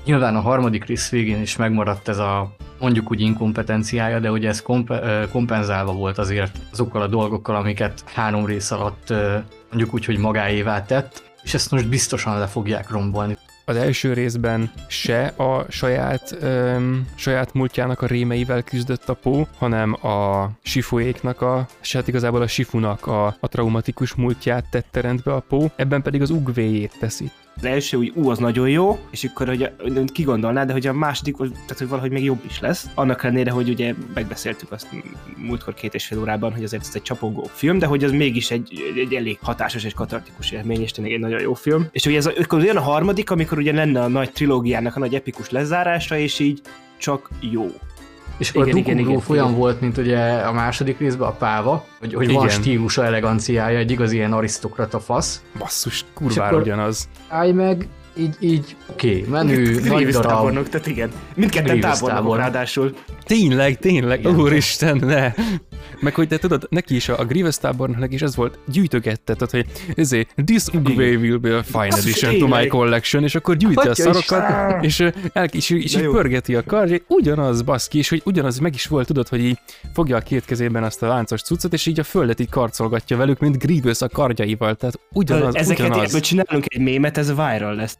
Nyilván a harmadik rész végén is megmaradt ez a mondjuk úgy inkompetenciája, de ugye ez kompenzálva volt azért azokkal a dolgokkal, amiket 3 rész alatt mondjuk úgy, hogy magáévá tett, és ezt most biztosan le fogják rombolni. Az első részben se a saját múltjának a rémeivel küzdött a Poe, hanem a Sifuéknak hát igazából a Sifunak a traumatikus múltját tette rendbe a Poe, ebben pedig az Ugvéjét teszi. Az első, hogy az nagyon jó, és akkor, hogy ki gondolná, de hogy a második, tehát hogy valahogy még jobb is lesz. Annak ellenére, hogy ugye megbeszéltük azt múltkor 2,5 órában, hogy azért ez egy csapongó film, de hogy az mégis egy elég hatásos és katartikus élmény, és tényleg egy nagyon jó film. És ugye ez olyan a harmadik, amikor ugye lenne a nagy trilógiának a nagy epikus lezárása, és így csak jó. És akkor Dooku olyan volt, mint ugye a második részben a páva, hogy van stílusa, eleganciája, egy igazi ilyen arisztokrata fasz. Basszus, kurvára ugyanaz. Állj meg, így oké, menő, nagy darab. Tábornok, tehát igen. Mindketten tábornokok ráadásul. Tényleg, úristen, ne! Meg hogy te tudod, neki is a Grievous tábornoknak is ez volt, gyűjtögette, tehát hogy this Ugvé will be a fine addition to my collection, és akkor gyűjti a szarokat, és így pörgeti a kardját, ugyanaz baszki, és hogy ugyanaz meg is volt, tudod, hogy így fogja a 2 kezében azt a láncos cuccot, és így a földet így karcolgatja velük, mint Grievous a kardjaival, tehát ugyanaz. Ebből csinálunk egy mémet, ez viral lesz.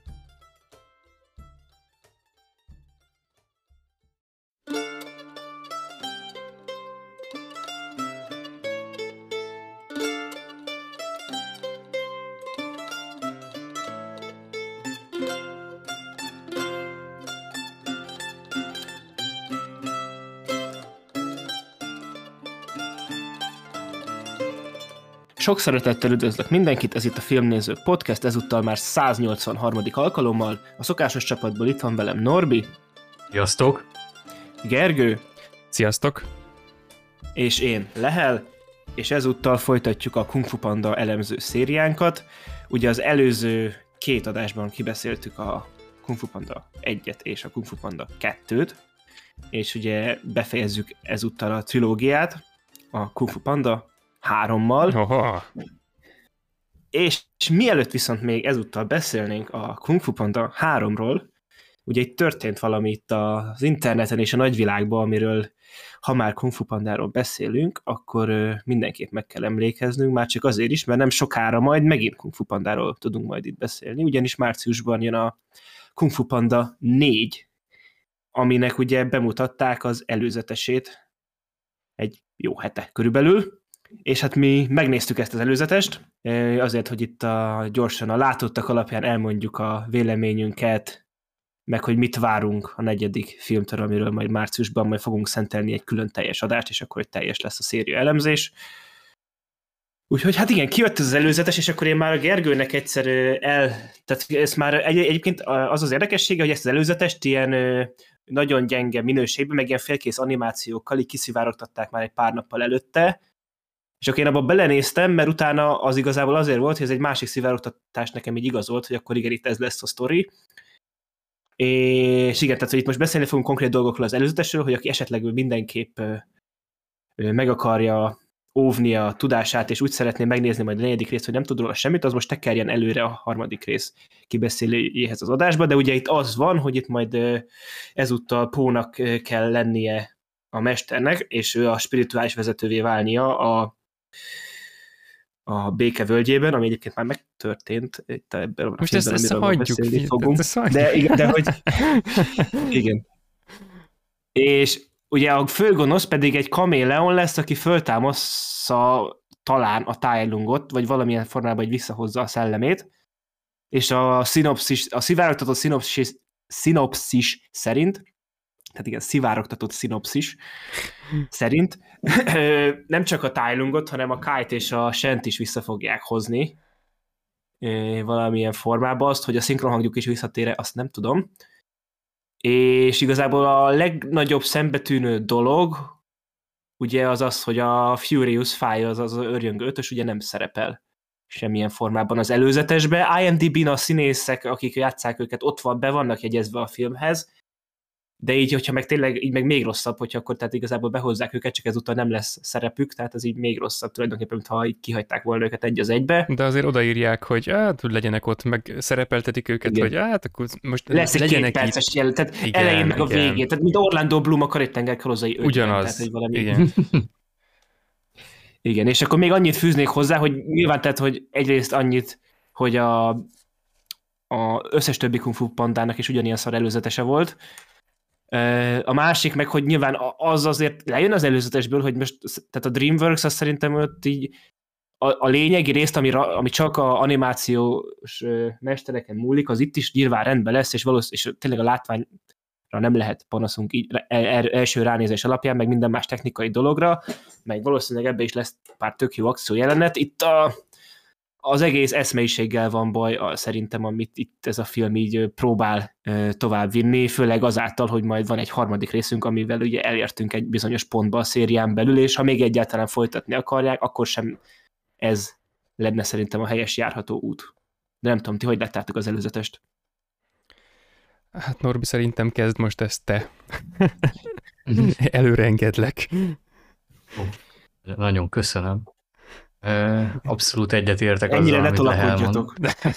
Sok szeretettel üdvözlök mindenkit, ez itt a Filmnézők Podcast, ezúttal már 183. alkalommal. A szokásos csapatból itt van velem Norbi. Sziasztok! Gergő. Sziasztok! És én, Lehel, és ezúttal folytatjuk a Kung Fu Panda elemző szériánkat. Ugye az előző 2 adásban kibeszéltük a Kung Fu Panda 1-et és a Kung Fu Panda 2-t, és ugye befejezzük ezúttal a trilógiát, a Kung Fu Panda 3-mal. Oha. És mielőtt viszont még ezúttal beszélnénk a Kung Fu Panda 3-ról, ugye itt történt valami itt az interneten és a nagyvilágban, amiről ha már Kung Fu Pandáról beszélünk, akkor mindenképp meg kell emlékeznünk, már csak azért is, mert nem sokára majd megint Kung Fu Pandáról tudunk majd itt beszélni, ugyanis márciusban jön a Kung Fu Panda 4, aminek ugye bemutatták az előzetesét egy jó hete körülbelül, és hát mi megnéztük ezt az előzetest, azért, hogy itt gyorsan a látottak alapján elmondjuk a véleményünket, meg hogy mit várunk a 4. filmtől, amiről majd márciusban majd fogunk szentelni egy külön teljes adást, és akkor egy teljes lesz a széria elemzés. Úgyhogy hát igen, kijött ez az előzetes, és akkor én már a Gergőnek egyszer tehát ez már egyébként az érdekessége, hogy ezt az előzetest ilyen nagyon gyenge minőségben, meg ilyen félkész animációkkal így kiszivárogtatták már egy pár nappal előtte, és akkor én abban belenéztem, mert utána az igazából azért volt, hogy ez egy másik szivárogtatás nekem így igazolt, hogy akkor igen, itt ez lesz a sztori. És igen, tehát hogy itt most beszélni fogunk konkrét dolgokról az előzetesről, hogy aki esetleg mindenképp meg akarja óvni a tudását, és úgy szeretné megnézni majd a 4. részt, hogy nem tud róla semmit, az most tekerjen előre a 3. rész kibeszélőjéhez az adásba, de ugye itt az van, hogy itt majd ezúttal Pónak kell lennie a mesternek, és ő a spirituális vezetővé válnia a béke völgyében, ami egyébként már megtörtént itt ebben a most filmben, ezt amiről beszélni fogunk. De hogy igen. És ugye a főgonosz pedig egy kaméleon lesz, aki föltámassza talán a Tai Lungot, vagy valamilyen formában visszahozza a szellemét, és a szivárogtatott szinopszis szerint, tehát igen, szivárogtatott szinopszis szerint nem csak a Tai Lungot, hanem a Kite és a Shent is vissza fogják hozni valamilyen formában. Azt, hogy a szinkronhangjuk is visszatér, azt nem tudom. És igazából a legnagyobb szembetűnő dolog ugye az, hogy a Furious Five, az örjöngő 5-ös ugye nem szerepel semmilyen formában az előzetesbe. IMDb-n a színészek, akik játsszák őket, be vannak jegyezve a filmhez, de így, hogyha meg tényleg így meg még rosszabb, hogyha akkor tehát igazából behozzák őket, csak ezúttal nem lesz szerepük, tehát az így még rosszabb tulajdonképpen, mintha így kihagyták volna őket egy az egybe. De azért odaírják, hogy hát legyenek ott, meg szerepeltetik őket, Igen. hogy hát akkor most lesz egy legyenek 2 perces itt. jelenet, tehát Igen, elején meg a igen. végén, tehát mint Orlando Bloom a Karib-tenger kalózai 5-ben, Ugyanaz, tehát, hogy valami... igen. Igen, és akkor még annyit fűznék hozzá, hogy nyilván tehát, hogy egyrészt annyit, hogy a összes többi Kung Fu Pandának is ugyanilyen szar előzetese volt. A másik meg, hogy nyilván az azért lejön az előzetesből, hogy most, tehát a DreamWorks azt szerintem ott így a lényegi részt, ami csak a animációs mestereken múlik, az itt is nyilván rendben lesz, és tényleg a látványra nem lehet panaszunk így első ránézés alapján, meg minden más technikai dologra, meg valószínűleg ebbe is lesz pár tök jó akció jelenet. Itt az egész eszmeiséggel van baj, szerintem, amit itt ez a film így próbál továbbvinni, főleg azáltal, hogy majd van egy harmadik részünk, amivel ugye elértünk egy bizonyos pontba a szérián belül, és ha még egyáltalán folytatni akarják, akkor sem ez lenne szerintem a helyes járható út. De nem tudom, ti hogy láttátok az előzetest? Hát Norbi, szerintem kezd most ezt te. Előre engedlek. Nagyon köszönöm. Abszolút egyetértek azzal, ennyire ne amit Lehel mond.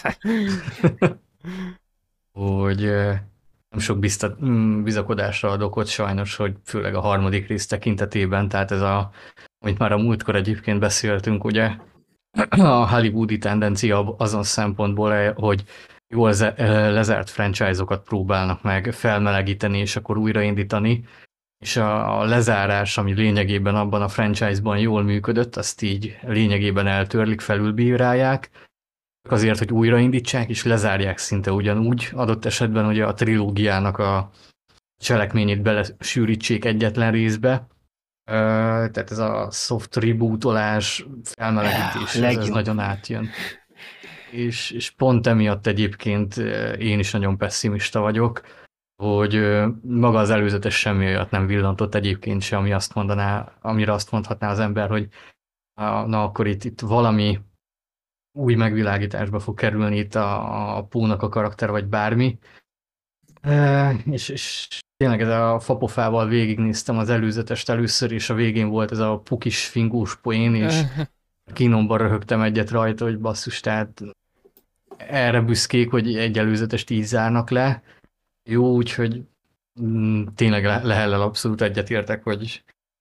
Hogy nem sok bizakodásra adok ott sajnos, hogy főleg a harmadik rész tekintetében, tehát ez amit már a múltkor egyébként beszéltünk, ugye, a hollywoodi tendencia azon szempontból, hogy jól lezárt franchise-okat próbálnak meg felmelegíteni, és akkor újraindítani, és a lezárás, ami lényegében abban a franchise-ban jól működött, azt így lényegében eltörlik, felülbírálják, azért, hogy újraindítsák, és lezárják szinte ugyanúgy, adott esetben ugye a trilógiának a cselekményét belesűrítsék egyetlen részbe, tehát ez a soft rebootolás, felmelegítés, ez nagyon átjön. És pont emiatt egyébként én is nagyon pessimista vagyok, hogy maga az előzetes semmi olyat nem villantott egyébként se, amire azt mondhatná az ember, hogy na akkor itt valami új megvilágításba fog kerülni itt a Pónak a karakter, vagy bármi. És tényleg ez a fapofával végignéztem az előzetest először, és a végén volt ez a pukis fingós poén, és kínomban röhögtem egyet rajta, hogy basszus, tehát erre büszkék, hogy egy előzetest így zárnak le. Jó, úgyhogy tényleg Lehellel abszolút egyetértek, hogy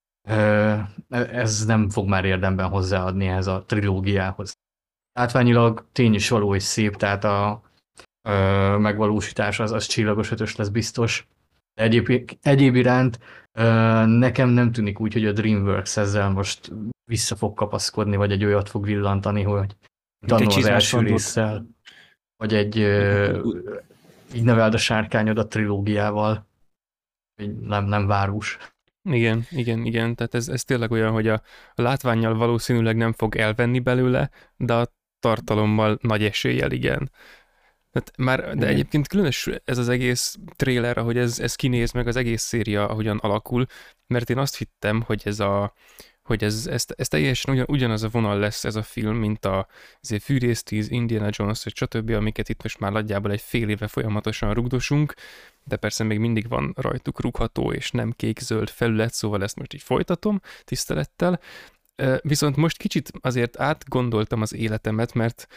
ez nem fog már érdemben hozzáadni ehhez a trilógiához. Látványilag tény is való és szép, tehát a megvalósítás az csillagos ötös lesz biztos. De egyéb iránt nekem nem tűnik úgy, hogy a DreamWorks ezzel most vissza fog kapaszkodni, vagy egy olyat fog villantani, hogy tanul az első résszel, vagy egy így neveld a sárkányodat trilógiával, nem várós. Igen. Tehát ez tényleg olyan, hogy a látvánnyal valószínűleg nem fog elvenni belőle, de a tartalommal nagy eséllyel igen. De egyébként különös ez az egész trailer, ahogy ez kinéz, meg az egész széria, ahogyan alakul, mert én azt hittem, hogy ez teljesen ugyanaz a vonal lesz ez a film, mint a Fűrész 10, Indiana Jones, és stb., amiket itt most már nagyjából egy fél éve folyamatosan rugdosunk, de persze még mindig van rajtuk rúgható és nem kék-zöld felület, szóval ezt most így folytatom tisztelettel. Viszont most kicsit azért átgondoltam az életemet, mert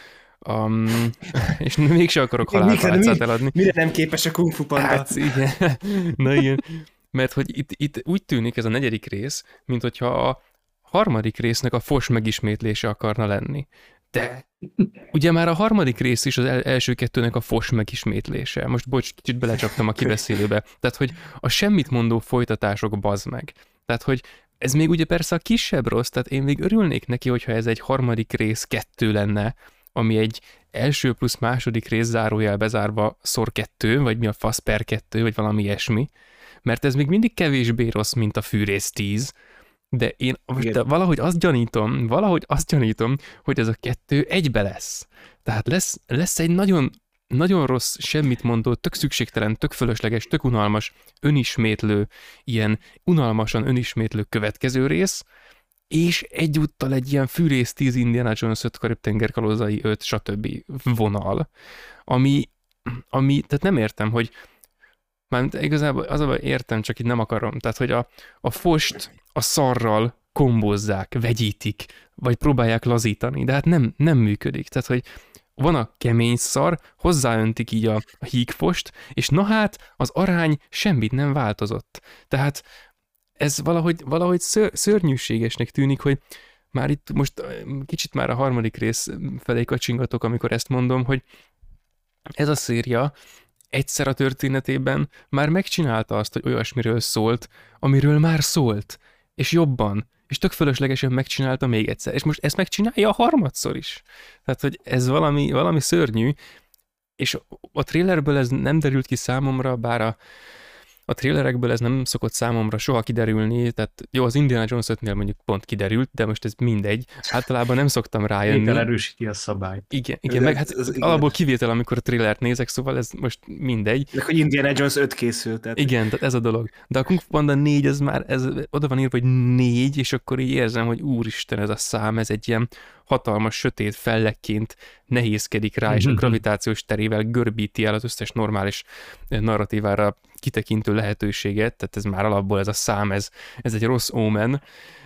és mégse akarok halálpálcát eladni. Mire nem képes a Kung Fu Panda? Hát, igen. Na igen. Mert hogy itt úgy tűnik ez a negyedik rész, mint hogyha a harmadik résznek a fos megismétlése akarna lenni. De ugye már a harmadik rész is az első kettőnek a fos megismétlése. Most bocs, kicsit belecsaptam a kibeszélőbe. Tehát, hogy a semmit mondó folytatások bazd meg. Tehát, hogy ez még ugye persze a kisebb rossz, tehát én még örülnék neki, hogyha ez egy harmadik rész 2 lenne, ami egy első plusz második rész zárójel bezárva szor 2, vagy mi a fasz per 2, vagy valami ilyesmi, mert ez még mindig kevésbé rossz, mint a Fűrész 10, de én valahogy azt gyanítom, hogy ez a 2 egybe lesz. Tehát lesz egy nagyon, nagyon rossz, semmit mondó, tök szükségtelen, tök fölösleges, tök unalmas, önismétlő, ilyen unalmasan önismétlő következő rész, és egyúttal egy ilyen Fűrész 10, Indiana Jones 5, Karib-tenger kalózai 5, stb. Vonal, ami tehát nem értem, hogy Mármint igazából az a baj, értem, csak így nem akarom. Tehát, hogy a fost a szarral kombózzák, vegyítik, vagy próbálják lazítani, de hát nem működik. Tehát, hogy van a kemény szar, hozzáöntik így a hígfost, és na hát az arány semmit nem változott. Tehát ez valahogy szörnyűségesnek tűnik, hogy már itt most kicsit már a harmadik rész felé kacsingatok, amikor ezt mondom, hogy ez a széria egyszer a történetében már megcsinálta azt, hogy olyasmiről szólt, amiről már szólt, és jobban, és tök fölöslegesen megcsinálta még egyszer, és most ezt megcsinálja a harmadszor is. Tehát, hogy ez valami szörnyű, és a trailerből ez nem derült ki számomra, bár a trailerekből ez nem szokott számomra soha kiderülni, tehát jó, az Indiana Jones 5-nél mondjuk pont kiderült, de most ez mindegy. Általában nem szoktam rájönni. Vétel erősíti a szabályt. Igen, meg hát alapból kivétel, amikor a trailert nézek, szóval ez most mindegy. Meg hogy Indiana Jones 5 készült. Tehát... Igen, tehát ez a dolog. De a Kung Fu Panda 4, ez oda van írva, hogy 4, és akkor így érzem, hogy úristen, ez a szám, ez egy ilyen hatalmas, sötét fellekként nehézkedik rá, és a gravitációs terével görbíti el az összes normális narratívára kitekintő lehetőséget, tehát ez már alapból ez a szám, ez egy rossz ómen.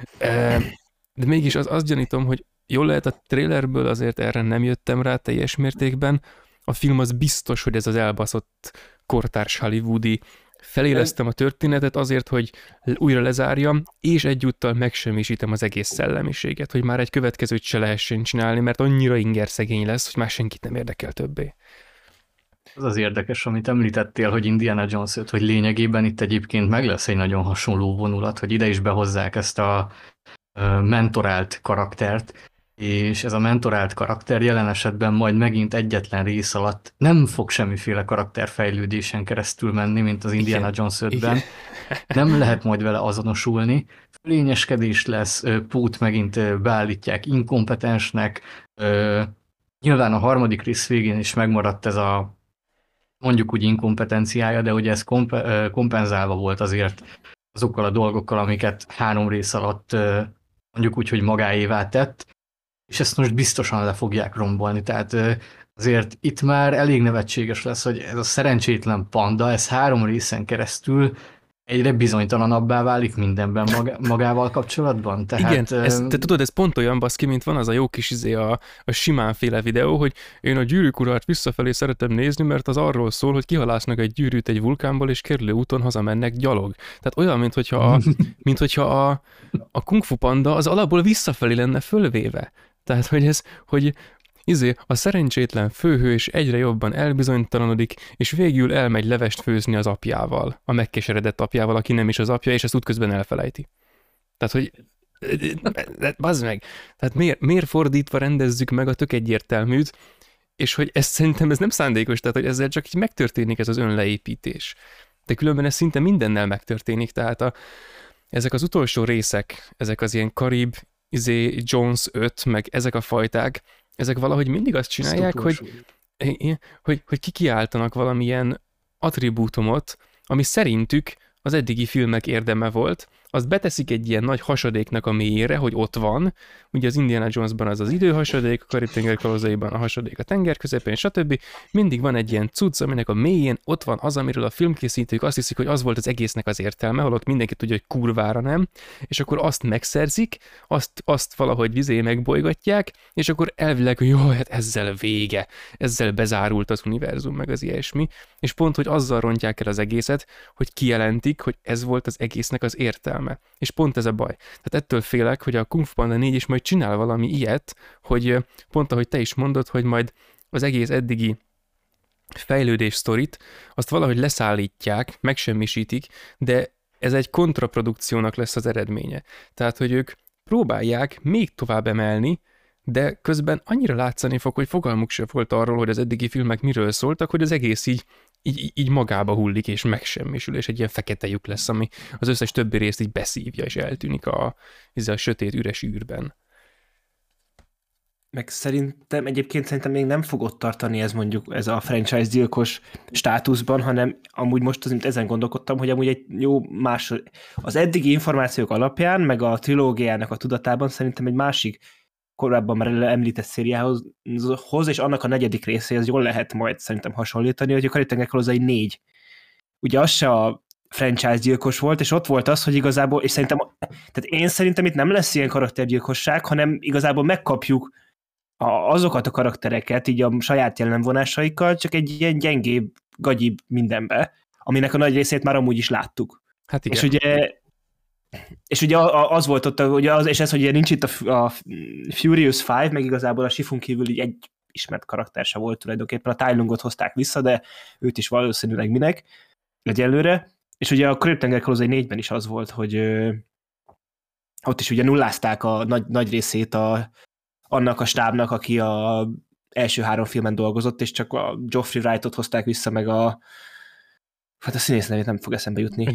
De mégis azt gyanítom, hogy jól lehet a trailerből, azért erre nem jöttem rá teljes mértékben. A film az biztos, hogy ez az elbaszott kortárs hollywoodi. Felélesztem a történetet azért, hogy újra lezárjam, és egyúttal megsemmisítem az egész szellemiséget, hogy már egy következőt se lehessen csinálni, mert annyira ingerszegény lesz, hogy már senkit nem érdekel többé. Az érdekes, amit említettél, hogy Indiana Jones 5, hogy lényegében itt egyébként meg lesz egy nagyon hasonló vonulat, hogy ide is behozzák ezt a mentorált karaktert, és ez a mentorált karakter jelen esetben majd megint egyetlen rész alatt nem fog semmiféle karakterfejlődésen keresztül menni, mint az Indiana Jones 5-ben. Nem lehet majd vele azonosulni. Fölényeskedés lesz, Pót megint beállítják inkompetensnek. Nyilván a harmadik rész végén is megmaradt ez a mondjuk úgy inkompetenciája, de ugye ez kompenzálva volt azért azokkal a dolgokkal, amiket 3 rész alatt mondjuk úgy, hogy magáévá tett, és ezt most biztosan le fogják rombolni, tehát azért itt már elég nevetséges lesz, hogy ez a szerencsétlen panda, ez 3 részen keresztül egyre bizonytalanabbá válik mindenben magával kapcsolatban. Tehát, igen, te tudod, ez pont olyan baszki, mint van az a jó kis a Simánféle videó, hogy én a Gyűrűk Urát visszafelé szeretem nézni, mert az arról szól, hogy kihalásznak egy gyűrűt egy vulkánból, és kerülő úton hazamennek gyalog. Tehát olyan, minthogyha a Kung Fu Panda az alapból visszafelé lenne fölvéve. Tehát, hogy a szerencsétlen főhős egyre jobban elbizonytalanodik, és végül elmegy levest főzni az apjával, a megkeseredett apjával, aki nem is az apja, és ezt útközben elfelejti. Tehát, hogy bazd meg, tehát miért fordítva rendezzük meg a tök egyértelműt, és hogy szerintem ez nem szándékos, tehát hogy ezzel csak így megtörténik ez az önleépítés. De különben ez szinte mindennel megtörténik, tehát ezek az utolsó részek, ezek az ilyen Karib, Jones 5, meg ezek a fajták, ezek valahogy mindig azt csinálják, hogy kikiáltanak valamilyen attribútumot, ami szerintük az eddigi filmek érdeme volt, azt beteszik egy ilyen nagy hasadéknak a mélyére, hogy ott van, ugye az Indiana Jonesban az időhasadék, a Karib-tenger kalózaiban a hasadék a tenger közepén, stb. Mindig van egy ilyen cucc, aminek a mélyén ott van az, amiről a filmkészítők azt hiszik, hogy az volt az egésznek az értelme, holott mindenki tudja, hogy kurvára nem, és akkor azt megszerzik, azt valahogy megbolygatják, és akkor elvileg, hogy jó, hát ezzel vége, ezzel bezárult az univerzum, meg az ilyesmi, és pont, hogy azzal rontják el az egészet, hogy kijelentik, hogy ez volt az egésznek az értelme. És pont ez a baj. Tehát ettől félek, hogy a Kung Fu Panda 4 is majd csinál valami ilyet, hogy pont ahogy te is mondod, hogy majd az egész eddigi fejlődés sztorit, azt valahogy leszállítják, megsemmisítik, de ez egy kontraprodukciónak lesz az eredménye. Tehát, hogy ők próbálják még tovább emelni, de közben annyira látszani fog, hogy fogalmuk sem volt arról, hogy az eddigi filmek miről szóltak, hogy az egész így magába hullik, és megsemmisül, és egy ilyen fekete lyuk lesz, ami az összes többi részt így beszívja, és eltűnik a sötét, üres űrben. Meg egyébként még nem fog ott tartani ez a franchise gyilkos státuszban, hanem amúgy most azért ezen gondolkodtam, hogy amúgy egy jó az eddigi információk alapján, meg a trilógiának a tudatában szerintem egy másik korábban már említett szériához, és annak a 4. részéhez jól lehet majd szerintem hasonlítani, hogy a Karib-tenger kalózai 4. ugye az se a franchise gyilkos volt, és ott volt az, hogy igazából, és tehát én szerintem itt nem lesz ilyen karaktergyilkosság, hanem igazából megkapjuk azokat a karaktereket, így a saját jellemvonásaikkal, csak egy ilyen gyengébb, gagyibb mindenbe, aminek a nagy részét már amúgy is láttuk. Hát igen. És ugye az volt ott, és ez, hogy nincs itt a Furious 5, meg igazából a Shifun kívül így egy ismert karakter se volt tulajdonképpen, a Tai Lungot hozták vissza, de őt is valószínűleg minek egyelőre. És ugye a Köröp-tenger kalózai 4-ben is az volt, hogy ott is ugye nullázták a nagy részét annak a stábnak, aki a első 3 filmen dolgozott, és csak a Geoffrey Wrightot hozták vissza, meg hát a színész nevét nem fog eszembe jutni.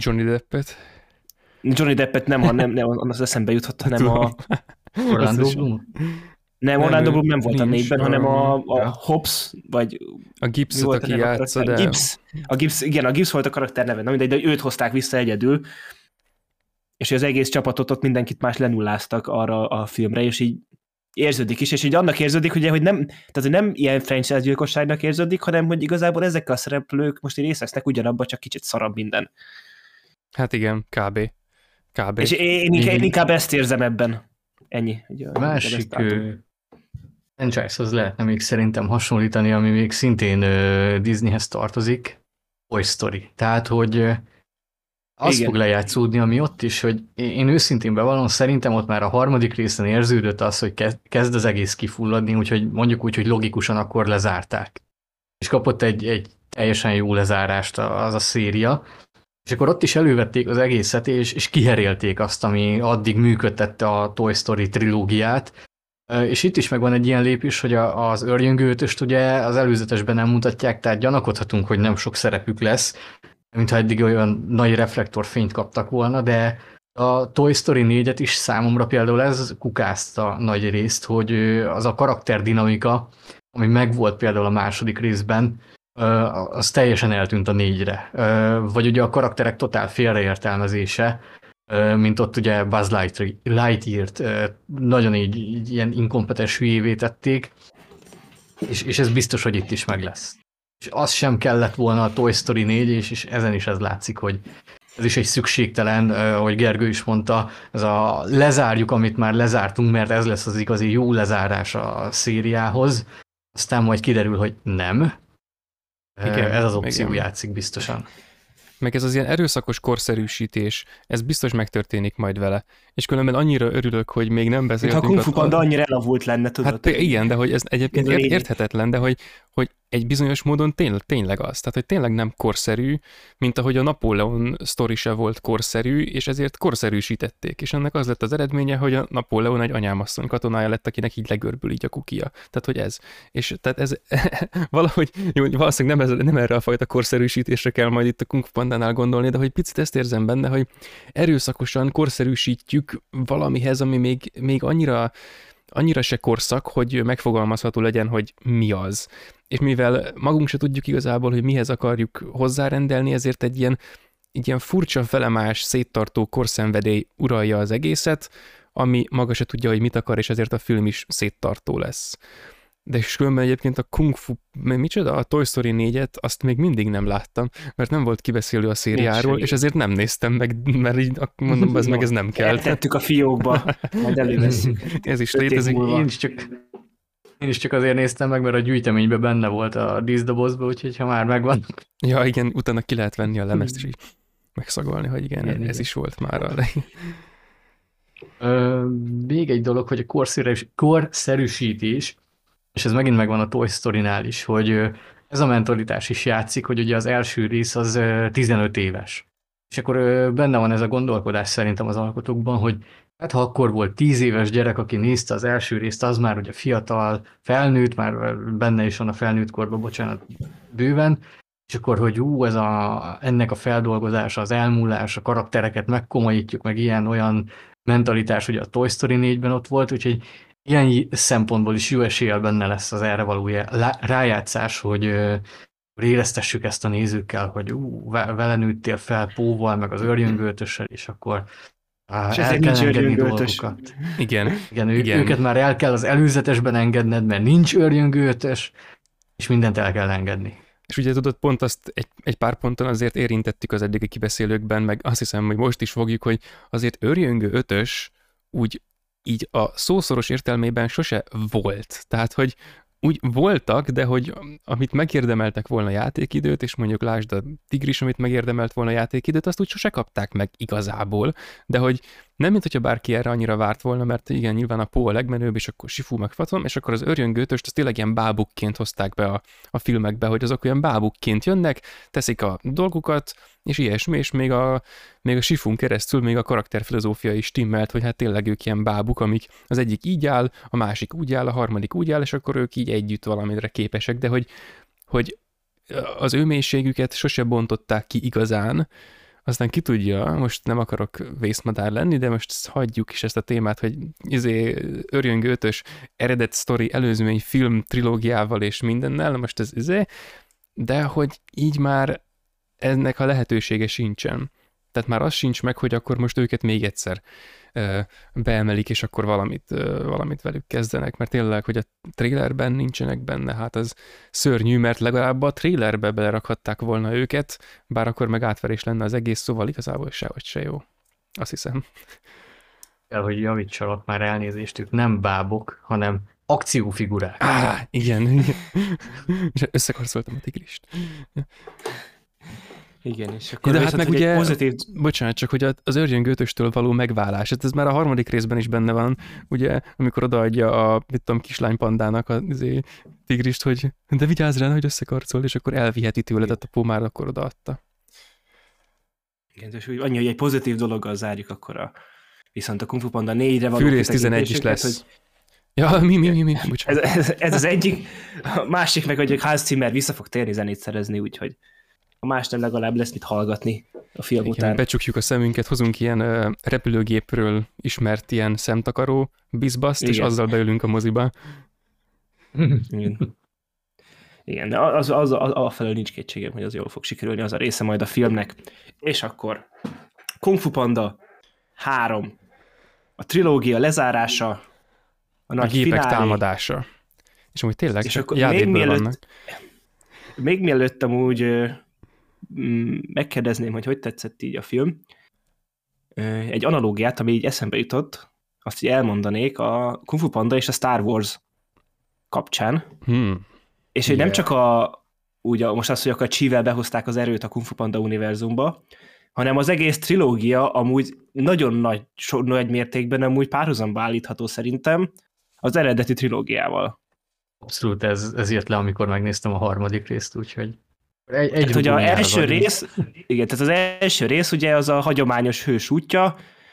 Johnny Deppet nem az eszembe jutott, hanem Orlando Bloom. Nem, Orlando Bloom nem volt a 4-ben, hanem a Hobbs, vagy... A Gibbs, aki játsza, de... A Gibbs volt a karakter neve, na mindegy, de őt hozták vissza egyedül, és az egész csapatot ott mindenkit más lenulláztak arra a filmre, és így érződik is, és így annak érződik, ugye, hogy nem ilyen franchise gyilkosságnak érződik, hanem hogy igazából ezekkel a szereplők most így részt vesznek ugyanabban, csak kicsit szarabb minden. Hát igen, kb. És én inkább ezt érzem ebben. Ennyi. A másik franchise-hoz lehetne még szerintem hasonlítani, ami még szintén Disneyhez tartozik, Toy Story. Tehát, hogy az fog lejátszódni, ami ott is, hogy én őszintén bevallom, szerintem ott már a 3. részen érződött az, hogy kezd az egész kifulladni, úgyhogy mondjuk úgy, hogy logikusan akkor lezárták. És kapott egy teljesen jó lezárást az a széria, és akkor ott is elővették az egészet, és kiherélték azt, ami addig működtette a Toy Story trilógiát. És itt is megvan egy ilyen lépés, hogy az őrjöngőtöst ugye az előzetesben nem mutatják, tehát gyanakodhatunk, hogy nem sok szerepük lesz, mintha eddig olyan nagy reflektorfényt kaptak volna, de a Toy Story 4-et is számomra például ez kukázta nagy részt, hogy az a karakterdinamika, ami megvolt például a 2. részben, az teljesen eltűnt a 4-re. Vagy ugye a karakterek totál félreértelmezése, mint ott ugye Buzz Lightyear-t nagyon így ilyen inkompetens hülyévé tették, és ez biztos, hogy itt is meg lesz. És az sem kellett volna a Toy Story 4, és ezen is ez látszik, hogy ez is egy szükségtelen, ahogy Gergő is mondta, ez a lezárjuk, amit már lezártunk, mert ez lesz az igazi jó lezárás a szériához, aztán majd kiderül, hogy nem. Igen, ez az opció játszik biztosan. Meg ez az ilyen erőszakos korszerűsítés, ez biztos megtörténik majd vele. És különben annyira örülök, hogy még nem beszéltünk... Ha a Kung Fu Panda annyira elavult lenne, tudod? Hát igen, de hogy ez egyébként érthetetlen, de hogy egy bizonyos módon tényleg az. Tehát, hogy tényleg nem korszerű, mint ahogy a Napóleon sztori se volt korszerű, és ezért korszerűsítették. És ennek az lett az eredménye, hogy a Napóleon egy anyámasszony katonája lett, akinek így legörbül így a kukia. Tehát, hogy ez. És tehát ez valahogy, jó, valószínűleg nem erre a fajta korszerűsítésre kell majd itt a Kung Fu Pandánál gondolni, de hogy picit ezt érzem benne, hogy erőszakosan korszerűsítjük valamihez, ami még annyira se korszak, hogy megfogalmazható legyen, hogy mi az. És mivel magunk se tudjuk igazából, hogy mihez akarjuk hozzárendelni, ezért egy ilyen furcsa, felemás, széttartó korszenvedély uralja az egészet, ami maga se tudja, hogy mit akar, és ezért a film is széttartó lesz. De és különben egyébként a Kung Fu, micsoda, a Toy Story 4-et, azt még mindig nem láttam, mert nem volt kibeszélő a szériáról, és ezért nem néztem meg, mert így mondom, ez meg ez nem kell. Eltettük a fiókba, majd előveszünk. Ez is létezik. Én is csak azért néztem meg, mert a gyűjteményben benne volt a díszdobozban, úgyhogy ha már megvan. Ja, igen, utána ki lehet venni a lemezt, és így megszagolni, hogy igen, ez is volt már a még egy dolog, hogy a korszerűsítés, és ez megint megvan a Toy Story-nál is, hogy ez a mentalitás is játszik, hogy ugye az első rész az 15 éves. És akkor benne van ez a gondolkodás szerintem az alkotókban, hogy hát ha akkor volt 10 éves gyerek, aki nézte az első részt, az már ugye fiatal, felnőtt, már benne is van a felnőtt korban, bocsánat, bőven, és akkor, hogy ennek a feldolgozása, az elmúlás, a karaktereket megkomolyítjuk, meg ilyen-olyan mentalitás, hogy a Toy Story 4-ben ott volt, úgyhogy ilyen szempontból is jó eséllyel benne lesz az erre való rájátszás, hogy éreztessük ezt a nézőkkel, hogy vele nőttél fel Póval, meg az őrjöngőtössel, és akkor és el kell engedni dolgokat. Igen. Őket már el kell az előzetesben engedned, mert nincs őrjöngőtös, és mindent el kell engedni. És ugye tudod, pont azt egy pár ponton azért érintettük az eddigi kibeszélőkben, meg azt hiszem, hogy most is fogjuk, hogy azért őrjöngő ötös úgy így a szószoros értelmében sose volt. Tehát, hogy úgy voltak, de hogy amit megérdemeltek volna játékidőt, és mondjuk lásd a Tigris, amit megérdemelt volna játékidőt, azt úgy sose kapták meg igazából, de hogy nem, mint hogyha bárki erre annyira várt volna, mert igen, nyilván a Pó a legmenőbb, és akkor Sifu meg Fatom, és akkor az őrjöngőtöst azt tényleg ilyen bábukként hozták be a filmekbe, hogy azok olyan bábukként jönnek, teszik a dolgukat, és ilyesmi, és még a Sifun keresztül még a karakterfilozófia is stimmelt, hogy hát tényleg ők ilyen bábuk, amik az egyik így áll, a másik úgy áll, a harmadik úgy áll, és akkor ők így együtt valamire képesek, de hogy az ő mélységüket sose bontották ki igazán, aztán ki tudja, most nem akarok vészmadár lenni, de most hagyjuk is ezt a témát, hogy Őrjöngő ötös eredet sztori előzmény film trilógiával és mindennel, most ez de hogy így már ennek a lehetősége sincsen. Tehát már az sincs meg, hogy akkor most őket még egyszer beemelik, és akkor valamit velük kezdenek, mert tényleg, hogy a trailerben nincsenek benne, hát az szörnyű, mert legalább a trailerbe belerakhatták volna őket, bár akkor meg átverés lenne az egész, szóval igazából sehogy se jó. Azt hiszem. Kell, hogy javítsalak már elnézést, ők nem bábok, hanem akciófigurák. Igen. És összekarcoltam a Tigrist. Igen, és akkor de hát meg ugye, pozitív... bocsánat, csak hogy az őrjöngőtöstől való megválás, hát ez már a harmadik részben is benne van, ugye, amikor odaadja a, kislánypandának a Tigrist, hogy de vigyázz rá, hogy összekarcol, és akkor elviheti tőle, tehát a Pó már akkor odaadta. Igen, és úgy annyi, hogy egy pozitív dologgal zárjuk akkor viszont a Kung Fu Panda 4-re való Fűrész 11 is lesz. Hogy... Ja, mi? Ez az egyik, a másik meg, hogy Hans Zimmer vissza fog térni zenét szerezni, úgyhogy a más nem legalább lesz mit hallgatni a film után. Becsukjuk a szemünket, hozunk ilyen repülőgépről ismert ilyen szemtakaró bizbaszt, és azzal beülünk a moziba. Igen, de az afelől nincs kétségem, hogy az jól fog sikerülni, az a része majd a filmnek. És akkor Kung Fu Panda 3, a trilógia lezárása, a nagy gépek finálé, támadása. És amúgy tényleg és akkor még mielőtt amúgy megkérdezném, hogy tetszett így a film, egy analógiát, ami így eszembe jutott, azt így elmondanék a Kung Fu Panda és a Star Wars kapcsán. És hogy nem csak most azt, hogy akkor a Chi-vel behozták az erőt a Kung Fu Panda univerzumba, hanem az egész trilógia amúgy nagyon nagy mértékben amúgy párhuzamba állítható szerintem az eredeti trilógiával. Abszolút ez jött le, amikor megnéztem a harmadik részt, úgyhogy tehát, hogy az első rész, igen, tehát az első rész ugye az a hagyományos hős útja.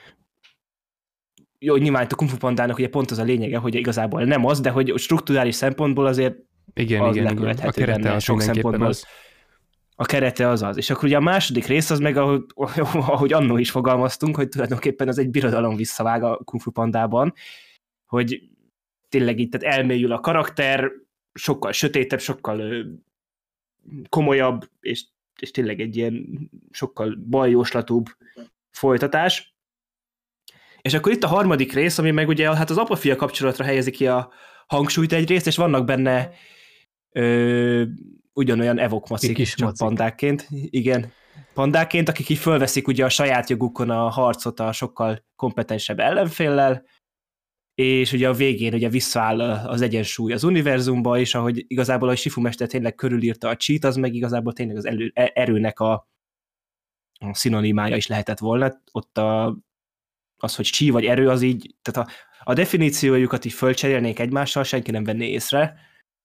Jó, nyilván a Kung Fu Pandának ugye pont az a lényege, hogy igazából nem az, de hogy strukturális szempontból azért igen, a kerete az sok szempontból. A kerete az. És akkor ugye a második rész az meg, ahogy annó is fogalmaztunk, hogy tulajdonképpen az egy birodalom visszavág a Kung Fu Pandában, hogy tényleg így tehát elmélyül a karakter, sokkal sötétebb, sokkal komolyabb, és tényleg egy ilyen sokkal baljóslatúbb folytatás. És akkor itt a harmadik rész, ami meg ugye hát az apa-fia kapcsolatra helyezi ki a hangsúlyt egyrészt, és vannak benne ugyanolyan evokmacik, csak pandákként. Igen, pandáként, akik így fölveszik ugye a saját jogukon a harcot a sokkal kompetensebb ellenféllel, és ugye a végén ugye visszaáll az egyensúly az univerzumba, és ahogy igazából a Sifu mester tényleg körülírta a cheat, az meg igazából tényleg az erőnek a szinonimája is lehetett volna. Ott az, hogy chi vagy erő, az így, tehát a definíciójukat így fölcserélnék egymással, senki nem venné észre.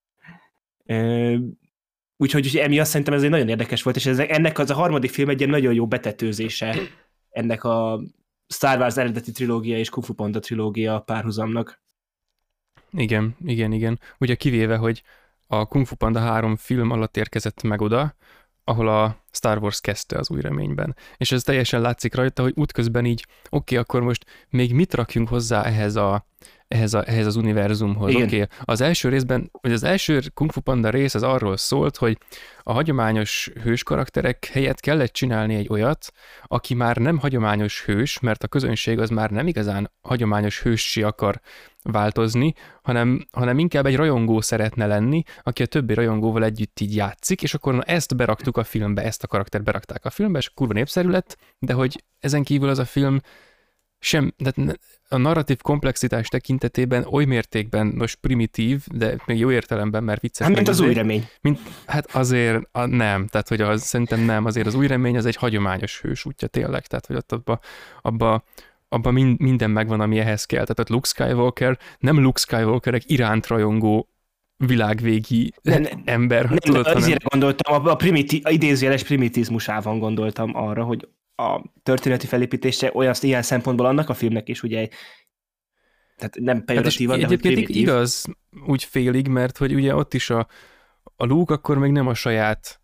Úgyhogy emiatt szerintem ez egy nagyon érdekes volt, és ennek az a harmadik film egy ilyen nagyon jó betetőzése ennek a Star Wars eredeti trilógia és Kung Fu Panda trilógia párhuzamnak. Igen. Ugye kivéve, hogy a Kung Fu Panda 3 film alatt érkezett meg oda, ahol a Star Wars kezdte az Új Reményben. És ez teljesen látszik rajta, hogy útközben így, oké, akkor most még mit rakjunk hozzá ehhez az univerzumhoz. Oké. Az első részben, vagy az első Kung Fu Panda rész az arról szólt, hogy a hagyományos hős karakterek helyett kellett csinálni egy olyat, aki már nem hagyományos hős, mert a közönség az már nem igazán hagyományos hőssé akar változni, hanem inkább egy rajongó szeretne lenni, aki a többi rajongóval együtt így játszik, és akkor ezt beraktuk a filmbe, ezt a karaktert berakták a filmbe, és kurva népszerű lett, de hogy ezen kívül az a film de a narratív komplexitás tekintetében oly mértékben most primitív, de még jó értelemben, mert vicces. Hát mint az új remény. Hát azért nem, tehát hogy szerintem nem, azért az új remény az egy hagyományos hős útja tényleg, tehát hogy ott abba minden megvan, ami ehhez kell. Tehát Luke Skywalker nem Luke Skywalkerek iránt rajongó világvégi ember. Nem, azért gondoltam, a idézőjeles primitizmusában gondoltam arra, hogy a történeti felépítése ilyen szempontból annak a filmnek is, ugye, tehát nem pejoratívan, de egyébként primitív. Igaz, úgy félig, mert hogy ugye ott is a Luke akkor még nem a saját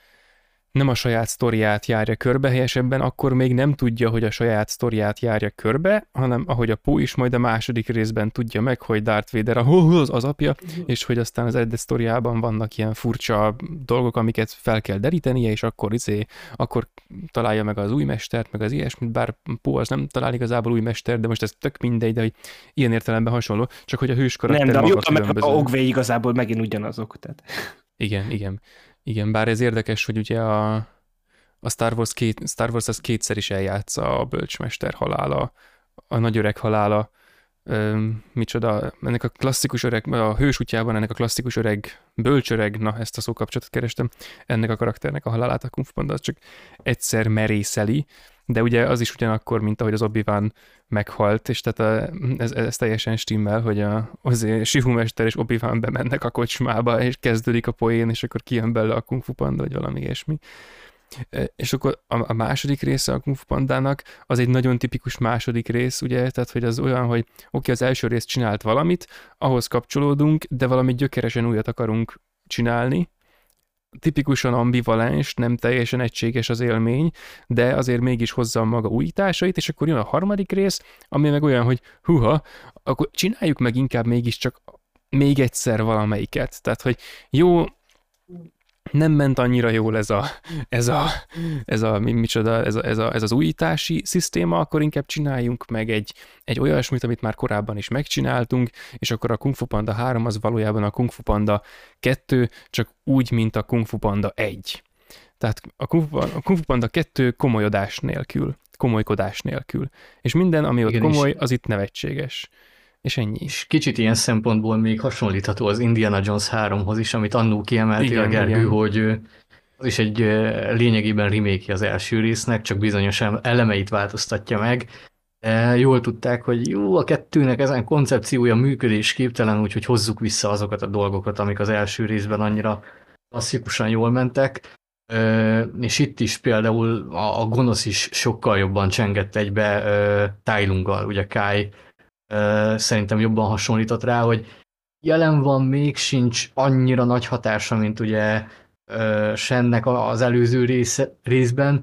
sztoriát járja körbe, helyesebben akkor még nem tudja, hogy a saját sztoriát járja körbe, hanem ahogy a Poe is majd a második részben tudja meg, hogy Darth Vader az apja, és hogy aztán az eredet sztoriában vannak ilyen furcsa dolgok, amiket fel kell derítenie, és akkor találja meg az új mestert, meg az ilyesmit, bár Poe az nem talál igazából új mester, de most ez tök mindegy, de hogy ilyen értelemben hasonló, csak hogy a hős karakter nem, de maga különböző. A Ogway igazából megint ugyanazok. Tehát. Igen, bár ez érdekes, hogy ugye a Star Wars az kétszer is eljátsza a bölcsmester halála, a nagyöreg halála, ennek a klasszikus öreg, a hős útjában ennek a klasszikus öreg, bölcsöreg, ezt a szókapcsolatot kerestem, ennek a karakternek a halálát a Kung Fu Panda, az csak egyszer merészeli, de ugye az is ugyanakkor, mint ahogy az Obi-Wan meghalt, és tehát ez teljesen stimmel, hogy azért Sifu mester és Obi-Wan bemennek a kocsmába, és kezdődik a poén, és akkor kijön belőle a Kung Fu Panda, vagy valami ilyesmi. És akkor a második része a Kung Fu Pandának az egy nagyon tipikus második rész, ugye, tehát hogy az olyan, hogy oké, az első rész csinált valamit, ahhoz kapcsolódunk, de valami gyökeresen újat akarunk csinálni, tipikusan ambivalens, nem teljesen egységes az élmény, de azért mégis hozza a maga újításait, és akkor jön a harmadik rész, ami meg olyan, hogy akkor csináljuk meg inkább mégiscsak még egyszer valamelyiket. Tehát, hogy jó, nem ment annyira jól ez az újítási szisztéma, akkor inkább csináljunk meg egy olyasmit, amit már korábban is megcsináltunk, és akkor a Kung Fu Panda 3 az valójában a Kung Fu Panda 2, csak úgy, mint a Kung Fu Panda 1. Tehát a Kung Fu Panda 2 komolykodás nélkül. És minden, ami ott komoly, az itt nevetséges. És ennyi. És kicsit ilyen szempontból még hasonlítható az Indiana Jones 3-hoz is, amit annól kiemeltél a Gergő, hogy az is egy lényegében remake az első résznek, csak bizonyos elemeit változtatja meg. Jól tudták, hogy jó, a kettőnek ezen koncepciója működésképtelen, úgyhogy hozzuk vissza azokat a dolgokat, amik az első részben annyira klasszikusan jól mentek. És itt is például a gonosz is sokkal jobban csengett egybe Tai Lunggal, ugye Kai szerintem jobban hasonlított rá, hogy jelen van, még sincs annyira nagy hatása, mint ugye Shennek az előző részben,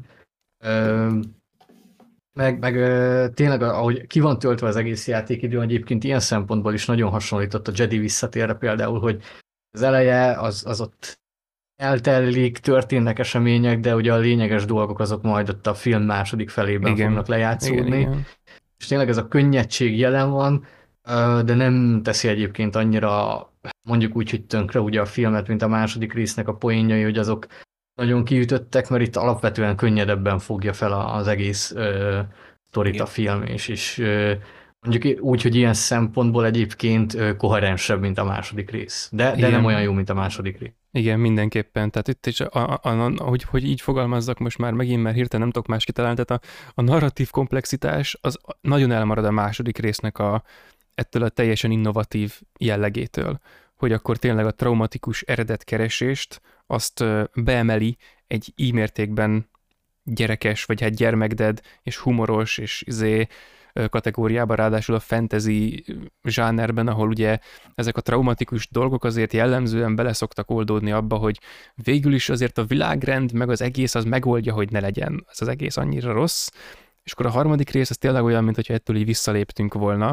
meg tényleg, ahogy ki van töltve az egész játékidő, egyébként ilyen szempontból is nagyon hasonlított a Jedi visszatérre például, hogy az eleje az ott eltelik, történnek események, de ugye a lényeges dolgok azok majd ott a film második felében fognak lejátszódni. Igen. És tényleg ez a könnyedség jelen van, de nem teszi egyébként annyira, mondjuk úgy, hogy tönkre ugye a filmet, mint a második résznek a poénjai, hogy azok nagyon kiütöttek, mert itt alapvetően könnyedebben fogja fel az egész sztorit a film, és mondjuk úgy, hogy ilyen szempontból egyébként koherensebb, mint a második rész. De nem olyan jó, mint a második rész. Igen, mindenképpen. Tehát itt is, hogy így fogalmazzak most már megint, mert hirtelen nem tudok más kitalálni, tehát a narratív komplexitás az nagyon elmarad a második résznek ettől a teljesen innovatív jellegétől, hogy akkor tényleg a traumatikus eredetkeresést azt beemeli egy így mértékben gyerekes, vagy hát gyermekded, és humoros, és kategóriában, ráadásul a fantasy zsánerben, ahol ugye ezek a traumatikus dolgok azért jellemzően beleszoktak oldódni abba, hogy végül is azért a világrend, meg az egész az megoldja, hogy ne legyen ez az egész annyira rossz, és akkor a harmadik rész az tényleg olyan, mintha ettől így visszaléptünk volna,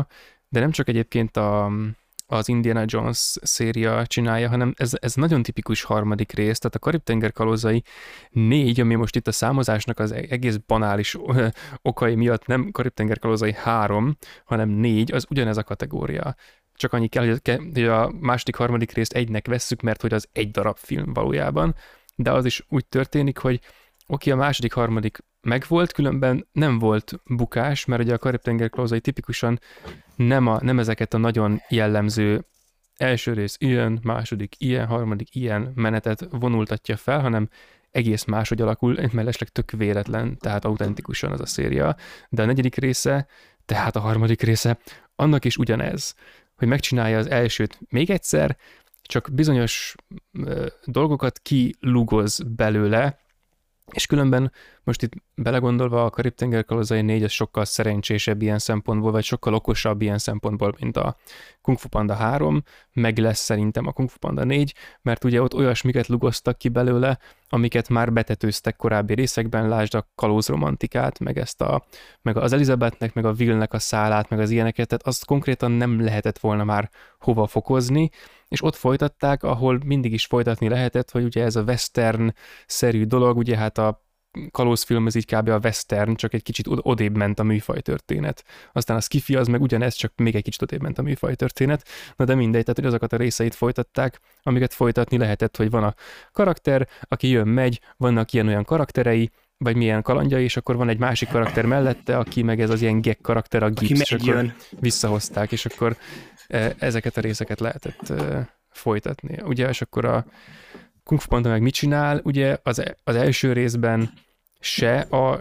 de nem csak egyébként az Indiana Jones széria csinálja, hanem ez nagyon tipikus harmadik rész, tehát a Karib-tenger kalózai 4, ami most itt a számozásnak az egész banális okai miatt nem Karib-tenger kalózai 3, hanem 4, az ugyanez a kategória. Csak annyi kell, hogy a második, harmadik részt egynek vesszük, mert hogy az egy darab film valójában, de az is úgy történik, hogy oké, a második, harmadik megvolt, különben nem volt bukás, mert ugye a Karib-tenger kalózai tipikusan nem ezeket a nagyon jellemző első rész ilyen, második ilyen, harmadik ilyen menetet vonultatja fel, hanem egész máshogy alakul, mellesleg tök véletlen, tehát autentikusan az a széria, de a negyedik része, tehát a harmadik része, annak is ugyanez, hogy megcsinálja az elsőt még egyszer, csak bizonyos dolgokat kilugoz belőle, és különben most itt belegondolva a Karib-tenger kalózai 4 az sokkal szerencsésebb ilyen szempontból, vagy sokkal okosabb ilyen szempontból, mint a Kung Fu Panda 3, meg lesz szerintem a Kung Fu Panda 4, mert ugye ott olyasmiket lugoztak ki belőle, amiket már betetőztek korábbi részekben, lásd a kalózromantikát, meg az Elizabethnek, meg a Willnek a szálát, meg az ilyeneket, tehát azt konkrétan nem lehetett volna már hova fokozni, és ott folytatták, ahol mindig is folytatni lehetett, hogy ugye ez a western-szerű dolog, ugye hát a kalózfilm ez így kb. A western, csak egy kicsit odébb ment a műfajtörténet. Aztán a skifi az meg ugyanez, csak még egy kicsit odébb ment a műfajtörténet. Na de mindegy, tehát hogy azokat a részeit folytatták, amiket folytatni lehetett, hogy van a karakter, aki jön-megy, vannak ilyen-olyan karakterei, vagy milyen kalandjai, és akkor van egy másik karakter mellette, aki meg ez az ilyen gag karakter, a Gibbs, és akkor visszahozták, és akkor ezeket a részeket lehetett folytatni. Ugye, és akkor a Kung Fu Panda meg mit csinál? Ugye az első részben se a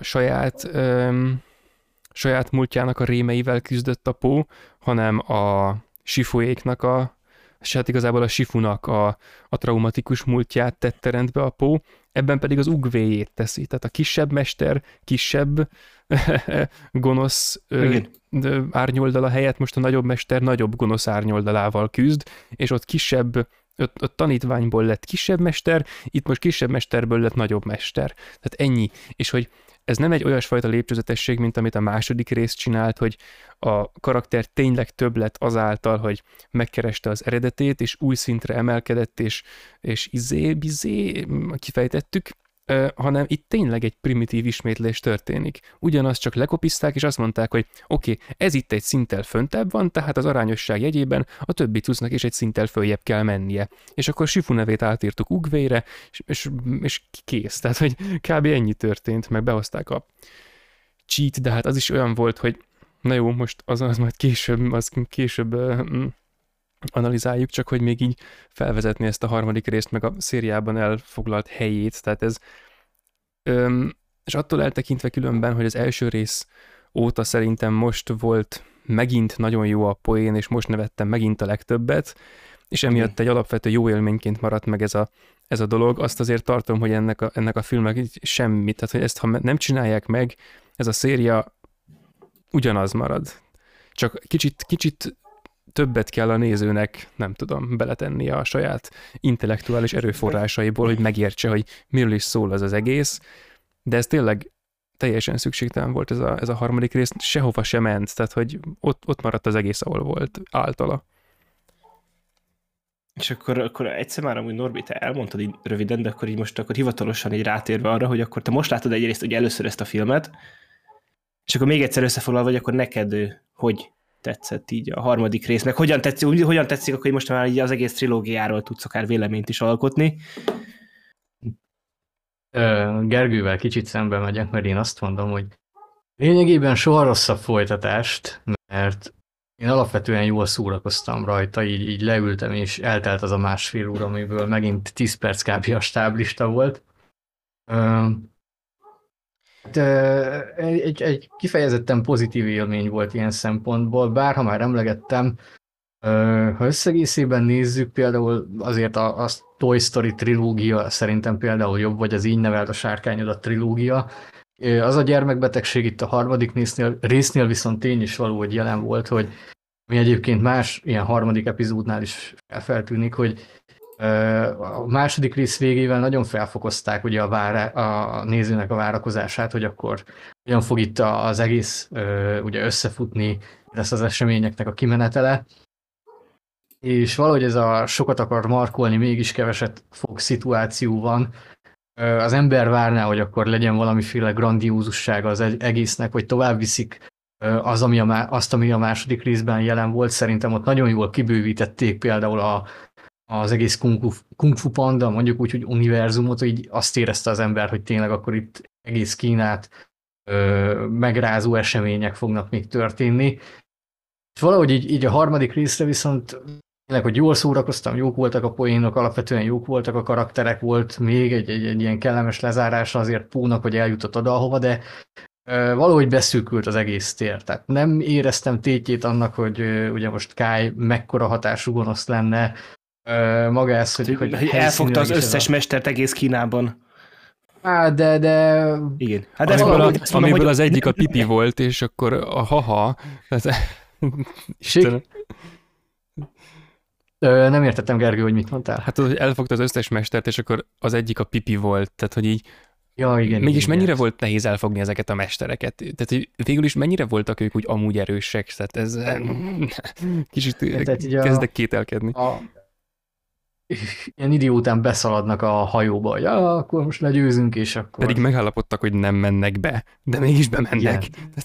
saját múltjának a rémeivel küzdött a Pó, hanem a Sifuéknak hát igazából a Sifunak a traumatikus múltját tette rendbe a Pó, ebben pedig az Ugvéjét teszi. Tehát a kisebb mester, kisebb gonosz árnyoldala helyett most a nagyobb mester nagyobb gonosz árnyoldalával küzd, és ott ott tanítványból lett kisebb mester, itt most kisebb mesterből lett nagyobb mester. Tehát ennyi. És hogy ez nem egy olyasfajta lépcsőzetesség, mint amit a második rész csinált, hogy a karakter tényleg több lett azáltal, hogy megkereste az eredetét, és új szintre emelkedett, és kifejtettük, hanem itt tényleg egy primitív ismétlés történik. Ugyanaz csak lekopizták, és azt mondták, hogy oké, ez itt egy szinttel föntebb van, tehát az arányosság jegyében a többi cuccnak is egy szinttel följebb kell mennie. És akkor Sifu nevét átírtuk Ugvére, és kész. Tehát, hogy kb. Ennyi történt, meg behozták a cheat, de hát az is olyan volt, hogy na jó, most az majd később analizáljuk, csak hogy még így felvezetni ezt a harmadik részt, meg a szériában elfoglalt helyét, tehát ez és attól eltekintve különben, hogy az első rész óta szerintem most volt megint nagyon jó a poén, és most nevettem megint a legtöbbet, és emiatt egy alapvető jó élményként maradt meg ez a dolog, azt azért tartom, hogy ennek a filmnek semmit, tehát hogy ezt ha nem csinálják meg, ez a széria ugyanaz marad. Csak kicsit többet kell a nézőnek, nem tudom, beletennie a saját intellektuális erőforrásaiból, hogy megértse, hogy miről is szól az egész, de ez tényleg teljesen szükségtelen volt ez a harmadik rész, sehova sem ment, tehát hogy ott maradt az egész, ahol volt általa. És akkor egyszer már amúgy Norbi, te elmondtad így röviden, de akkor így most hivatalosan így rátérve arra, hogy akkor te most látod egyrészt ugye először ezt a filmet, és akkor még egyszer összefoglalva, hogy akkor neked hogy tetszett így a harmadik rész, meg hogyan tetszik, akkor most már így az egész trilógiáról tudsz akár véleményt is alkotni. Gergővel kicsit szembe megyek, mert én azt mondom, hogy lényegében soha rosszabb folytatást, mert én alapvetően jól szórakoztam rajta, így leültem, és eltelt az a másfél óra, amiből megint 10 perc kb. A stáblista volt. Egy kifejezetten pozitív élmény volt ilyen szempontból, bár ha már emlegettem, ha összegészében nézzük, például azért a Toy Story trilógia szerintem például jobb, vagy az Így nevelt a sárkányodat trilógia. Az a gyermekbetegség itt a harmadik résznél viszont tény is való, hogy jelen volt, hogy mi egyébként más ilyen harmadik epizódnál is feltűnik, hogy A második rész végével nagyon felfokozták ugye a nézőnek a várakozását, hogy akkor hogyan fog itt az egész ugye összefutni, lesz az eseményeknek a kimenetele, és valahogy ez a sokat akar markolni, mégis keveset fog szituáció van. Az ember várná, hogy akkor legyen valamiféle grandiózussága az egésznek, hogy tovább viszik azt, ami a második részben jelen volt. Szerintem ott nagyon jól kibővítették például az egész Kung Fu Panda, mondjuk úgy, hogy univerzumot, hogy azt érezte az ember, hogy tényleg akkor itt egész Kínát megrázó események fognak még történni. És valahogy így a harmadik részre viszont tényleg, hogy jól szórakoztam, jók voltak a poénok, alapvetően jók voltak a karakterek, volt még egy ilyen kellemes lezárása azért Pónak, hogy eljutott oda, ahova, de valahogy beszűkült az egész tér. Tehát nem éreztem tétjét annak, hogy ugye most Kai mekkora hatású gonosz lenne, maga ez, hogy elfogta az összes mestert egész Kínában. De... Igen. Hát amiből az egyik a pipi volt, és akkor a haha... Istenem. Nem értettem, Gergő, hogy mit mondtál. Hát hogy elfogta az összes mestert, és akkor az egyik a pipi volt, tehát hogy így ja, igen, mégis igen, mennyire volt nehéz elfogni ezeket a mestereket? Tehát hogy végül is mennyire voltak ők úgy amúgy erősek? Tehát ez kicsit kezdek kételkedni. Ilyen idiótán beszaladnak a hajóba, hogy akkor most legyőzünk, és akkor... Pedig megállapodtak, hogy nem mennek be, de mégis bemennek.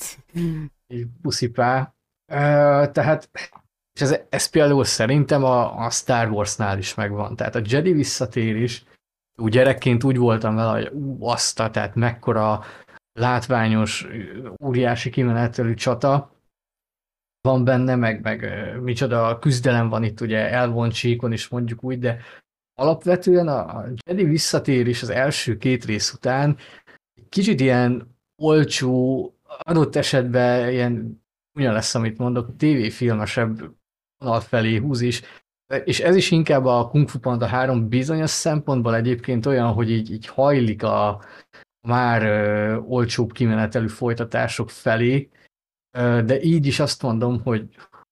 Puszipá. Tehát és ez például szerintem a Star Warsnál is megvan. Tehát a Jedi visszatérés, úgy gyerekként úgy voltam vele, hogy tehát mekkora látványos, óriási kimenetelű csata van benne, meg micsoda küzdelem van itt ugye elvont síkon is mondjuk úgy, de alapvetően a Jedi visszatérés az első 2 rész után kicsit ilyen olcsó, adott esetben ilyen ugyan lesz, amit mondok, tévéfilmesebb vonal felé húz is, és ez is inkább a Kung Fu Panda 3 bizonyos szempontból egyébként olyan, hogy így hajlik a már olcsóbb kimenetelű folytatások felé, de így is azt mondom, hogy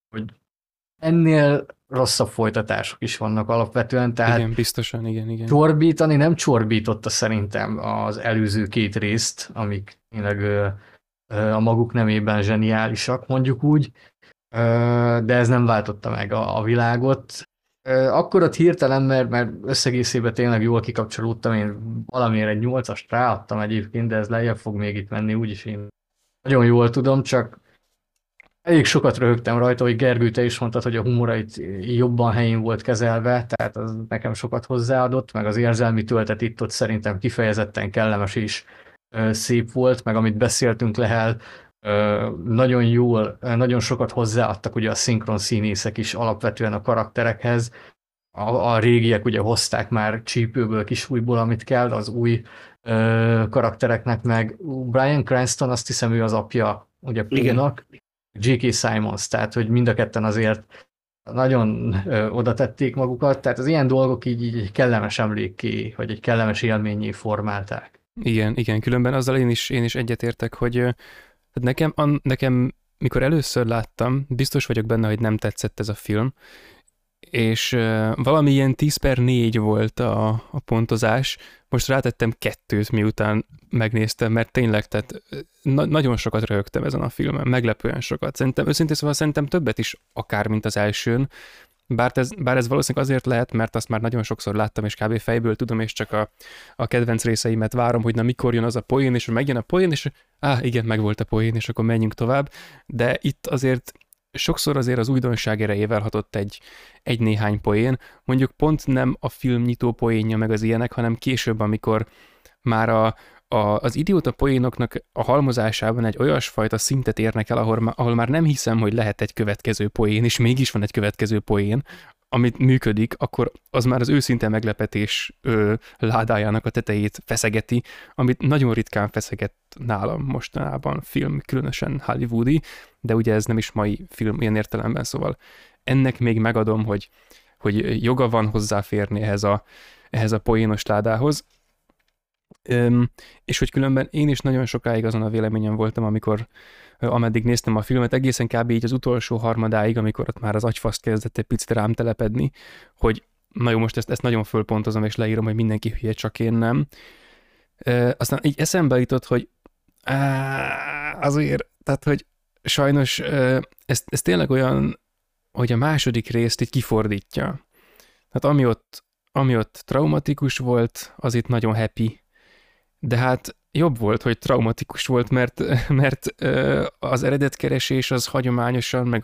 ennél rosszabb folytatások is vannak alapvetően, tehát igen, biztosan, igen. Csorbítani nem csorbította szerintem az előző 2 részt, amik tényleg a maguk nemében zseniálisak, mondjuk úgy, de ez nem váltotta meg a világot. Akkor ott hirtelen, mert összegészében tényleg jól kikapcsolódtam, én valamiért egy 8-ast ráadtam egyébként, de ez lejjebb fog még itt menni, úgyis én nagyon jól tudom, csak elég sokat röhögtem rajta, hogy Gergő, te is mondtad, hogy a humora itt jobban helyén volt kezelve, tehát az nekem sokat hozzáadott, meg az érzelmi töltet itt ott szerintem kifejezetten kellemes és szép volt, meg amit beszéltünk Lehel, nagyon jól, nagyon sokat hozzáadtak ugye a szinkron színészek is alapvetően a karakterekhez. A régiek ugye hozták már csípőből, kisújból, amit kell, az új karaktereknek meg. Bryan Cranston, azt hiszem ő az apja ugye Pónak, J.K. Simmons, tehát hogy mind a ketten azért nagyon oda tették magukat, tehát az ilyen dolgok így egy kellemes emlékké, vagy egy kellemes élményé formálták. Igen, különben azzal én is egyetértek, hogy nekem, mikor először láttam, biztos vagyok benne, hogy nem tetszett ez a film, és valami ilyen 10/4 volt a pontozás, most rátettem 2-t, miután megnéztem, mert tényleg, tehát nagyon sokat röhögtem ezen a filmen, meglepően sokat. Szerintem többet is akár, mint az elsőn, bár ez valószínűleg azért lehet, mert azt már nagyon sokszor láttam, és kb. Fejből tudom, és csak a kedvenc részeimet várom, hogy na mikor jön az a poén, és megjön a poén, és igen, megvolt a poén, és akkor menjünk tovább. De itt azért sokszor azért az újdonság erejével hatott egy néhány poén, mondjuk pont nem a film nyitó poénja meg az ilyenek, hanem később, amikor már az idióta poénoknak a halmozásában egy olyasfajta szintet érnek el, ahol már nem hiszem, hogy lehet egy következő poén, és mégis van egy következő poén, amit működik, akkor az már az őszinte meglepetés ládájának a tetejét feszegeti, amit nagyon ritkán feszeget nálam mostanában film, különösen hollywoodi, de ugye ez nem is mai film ilyen értelemben, szóval ennek még megadom, hogy joga van hozzáférni ehhez a poénos ládához. És hogy különben én is nagyon sokáig azon a véleményen voltam, ameddig néztem a filmet, egészen kb. Így az utolsó harmadáig, amikor ott már az agyfasz kezdett egy picit rám telepedni, hogy na jó, most ezt nagyon fölpontozom, és leírom, hogy mindenki hülye, csak én nem. Aztán így eszembe jutott, hogy azért, tehát, hogy sajnos ez tényleg olyan, hogy a második részt így kifordítja. Tehát ami ott traumatikus volt, az itt nagyon happy. De hát jobb volt, hogy traumatikus volt, mert az eredetkeresés az hagyományosan, meg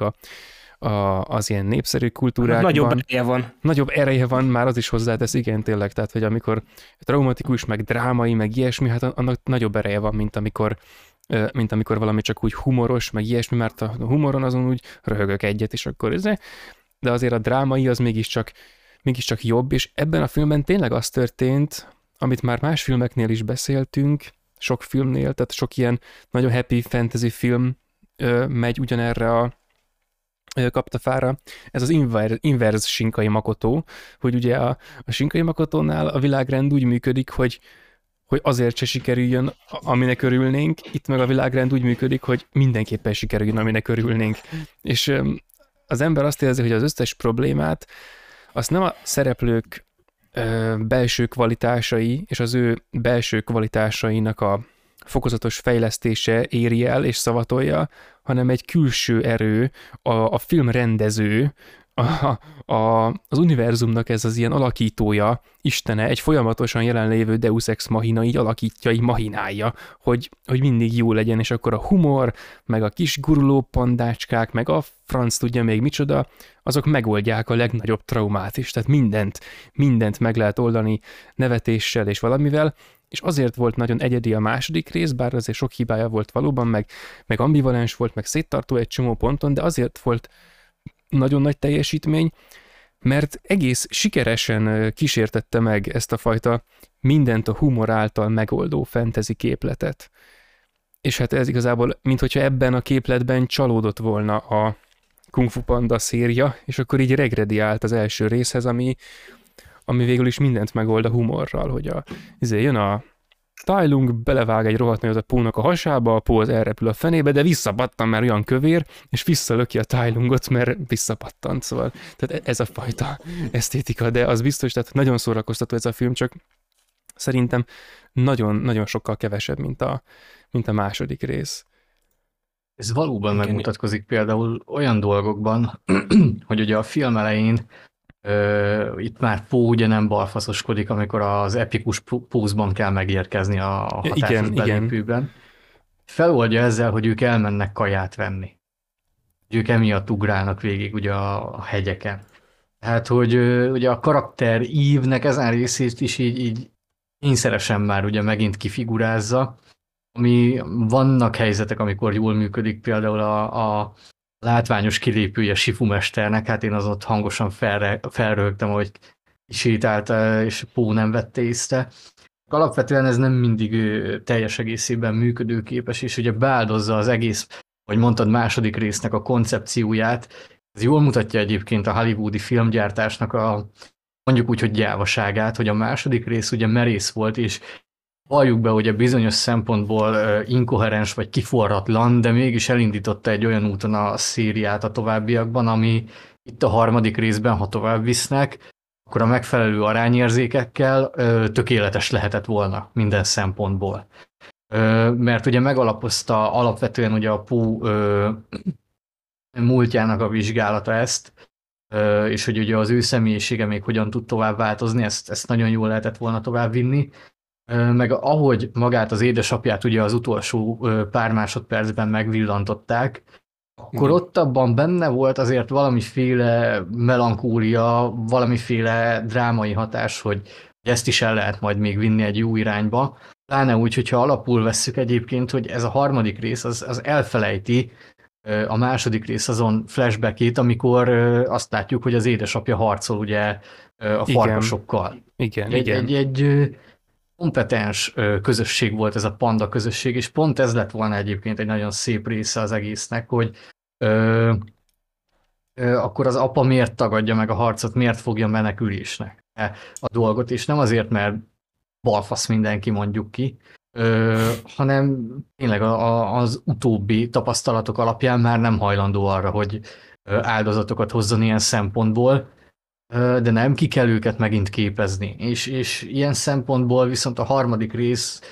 az ilyen népszerű kultúrákban. Nagyobb ereje van, már az is hozzátesz, igen, tényleg. Tehát, hogy amikor traumatikus, meg drámai, meg ilyesmi, hát annak nagyobb ereje van, mint amikor valami csak úgy humoros, meg ilyesmi, mert a humoron azon úgy röhögök egyet, és akkor ez. De azért a drámai az mégiscsak jobb, és ebben a filmben tényleg az történt, amit már más filmeknél is beszéltünk, sok filmnél, tehát sok ilyen nagyon happy fantasy film megy ugyanerre a kaptafára. Ez az inverse Shinkai Makoto, hogy ugye a Shinkai Makotónál a világrend úgy működik, hogy azért se sikerüljön, aminek örülnénk, itt meg a világrend úgy működik, hogy mindenképpen sikerüljön, aminek örülnénk. És az ember azt érzi, hogy az összes problémát azt nem a szereplők belső kvalitásai és az ő belső kvalitásainak a fokozatos fejlesztése éri el és szavatolja, hanem egy külső erő, a filmrendező, az univerzumnak ez az ilyen alakítója, istene, egy folyamatosan jelenlévő Deus Ex Machina így alakítja, így machinálja, hogy mindig jó legyen, és akkor a humor, meg a kis guruló pandácskák, meg a franc tudja még micsoda, azok megoldják a legnagyobb traumát is, tehát mindent meg lehet oldani nevetéssel és valamivel, és azért volt nagyon egyedi a második rész, bár azért sok hibája volt valóban, meg ambivalens volt, meg széttartó egy csomó ponton, de azért volt nagyon nagy teljesítmény, mert egész sikeresen kísértette meg ezt a fajta mindent a humor által megoldó fantasy képletet. És hát ez igazából, minthogyha ebben a képletben csalódott volna a Kung Fu Panda széria, és akkor így regrediált az első részhez, ami végül is mindent megold a humorral, hogy jön a Tai Lung, belevág egy rohadt nagyot a Pónak a hasába, a Pó az elrepül a fenébe, de visszapattan, mert olyan kövér, és visszalöki a Tai Lungot, mert visszapattant, szóval tehát ez a fajta esztétika, de az biztos, tehát nagyon szórakoztató ez a film, csak szerintem nagyon sokkal kevesebb, mint a második rész. Ez valóban megmutatkozik például olyan dolgokban, hogy ugye a film elején itt már Pó ugye nem balfaszoskodik, amikor az epikus pózban kell megérkezni a hatásos belépőben. Feloldja ezzel, hogy ők elmennek kaját venni. Ők emiatt ugrálnak végig ugye a hegyeken. Tehát, hogy ugye a karakter Eve-nek ezen részét is így kényszeresen már ugye megint kifigurázza, ami vannak helyzetek, amikor jól működik, például a látványos kilépője Sifu mesternek, hát én az ott hangosan felröhögtem, hogy sétált, és Pó nem vette észre. Alapvetően ez nem mindig teljes egészében működőképes, és ugye beáldozza az egész, hogy mondtad, második résznek a koncepcióját. Ez jól mutatja egyébként a hollywoodi filmgyártásnak mondjuk úgy, hogy gyávaságát, hogy a második rész ugye merész volt, és valljuk be, hogy a bizonyos szempontból inkoherens vagy kiforratlan, de mégis elindította egy olyan úton a szériát a továbbiakban, ami itt a harmadik részben, ha tovább visznek, akkor a megfelelő arányérzékekkel tökéletes lehetett volna minden szempontból. Mert ugye megalapozta alapvetően ugye a Pó múltjának a vizsgálata ezt, és hogy ugye az ő személyisége még hogyan tud tovább változni, ezt nagyon jól lehetett volna tovább vinni. Meg ahogy magát az édesapját ugye az utolsó pár másodpercben megvillantották, akkor ott abban benne volt azért valamiféle melankólia, valamiféle drámai hatás, hogy ezt is el lehet majd még vinni egy jó irányba. Pláne úgy, hogyha alapul vesszük egyébként, hogy ez a harmadik rész az elfelejti a második rész azon flashbackét, amikor azt látjuk, hogy az édesapja harcol ugye a farkasokkal. Igen. Egy kompetens közösség volt ez a panda közösség, és pont ez lett volna egyébként egy nagyon szép része az egésznek, hogy akkor az apa miért tagadja meg a harcot, miért fogja menekülésnek a dolgot, és nem azért, mert balfasz mindenki, mondjuk ki, hanem tényleg az utóbbi tapasztalatok alapján már nem hajlandó arra, hogy áldozatokat hozzon ilyen szempontból, de nem, ki kell őket megint képezni. És ilyen szempontból viszont a harmadik rész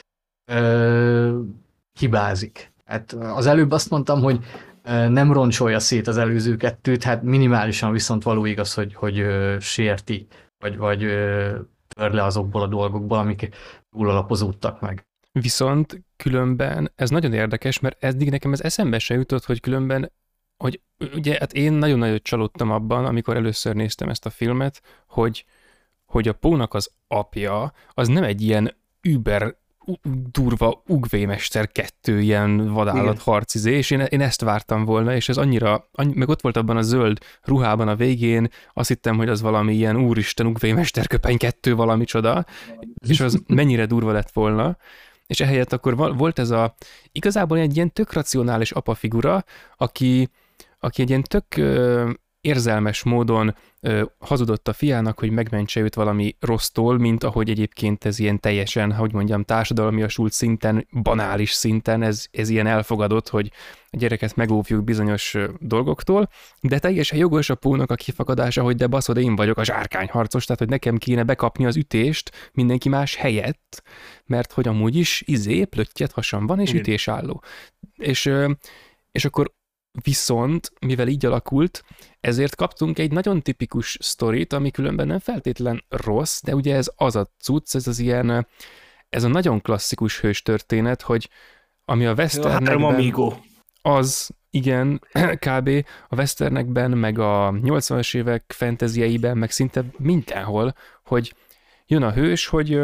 hibázik. Hát az előbb azt mondtam, hogy nem roncsolja szét az előző kettőt, hát minimálisan viszont való igaz, hogy sérti, vagy tör le azokból a dolgokból, amik túl alapozódtak meg. Viszont különben ez nagyon érdekes, mert eddig nekem ez eszembe se jutott, hogy különben, hogy ugye hát én nagyon nagyot csalódtam abban, amikor először néztem ezt a filmet, hogy a Pónak az apja, az nem egy ilyen über durva Ugvémester 2 ilyen vadállat harcizé, és én ezt vártam volna, és ez meg ott volt abban a zöld ruhában a végén, azt hittem, hogy az valami ilyen úristen Ugvémester köpeny 2 valami csoda, és az mennyire durva lett volna, és ehelyett akkor volt ez igazából egy ilyen tök racionális apafigura, aki egy ilyen tök érzelmes módon hazudott a fiának, hogy megmentse őt valami rossztól, mint ahogy egyébként ez ilyen teljesen, hogy mondjam, társadalmiasult szinten, banális szinten, ez ilyen elfogadott, hogy a gyereket megóvjuk bizonyos dolgoktól, de teljesen jogos a Pónak a kifakadása, hogy de baszod, én vagyok a zsárkányharcos, tehát hogy nekem kéne bekapni az ütést mindenki más helyett, mert hogy amúgy is plöttyet hasam van, és ütésálló. És akkor viszont, mivel így alakult, ezért kaptunk egy nagyon tipikus sztorit, ami különben nem feltétlen rossz, de ugye ez az a cucc, ez a nagyon klasszikus hős történet, hogy ami a westernekben... Az, igen, kb. A westernekben, meg a 80-as évek fantasyeiben, meg szinte mindenhol, hogy jön a hős, hogy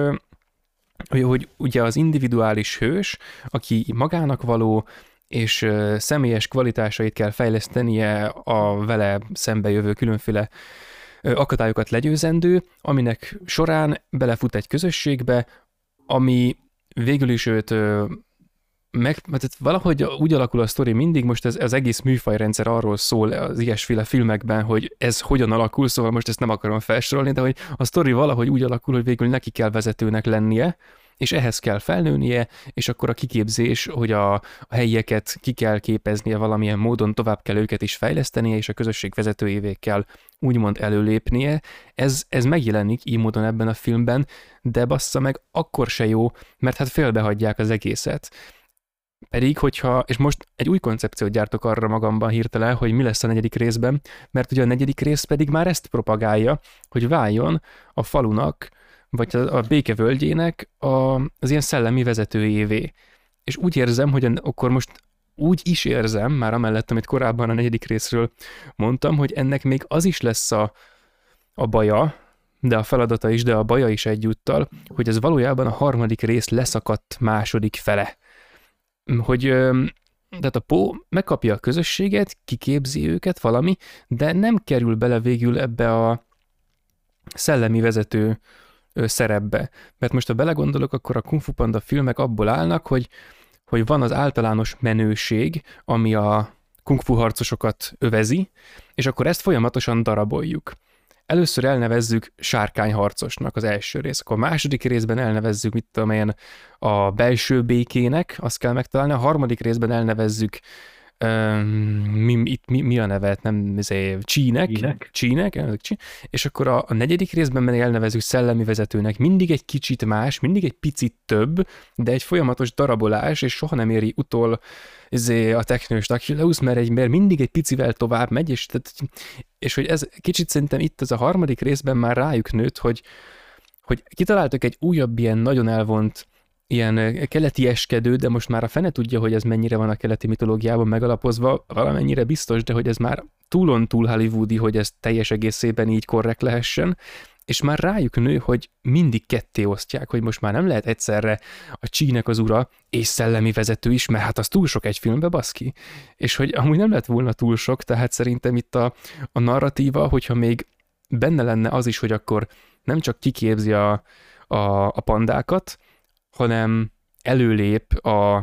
ugye az individuális hős, aki magának való, és személyes kvalitásait kell fejlesztenie a vele szembejövő különféle akadályokat legyőzendő, aminek során belefut egy közösségbe, ami végül is őt tehát valahogy úgy alakul a sztori mindig, most ez az egész műfajrendszer arról szól az ilyesféle filmekben, hogy ez hogyan alakul, szóval most ezt nem akarom felsorolni, de hogy a sztori valahogy úgy alakul, hogy végül neki kell vezetőnek lennie, és ehhez kell felnőnie, és akkor a kiképzés, hogy a helyieket ki kell képeznie valamilyen módon, tovább kell őket is fejlesztenie, és a közösség vezetőjévé kell úgymond előlépnie. Ez megjelenik így módon ebben a filmben, de bassza meg akkor se jó, mert hát félbehagyják az egészet. Pedig, és most egy új koncepciót gyártok arra magamban hirtelen, hogy mi lesz a 4. részben, mert ugye a 4. rész pedig már ezt propagálja, hogy váljon a falunak, vagy a békevölgyének az ilyen szellemi vezetőjévé. És úgy érzem, hogy akkor most úgy is érzem, már amellett, amit korábban a 4. részről mondtam, hogy ennek még az is lesz a baja, de a feladata is, de a baja is egyúttal, hogy ez valójában a 3. rész leszakadt második fele. Hogy tehát a Pó megkapja a közösséget, kiképzi őket valami, de nem kerül bele végül ebbe a szellemi vezető szerepbe. Mert most, ha belegondolok, akkor a Kung Fu Panda filmek abból állnak, hogy van az általános menőség, ami a kung fu harcosokat övezi, és akkor ezt folyamatosan daraboljuk. Először elnevezzük sárkányharcosnak az első rész, akkor a második részben elnevezzük, mit tudom én, a belső békének, azt kell megtalálni, a harmadik részben elnevezzük mi a neve? Nem, Csínek, és akkor a 4. részben pedig elnevezzük szellemi vezetőnek. Mindig egy kicsit más, mindig egy picit több, de egy folyamatos darabolás, és soha nem éri utol a teknős Achilleus, mert mindig egy picivel tovább megy, és hogy ez kicsit szerintem itt az a 3. részben már rájuk nőtt, hogy kitaláltak egy újabb ilyen nagyon elvont ilyen keleti eskedő, de most már a fene tudja, hogy ez mennyire van a keleti mitológiában megalapozva, valamennyire biztos, de hogy ez már túlon túl hollywoodi, hogy ez teljes egészében így korrekt lehessen, és már rájuk nő, hogy mindig ketté osztják, hogy most már nem lehet egyszerre a Csínek az ura és szellemi vezető is, mert hát az túl sok egy filmbe, baszki. És hogy amúgy nem lett volna túl sok, tehát szerintem itt a narratíva, hogyha még benne lenne az is, hogy akkor nem csak kiképzi a pandákat, hanem előlép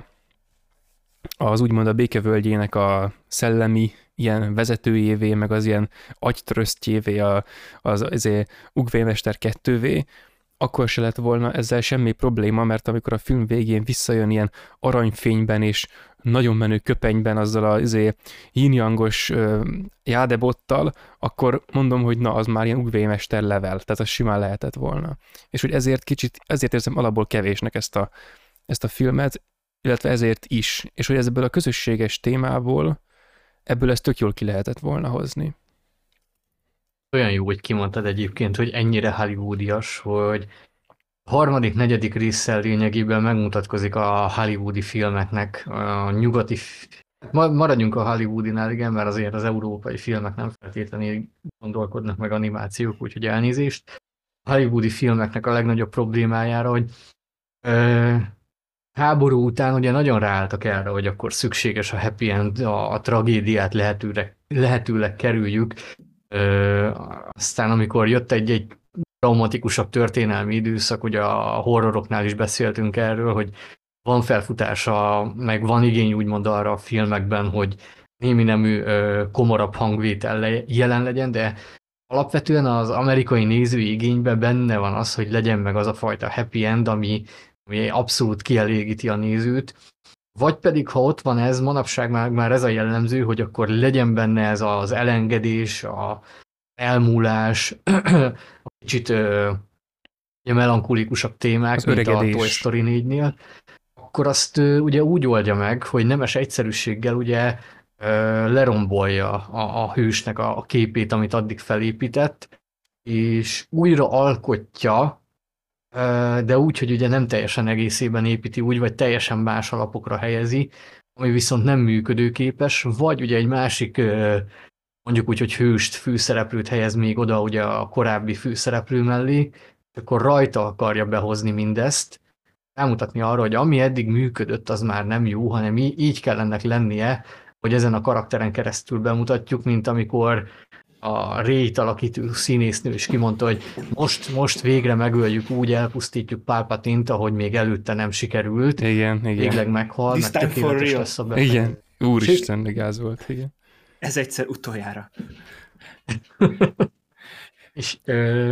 az úgymond a békevölgyének a szellemi ilyen vezetőjévé, meg az ilyen agytrösztjévé, az Ugvémester 2-vé, akkor se lett volna ezzel semmi probléma, mert amikor a film végén visszajön ilyen aranyfényben és nagyon menő köpenyben azzal a yin-yangos jádebottal, akkor mondom, hogy na, az már ilyen ugvémester level, tehát az simán lehetett volna. És hogy ezért érzem alapból kevésnek ezt a filmet, illetve ezért is, és hogy ebből a közösséges témából, ebből ezt tök jól ki lehetett volna hozni. Olyan jó, hogy kimondtad egyébként, hogy ennyire hollywoodias, hogy a harmadik, negyedik résszel lényegében megmutatkozik a hollywoodi filmeknek, a nyugati, maradjunk a hollywoodinál, igen, mert azért az európai filmek nem feltétlenül gondolkodnak meg animációk, úgyhogy elnézést. A hollywoodi filmeknek a legnagyobb problémájára, hogy háború után ugye nagyon ráálltak erre, hogy akkor szükséges a happy end, a tragédiát lehetőleg kerüljük. Aztán amikor jött egy traumatikusabb történelmi időszak, ugye a horroroknál is beszéltünk erről, hogy van felfutása, meg van igény úgymond arra a filmekben, hogy némi nemű komorabb hangvétel jelen legyen, de alapvetően az amerikai nézői igényben benne van az, hogy legyen meg az a fajta happy end, ami abszolút kielégíti a nézőt. Vagy pedig, ha ott van ez, manapság már ez a jellemző, hogy akkor legyen benne ez az elengedés, a elmúlás, a kicsit melankolikusabb témák, az mint öregedés. a Toy Story 4-nél, akkor azt ugye úgy oldja meg, hogy nemes egyszerűséggel ugye lerombolja a hősnek a képét, amit addig felépített, és újra alkotja, de úgy, hogy ugye nem teljesen egészében építi úgy, vagy teljesen más alapokra helyezi, ami viszont nem működőképes, vagy ugye egy másik, mondjuk úgy, hogy hőst, főszereplőt helyez még oda ugye a korábbi főszereplő mellé, akkor rajta akarja behozni mindezt, rámutatni arra, hogy ami eddig működött, az már nem jó, hanem így kell ennek lennie, hogy ezen a karakteren keresztül bemutatjuk, mint amikor a Rey-t alakító színésznő is kimondta, hogy most végre megöljük, úgy elpusztítjuk Palpatine-t, ahogy még előtte nem sikerült. Igen. Végleg meghal, This meg time for tökéletes real. lesz a befejezés. Igen, úristen, de gáz volt, igen. Ez egyszer utoljára. És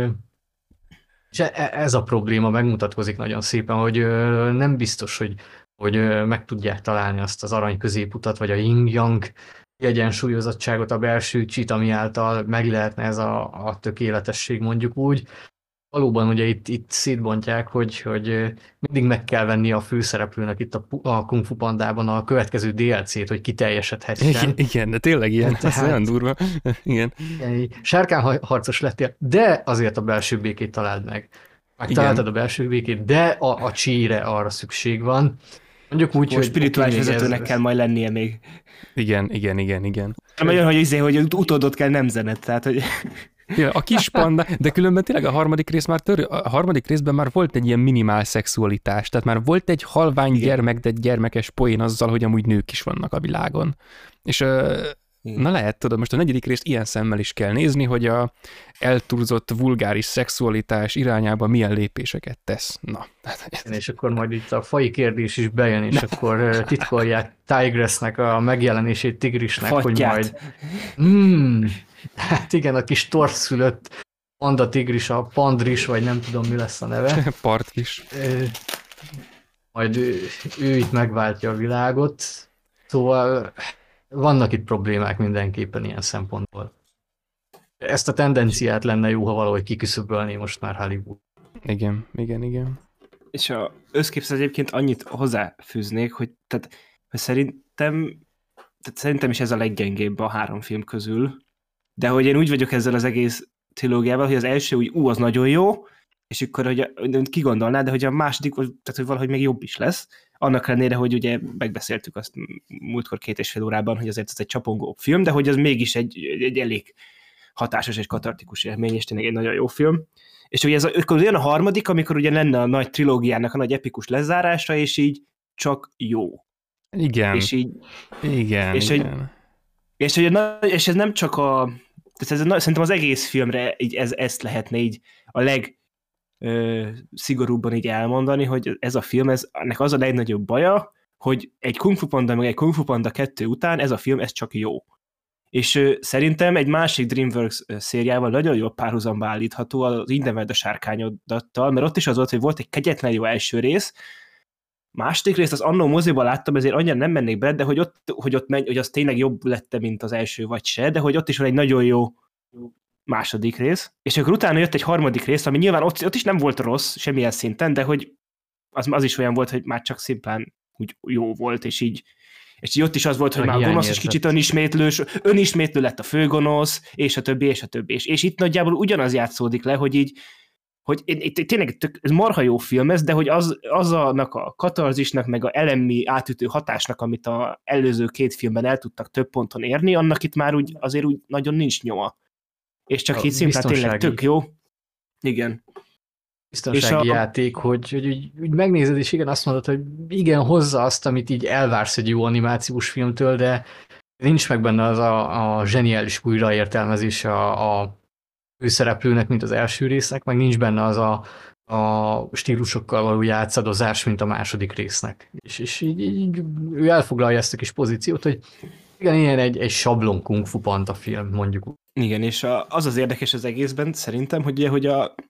ez a probléma megmutatkozik nagyon szépen, hogy nem biztos, hogy meg tudják találni azt az arany középutat, vagy a yin-yang kiegyensúlyozottságot, a belső csit, ami által meg lehetne ez a tökéletesség, mondjuk úgy. Valóban ugye itt szétbontják, hogy mindig meg kell venni a főszereplőnek itt a Kung Fu Pandában a következő DLC-t, hogy kiteljesedhessen. Igen, de tényleg ilyen, ez olyan durva. Igen. Sárkányharcos lettél, de azért a belső békét találd meg. Megtaláltad a belső békét, de a chi-re arra szükség van. Mondjuk úgy, hogy spirituális vezetőnek kell majd lennie még. Igen. Nem olyan, hogy utódot kell nemzenet, tehát hogy... A kis panda, de különben tényleg a harmadik részben már volt egy ilyen minimál szexualitás, tehát már volt egy halvány gyermek, de gyermekes poén azzal, hogy amúgy nők is vannak a világon. És na lehet, tudod, most a negyedik részt ilyen szemmel is kell nézni, hogy a eltúlzott vulgáris szexualitás irányába milyen lépéseket tesz. Na. És akkor majd itt a faji kérdés is bejön, és akkor titkolják Tigressnek a megjelenését tigrisnek, Fattyát. Hogy majd... Hát igen, a kis torszülött panda tigris, a pandris, vagy nem tudom, mi lesz a neve. Partris. Majd ő itt megváltja a világot. Szóval vannak itt problémák mindenképpen ilyen szempontból. Ezt a tendenciát lenne jó, ha valahogy kiküszöbölné most már Hollywood. Igen. És a összképhez egyébként annyit hozzáfűznék, hogy szerintem is ez a leggyengébb a 3 film közül, de hogy én úgy vagyok ezzel az egész trilógiával, hogy az első úgy, az nagyon jó, és akkor, hogy ki gondolná, de hogy a második, tehát hogy valahogy még jobb is lesz, annak ellenére, hogy ugye megbeszéltük azt múltkor 2,5 órában, hogy azért ez egy csapongó film, de hogy az mégis egy elég hatásos és katartikus élmény, és tényleg egy nagyon jó film. És ugye akkor olyan a harmadik, amikor ugye lenne a nagy trilógiának a nagy epikus lezárása, és így csak jó. Igen. És így... Igen. És ez nem csak szerintem az egész filmre így ezt lehetne így a szigorúbban így elmondani, hogy ez a film, ennek az a legnagyobb baja, hogy egy Kung Fu Panda meg egy Kung Fu Panda 2 után ez a film, ez csak jó. És szerintem egy másik DreamWorks szériával nagyon jól párhuzamba állítható az Így neveld a sárkányodattal, mert ott is az volt, hogy volt egy kegyetlen jó első rész, második részt az annó moziban láttam, ezért annyira nem mennék be, de hogy az tényleg jobb lett, mint az első vagy se, de hogy ott is van egy nagyon jó második rész, és akkor utána jött egy harmadik rész, ami nyilván ott is nem volt rossz semmilyen szinten, de hogy az is olyan volt, hogy már csak szimplán úgy jó volt, és így ott is az volt, hogy már a gonosz is kicsit önismétlő lett a főgonosz, és a többi, és a többi. És itt nagyjából ugyanaz játszódik le, hogy így, hogy tényleg ez marha jó film ez, de hogy aznak a katarzisnak, meg a elemi átütő hatásnak, amit az előző két filmben el tudtak több ponton érni, annak itt már azért úgy nagyon nincs nyoma. És csak így szimplán tényleg tök jó. Igen. Biztonsági játék, hogy úgy megnézed, és igen, azt mondod, hogy igen, hozza azt, amit így elvársz egy jó animációs filmtől, de nincs meg benne az a zseniális újraértelmezése a főszereplőnek, mint az első résznek, meg nincs benne az a stílusokkal való játszadozás, mint a második résznek. És így ő elfoglalja ezt a kis pozíciót, hogy igen, ilyen egy sablon kung fu panta film, mondjuk. Igen, és az érdekes az egészben szerintem, hogy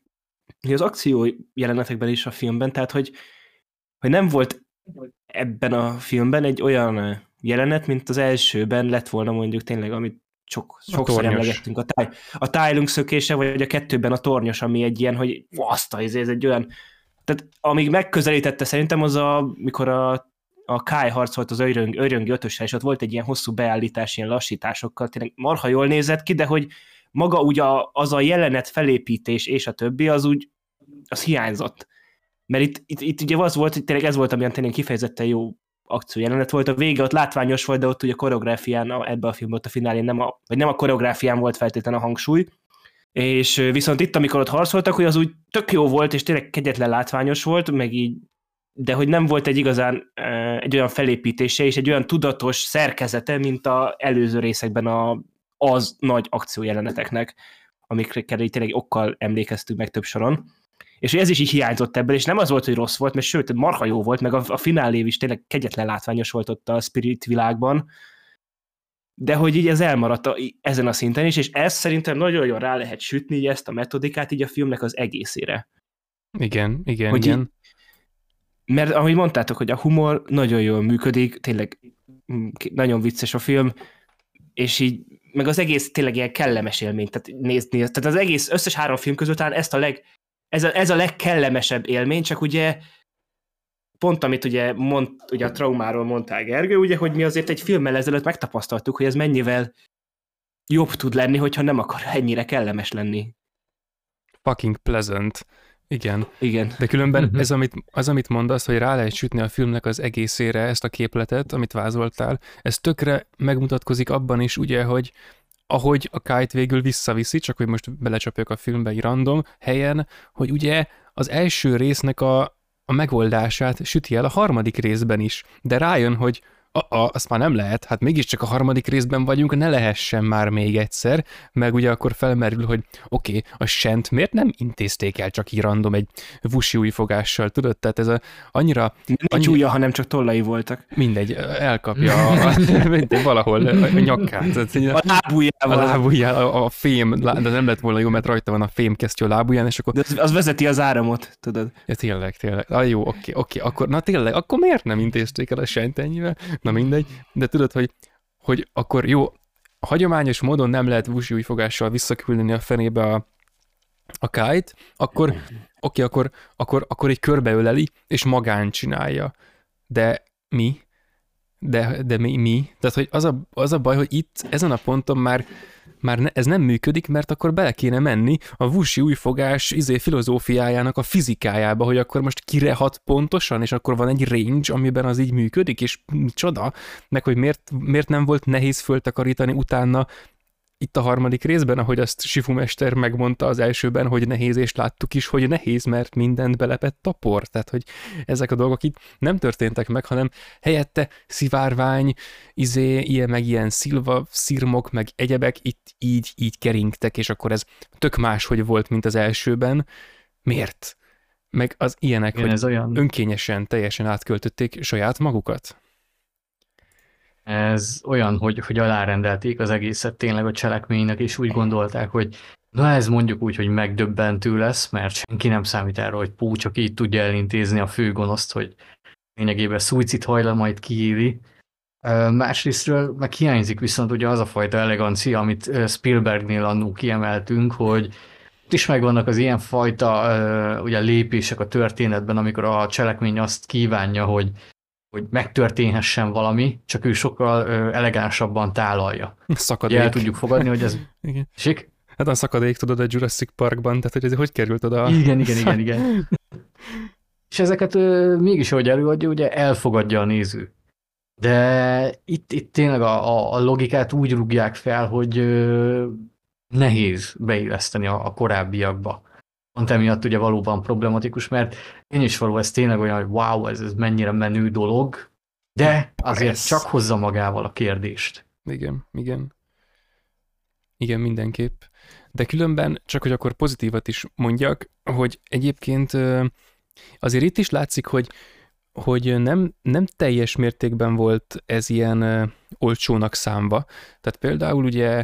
az akció jelenetekben is a filmben, tehát hogy nem volt ebben a filmben egy olyan jelenet, mint az elsőben lett volna mondjuk tényleg, amit sokszor emlegettünk, a tájlunk szökése, vagy a kettőben a tornyos, ami egy ilyen, hogy ez egy olyan, tehát amíg megközelítette szerintem az mikor a Kai harcolt az őröngi ötössel, és ott volt egy ilyen hosszú beállítás, ilyen lassításokkal, tényleg marha jól nézett ki, de hogy maga úgy az a jelenet felépítés és a többi, az hiányzott. Mert itt ugye az volt, hogy tényleg ez volt, amilyen tényleg kifejezetten jó akciójelenet volt. A vége ott látványos volt, de ott ugye a koreográfián, ebben a filmben, ott a finálén nem a koreográfián volt feltétlenül a hangsúly. És viszont itt, amikor ott harcoltak, hogy az úgy tök jó volt, és tényleg kegyetlen látványos volt, meg így, de hogy nem volt egy igazán egy olyan felépítése, és egy olyan tudatos szerkezete, mint az előző részekben az nagy akciójeleneteknek, amikre tényleg okkal emlékeztünk meg több soron. És ez is így hiányzott ebből, és nem az volt, hogy rossz volt, mert sőt, marha jó volt, meg a finálé is tényleg kegyetlen látványos volt ott a Spirit világban, de hogy így ez elmaradt ezen a szinten is, és ezt szerintem nagyon jól rá lehet sütni így ezt a metodikát így a filmnek az egészére. Igen. Így, mert ahogy mondtátok, hogy a humor nagyon jól működik, tényleg nagyon vicces a film, és így meg az egész tényleg ilyen kellemes élmény, tehát nézni. Tehát az egész összes 3 film között talán ez a legkellemesebb élmény, csak ugye pont amit ugye a traumáról mondtál, Gergő, ugye, hogy mi azért egy filmmel ezelőtt megtapasztaltuk, hogy ez mennyivel jobb tud lenni, hogyha nem akar ennyire kellemes lenni. Fucking pleasant. Igen. Igen. De különben amit mondasz, hogy rá lehet sütni a filmnek az egészére ezt a képletet, amit vázoltál, ez tökre megmutatkozik abban is, ugye, hogy ahogy a Kite végül visszaviszi, csak hogy most belecsapjuk a filmbe egy random helyen, hogy ugye az első résznek a megoldását süti el a harmadik részben is, de rájön, hogy azt már nem lehet, hát mégiscsak a harmadik részben vagyunk, ne lehessen már még egyszer, meg ugye akkor felmerül, hogy oké, a Shent miért nem intézték el csak így random egy vusi újfogással, tudod? Tehát ez annyira... Nincs ujja, hanem csak tollai voltak. Mindegy, elkapja valahol a nyakát. A lábujjával. A lábujjával, a fém, de nem lett volna jó, mert rajta van a fémkesztyű a lábujján, és akkor... De az vezeti az áramot, tudod? Ja, tényleg. Jó, oké, akkor, na tényleg, akkor miért nem intézték el a Shent ennyivel? Na mindegy, de tudod, hogy akkor jó, hagyományos módon nem lehet vusi újfogással visszaküldeni a fenébe a Kite, akkor oké, akkor egy körbeöleli, és magán csinálja. De mi? De mi? Tehát, hogy az a baj, hogy itt, ezen a ponton már ez nem működik, mert akkor bele kéne menni a vusi újfogás filozófiájának a fizikájába, hogy akkor most kire hat pontosan, és akkor van egy range, amiben az így működik, és micsoda, meg hogy miért nem volt nehéz föltakarítani utána itt a harmadik részben, ahogy azt Sifu mester megmondta az elsőben, hogy nehéz, és láttuk is, hogy nehéz, mert mindent belepett a por. Tehát, hogy ezek a dolgok itt nem történtek meg, hanem helyette szivárvány, ilyen meg ilyen szilva, szirmok, meg egyebek itt így keringtek, és akkor ez tök más, hogy volt, mint az elsőben. Miért? Meg az ilyenek, igen, hogy olyan... önkényesen, teljesen átköltötték saját magukat. Ez olyan, hogy alárendelték az egészet tényleg a cselekménynek, és úgy gondolták, hogy na ez mondjuk úgy, hogy megdöbbentő lesz, mert senki nem számít arra, hogy Poe csak így tudja elintézni a főgonoszt, hogy lényegében szuicid hajlamait kiéli. Másrésztről meg hiányzik viszont ugye az a fajta elegancia, amit Spielbergnél annó kiemeltünk, hogy ott is megvannak az ilyen fajta ugye lépések a történetben, amikor a cselekmény azt kívánja, hogy megtörténhessen valami, csak ő sokkal elegánsabban tálalja. Szakadék. Ugye el tudjuk fogadni, hogy ez... Igen. Sik? Hát a szakadék, tudod, a Jurassic Parkban, tehát hogy ez hogy került oda? Igen. És ezeket mégis, ahogy előadja, ugye elfogadja a néző. De itt tényleg a logikát úgy rúgják fel, hogy nehéz beilleszteni a korábbiakba. Pont emiatt ugye valóban problematikus, mert én is való, ez tényleg olyan, hogy wow, ez mennyire menő dolog, de azért csak hozza magával a kérdést. Igen, mindenképp. De különben, csak hogy akkor pozitívat is mondjak, hogy egyébként azért itt is látszik, hogy nem teljes mértékben volt ez ilyen olcsónak számva. Tehát például ugye,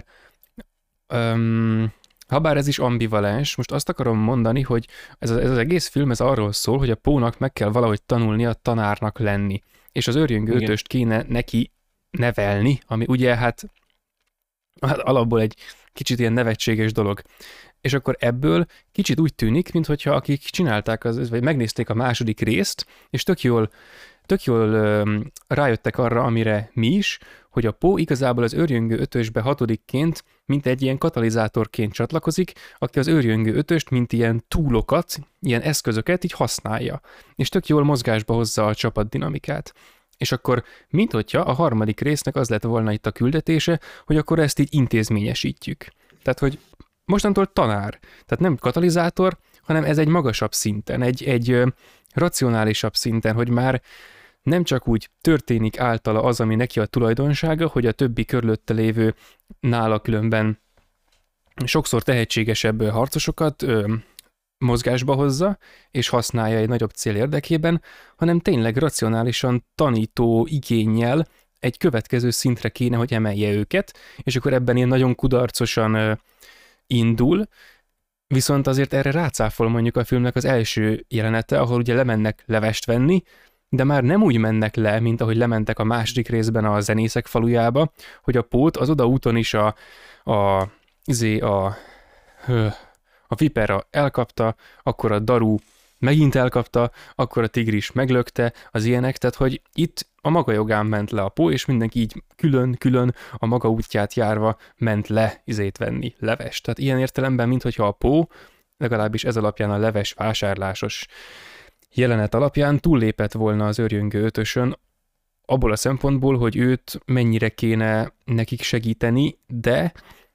habár ez is ambivalens, most azt akarom mondani, hogy ez az egész film ez arról szól, hogy a Poe-nak meg kell valahogy tanulnia tanárnak lenni. És az őrjöngő ötöst kéne neki nevelni, ami ugye hát alapból egy kicsit ilyen nevetséges dolog. És akkor ebből kicsit úgy tűnik, mintha akik csinálták, vagy megnézték a második részt, és tök jól rájöttek arra, amire mi is, hogy a Poe igazából az őrjöngő ötösbe hatodikként, mint egy ilyen katalizátorként csatlakozik, aki az őrjöngő ötöst, mint ilyen túlokat, ilyen eszközöket így használja. És tök jól mozgásba hozza a csapatdinamikát. És akkor, minthogyha a harmadik résznek az lett volna itt a küldetése, hogy akkor ezt így intézményesítjük. Tehát, hogy mostantól tanár, tehát nem katalizátor, hanem ez egy magasabb szinten, egy racionálisabb szinten, hogy már nem csak úgy történik általa az, ami neki a tulajdonsága, hogy a többi körülötte lévő nála különben sokszor tehetségesebb harcosokat mozgásba hozza, és használja egy nagyobb cél érdekében, hanem tényleg racionálisan tanító igénnyel egy következő szintre kéne, hogy emelje őket, és akkor ebben ilyen nagyon kudarcosan indul, viszont azért erre rácáfol mondjuk a filmnek az első jelenete, ahol ugye lemennek levest venni, de már nem úgy mennek le, mint ahogy lementek a második részben a zenészek falujába, hogy a Pót az oda úton is a vipera elkapta, akkor a daru megint elkapta, akkor a tigris meglökte, az ilyenek, tehát hogy itt a maga jogán ment le a Poe, és mindenki így külön-külön a maga útját járva ment le venni, leves. Tehát ilyen értelemben, minthogyha a Poe, legalábbis ez alapján a leves vásárlásos jelenet alapján túllépett volna az őrjöngő ötösön, abból a szempontból, hogy őt mennyire kéne nekik segíteni, de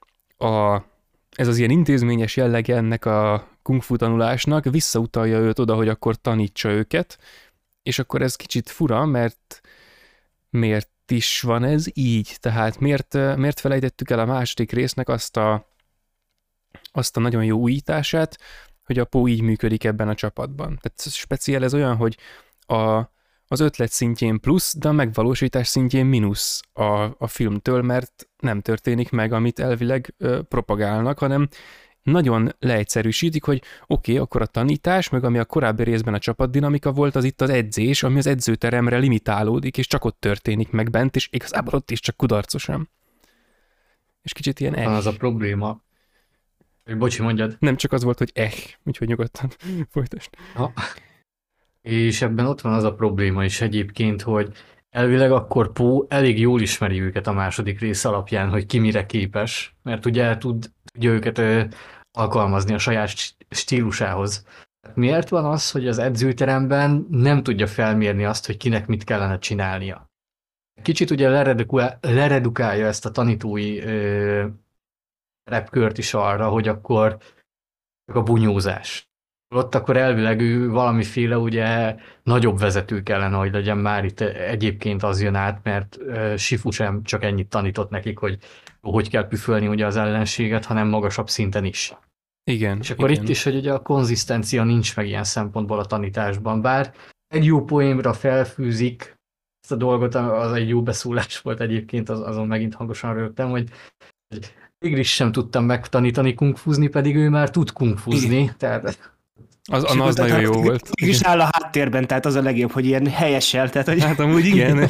ez az ilyen intézményes jellege ennek a kung fu tanulásnak visszautalja őt oda, hogy akkor tanítsa őket, és akkor ez kicsit fura, mert miért is van ez így? Tehát miért felejtettük el a második résznek azt a nagyon jó újítását, hogy a Poe így működik ebben a csapatban. Tehát speciál ez olyan, hogy az ötlet szintjén plusz, de a megvalósítás szintjén mínusz a filmtől, mert nem történik meg, amit elvileg propagálnak, hanem nagyon leegyszerűsítik, hogy oké, akkor a tanítás, meg ami a korábbi részben a csapatdinamika volt, az itt az edzés, ami az edzőteremre limitálódik, és csak ott történik meg bent, és igazából ott is csak kudarcosan. És kicsit ilyen Az a probléma. Bocsi, mondjad. Nem csak az volt, hogy úgyhogy nyugodtan folytasd. És ebben ott van az a probléma is egyébként, hogy elvileg akkor Poe elég jól ismeri őket a második rész alapján, hogy ki mire képes, mert ugye tudja őket alkalmazni a saját stílusához. Miért van az, hogy az edzőteremben nem tudja felmérni azt, hogy kinek mit kellene csinálnia? Kicsit ugye leredukálja ezt a tanítói repkört is arra, hogy akkor a bunyózás. Ott akkor elvileg ő valamiféle ugye nagyobb vezető kellene, hogy legyen, már itt egyébként az jön át, mert Sifu sem csak ennyit tanított nekik, hogy kell püfölni ugye az ellenséget, hanem magasabb szinten is. Igen. És akkor itt is, hogy ugye a konzisztencia nincs meg ilyen szempontból a tanításban, bár egy jó poémra felfűzik ezt a dolgot, az egy jó beszólás volt egyébként, azon megint hangosan rögtem, hogy Tigris sem tudtam megtanítani kungfuzni, pedig ő már tud kungfuzni, tehát... Az nagyon jó volt. Tigris áll a háttérben, tehát az a legjobb, hogy ilyen helyessel, tehát hogy... Hát amúgy igen.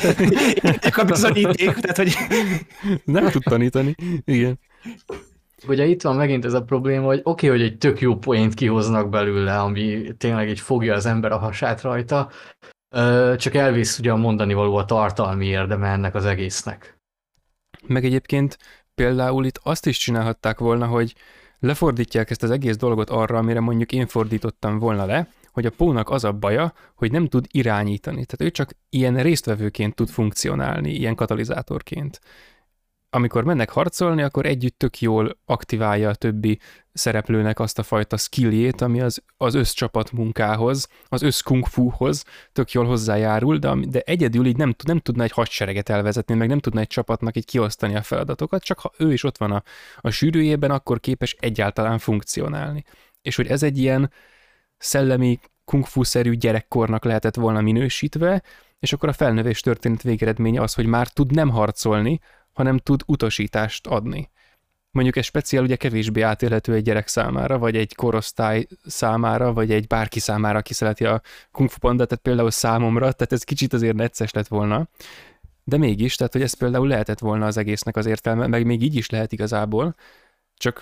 a bizonyíték, tehát hogy... Nem tud tanítani, igen. Ugye itt van megint ez a probléma, hogy oké, hogy egy tök jó poént kihoznak belőle, ami tényleg így fogja az ember a hasát rajta, csak elvész ugye a mondani való a tartalmi érdeme ennek az egésznek. Meg egyébként például itt azt is csinálhatták volna, hogy lefordítják ezt az egész dolgot arra, amire mondjuk én fordítottam volna le, hogy a Pónak az a baja, hogy nem tud irányítani. Tehát ő csak ilyen résztvevőként tud funkcionálni, ilyen katalizátorként. Amikor mennek harcolni, akkor együtt tök jól aktiválja a többi szereplőnek azt a fajta skilljét, ami az összcsapat munkához, az összkungfuhoz tök jól hozzájárul, de egyedül így nem tudna egy hadsereget elvezetni, meg nem tudna egy csapatnak így kiosztani a feladatokat, csak ha ő is ott van a sűrűjében, akkor képes egyáltalán funkcionálni. És hogy ez egy ilyen szellemi kungfu-szerű gyerekkornak lehetett volna minősítve, és akkor a felnövés történet végeredménye az, hogy már tud nem harcolni, hanem tud utasítást adni. Mondjuk ez speciál ugye kevésbé átélhető egy gyerek számára, vagy egy korosztály számára, vagy egy bárki számára, aki szereti a Kung Fu Pandát, tehát például számomra, tehát ez kicsit azért necces lett volna, de mégis, tehát hogy ez például lehetett volna az egésznek az értelme, meg még így is lehet igazából, csak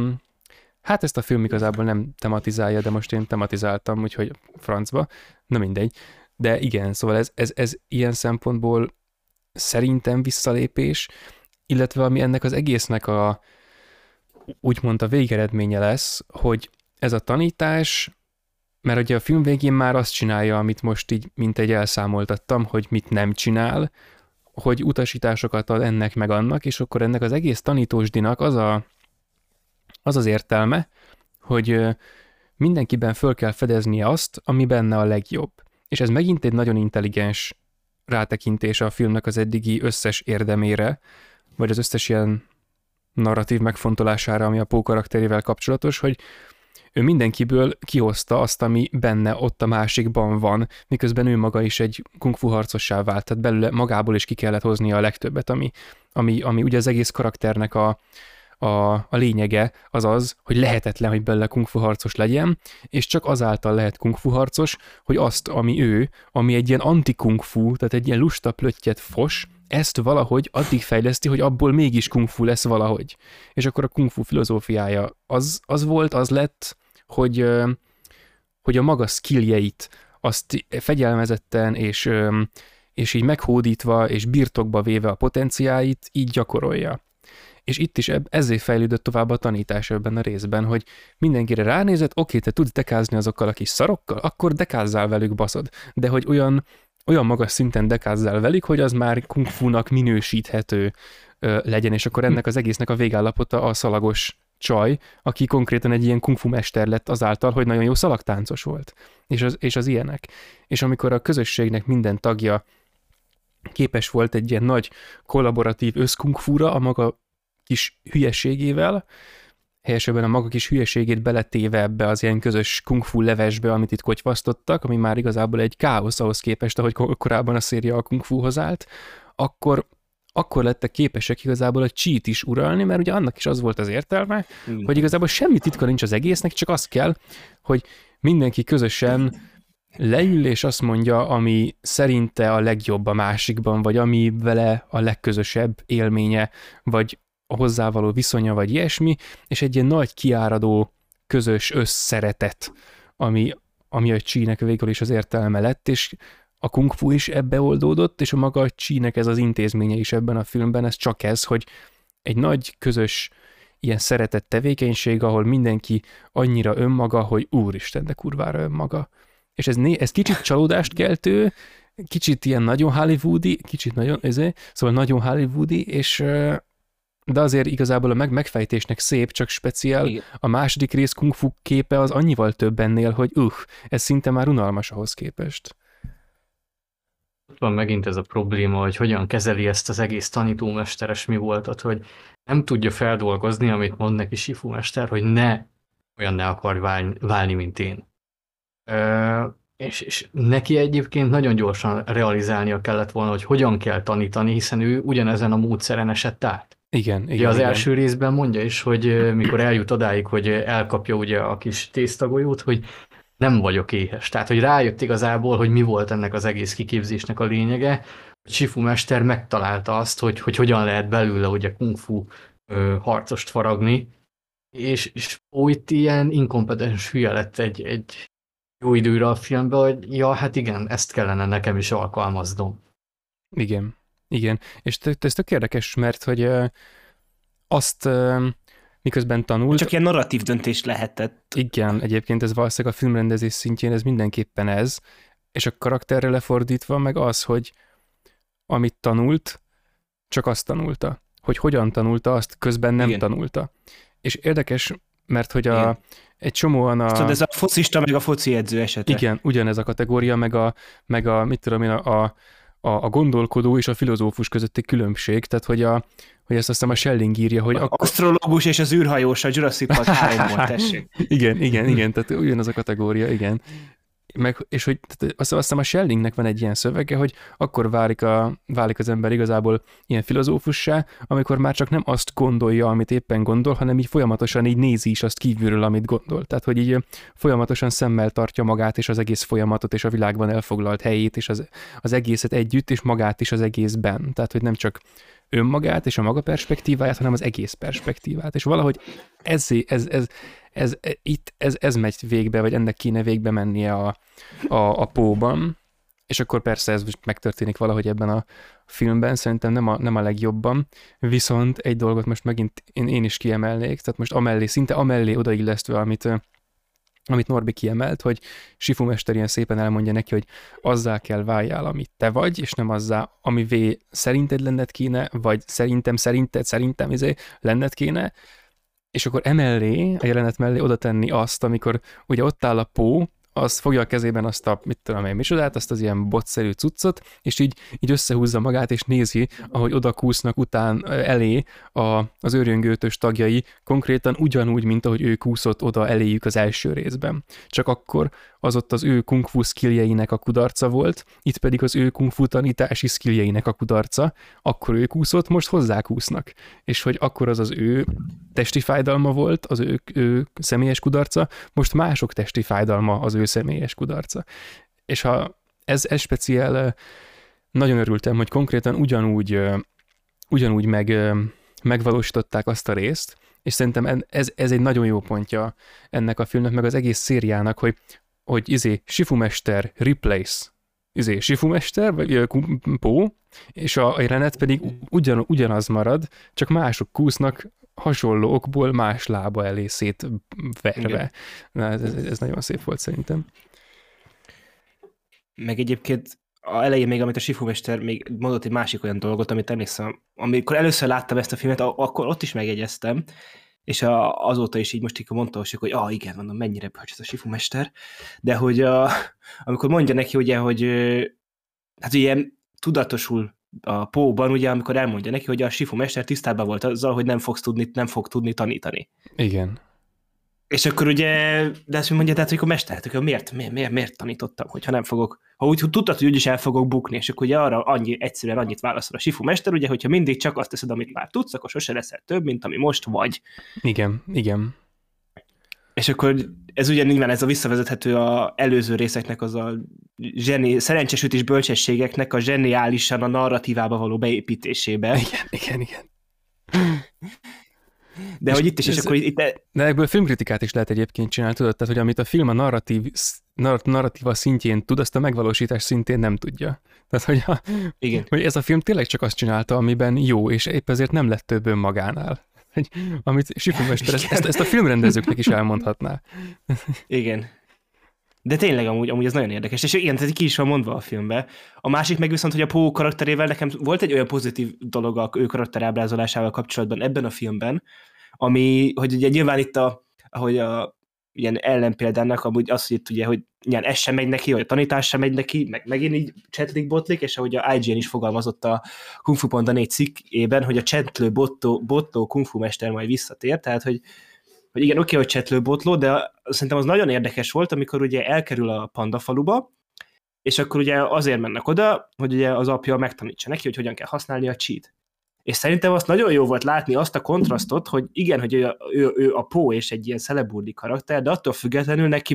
hát ezt a film igazából nem tematizálja, de most én tematizáltam, úgyhogy francba, na mindegy. De igen, szóval ez ilyen szempontból szerintem visszalépés, illetve ami ennek az egésznek úgymond a végeredménye lesz, hogy ez a tanítás, mert ugye a film végén már azt csinálja, amit most így mint egy elszámoltattam, hogy mit nem csinál, hogy utasításokat ad ennek meg annak, és akkor ennek az egész tanítósdinak az értelme, hogy mindenkiben föl kell fedeznie azt, ami benne a legjobb. És ez megint egy nagyon intelligens rátekintése a filmnek az eddigi összes érdemére, vagy az összes ilyen narratív megfontolására, ami a Poe karakterével kapcsolatos, hogy ő mindenkiből kihozta azt, ami benne ott a másikban van, miközben ő maga is egy kung fu harcossá vált, tehát belőle magából is ki kellett hoznia a legtöbbet, ami ugye az egész karakternek a lényege az, hogy lehetetlen, hogy belőle kung fu harcos legyen, és csak azáltal lehet kung fu harcos, hogy azt, ami ő, ami egy ilyen anti-kung fu, tehát egy ilyen lusta plöttyet fos, ezt valahogy addig fejleszti, hogy abból mégis kung fu lesz valahogy. És akkor a kung fu filozófiája az lett, hogy a maga skilljeit azt fegyelmezetten és így meghódítva és birtokba véve a potenciáit így gyakorolja. És itt is ezért fejlődött tovább a tanítás ebben a részben, hogy mindenkire ránézett, oké, te tudsz dekázni azokkal a kis szarokkal, akkor dekázzál velük, baszod. De hogy olyan magas szinten dekázzál velük, hogy az már kung fu-nak minősíthető legyen, és akkor ennek az egésznek a végállapota a szalagos csaj, aki konkrétan egy ilyen kung fu mester lett azáltal, hogy nagyon jó szalagtáncos volt, és az ilyenek. És amikor a közösségnek minden tagja képes volt egy ilyen nagy kollaboratív összkung fu-ra a maga kis hülyeségével, helyesebben a maga kis hülyeségét beletéve ebbe az ilyen közös kung fu levesbe, amit itt kotyvasztottak, ami már igazából egy káosz ahhoz képest, ahogy korábban a széria a kung fuhoz állt, akkor lettek képesek igazából a cheat is uralni, mert ugye annak is az volt az értelme, hogy igazából semmi titka nincs az egésznek, csak az kell, hogy mindenki közösen leül és azt mondja, ami szerinte a legjobb a másikban, vagy ami vele a legközösebb élménye, vagy a hozzávaló viszonya, vagy ilyesmi, és egy ilyen nagy kiáradó közös összszeretet, ami a Chi-nek végül is az értelme lett, és a kung fu is ebbe oldódott, és a maga Chi-nek ez az intézménye is ebben a filmben, ez csak ez, hogy egy nagy közös ilyen szeretett tevékenység, ahol mindenki annyira önmaga, hogy úristen, de kurvára önmaga. És ez kicsit csalódást keltő, kicsit ilyen nagyon hollywoodi, szóval nagyon hollywoodi, és de azért igazából a megfejtésnek szép, csak speciál. Igen. A második rész kung fu képe az annyival több ennél, hogy ez szinte már unalmas ahhoz képest. Ott van megint ez a probléma, hogy hogyan kezeli ezt az egész tanítómesteres mi voltat, hogy nem tudja feldolgozni, amit mond neki Sifu mester, hogy olyan ne akar válni, mint én. és neki egyébként nagyon gyorsan realizálnia kellett volna, hogy hogyan kell tanítani, hiszen ő ugyanezen a módszeren esett át. Igen, Ugye igen, az igen. első részben mondja is, hogy mikor eljut odáig, hogy elkapja ugye a kis tésztagolyót, hogy nem vagyok éhes. Tehát, hogy rájött igazából, hogy mi volt ennek az egész kiképzésnek a lényege. Sifu mester megtalálta azt, hogy hogyan lehet belőle ugye kung fu harcost faragni, és ó, itt ilyen inkompetens hülye lett egy jó időre a filmben, hogy ja, hát igen, ezt kellene nekem is alkalmaznom. Igen, igen. És ez tök érdekes, mert hogy azt miközben tanult... Csak ilyen narratív döntés lehetett. Igen, egyébként ez valószínűleg a filmrendezés szintjén ez mindenképpen ez, és a karakterre lefordítva meg az, hogy amit tanult, csak azt tanulta. Hogy hogyan tanulta, azt közben nem tanulta. És érdekes, mert hogy egy csomóan Tudod, ez a focista meg a foci edző esete. Igen, ugyanez a kategória, meg a mit tudom én, a gondolkodó és a filozófus közötti különbség, tehát hogy ezt aztán a Schelling írja, hogy... Asztrológus és az űrhajós a Jurassic Park 3-ból, tessék. Igen, tehát ugyanaz a kategória, igen. És hogy azt hiszem a Schellingnek van egy ilyen szövege, hogy akkor válik az ember igazából ilyen filozófussá, amikor már csak nem azt gondolja, amit éppen gondol, hanem így folyamatosan így nézi is azt kívülről, amit gondol. Tehát, hogy így folyamatosan szemmel tartja magát és az egész folyamatot és a világban elfoglalt helyét és az egészet együtt és magát is az egészben. Tehát, hogy nem csak önmagát és a maga perspektíváját, hanem az egész perspektívát. És valahogy ez megy végbe, vagy ennek kéne végbe mennie a Póban, és akkor persze ez megtörténik valahogy ebben a filmben, szerintem nem a legjobban, viszont egy dolgot most megint én is kiemelnék, tehát most szinte amellé odaillesztve, amit Norbi kiemelt, hogy Sifu mester ilyen szépen elmondja neki, hogy azzá kell váljál, amit te vagy, és nem azzá, amivé szerinted lenned kéne, vagy szerintem lenned kéne, és akkor emellé, a jelenet mellé oda tenni azt, amikor ugye ott áll a Pó, az fogja a kezében azt a, mit tudom én, micsodát, azt az ilyen botszerű cuccot, és így összehúzza magát, és nézi, ahogy oda kúsznak után elé az őrjöngőtös tagjai, konkrétan ugyanúgy, mint ahogy ő kúszott oda eléjük az első részben. Csak akkor az ott az ő kung fu skilljeinek a kudarca volt, itt pedig az ő kung fu tanítási skilljeinek a kudarca, akkor ő kúszott, most hozzákúsznak. És hogy akkor az ő testi fájdalma volt, az ő személyes kudarca, most mások testi fájdalma az ő személyes kudarca. És ez speciál, nagyon örültem, hogy konkrétan ugyanúgy megvalósították azt a részt, és szerintem ez egy nagyon jó pontja ennek a filmnek, meg az egész szériának, hogy Sifu mester replace Sifu mester, vagy Pó, és a jelenet pedig ugyanaz marad, csak mások kúsznak hasonló okból más lába elé szétverve. Ez nagyon szép volt szerintem. Meg egyébként elején még, amit a Sifu mester még mondott egy másik olyan dolgot, amit emlékszem, amikor először láttam ezt a filmet, akkor ott is megjegyeztem, és azóta is így most így mondta, hogy igen, mondom, mennyire bölcs ez a Sifu mester, de hogy amikor mondja neki, ugye, hogy hát ilyen tudatosul a Póban, ugye, amikor elmondja neki, hogy a Sifu mester tisztában volt azzal, hogy nem fog tudni tanítani. Igen. És akkor ugye, de azt mondja, tehát, hogy a mester, hogy miért tanítottam, hogyha nem fogok, ha úgy tudtad, hogy úgyis el fogok bukni, és akkor ugye arra egyszerűen annyit válaszol a Sifu mester, ugye, hogyha mindig csak azt teszed, amit már tudsz, akkor sose leszel több, mint ami most vagy. Igen. És akkor ez ugye nyilván ez a visszavezethető az előző részeknek, az a szerencsésütés bölcsességeknek a zseniálisan a narratívába való beépítésébe. Igen. De hogy itt is, és akkor itt... De ebből filmkritikát is lehet egyébként csinálni, tudod? Tehát, hogy amit a film a narratíva szintjén tud, azt a megvalósítás szintén nem tudja. Tehát, hogy ez a film tényleg csak azt csinálta, amiben jó, és épp ezért nem lett több önmagánál. Amit Sifu mester, ezt a filmrendezőknek is elmondhatná. Igen. De tényleg amúgy ez nagyon érdekes, és igen, tehát ki is van mondva a filmben. A másik meg viszont, hogy a Pó karakterével nekem volt egy olyan pozitív dolog a ő karakterábrázolásával kapcsolatban ebben a filmben, ami, hogy ugye nyilván itt ilyen ellenpéldának amúgy az, hogy itt ugye, hogy ilyen ez sem megy neki, vagy a tanítás sem megy neki, meg megint így csetlik-botlik, és ahogy a IGN is fogalmazott a Kung Fu Panda 4 cikkében, hogy a csetlő botló Kung Fu mester majd visszatér, tehát hogy hogy igen, oké, hogy csetlőbotló, de szerintem az nagyon érdekes volt, amikor ugye elkerül a pandafaluba, és akkor ugye azért mennek oda, hogy ugye az apja megtanítsa neki, hogy hogyan kell használni a cheat. És szerintem azt nagyon jó volt látni azt a kontrasztot, hogy igen, hogy ő a Poe és egy ilyen celebrity karakter, de attól függetlenül neki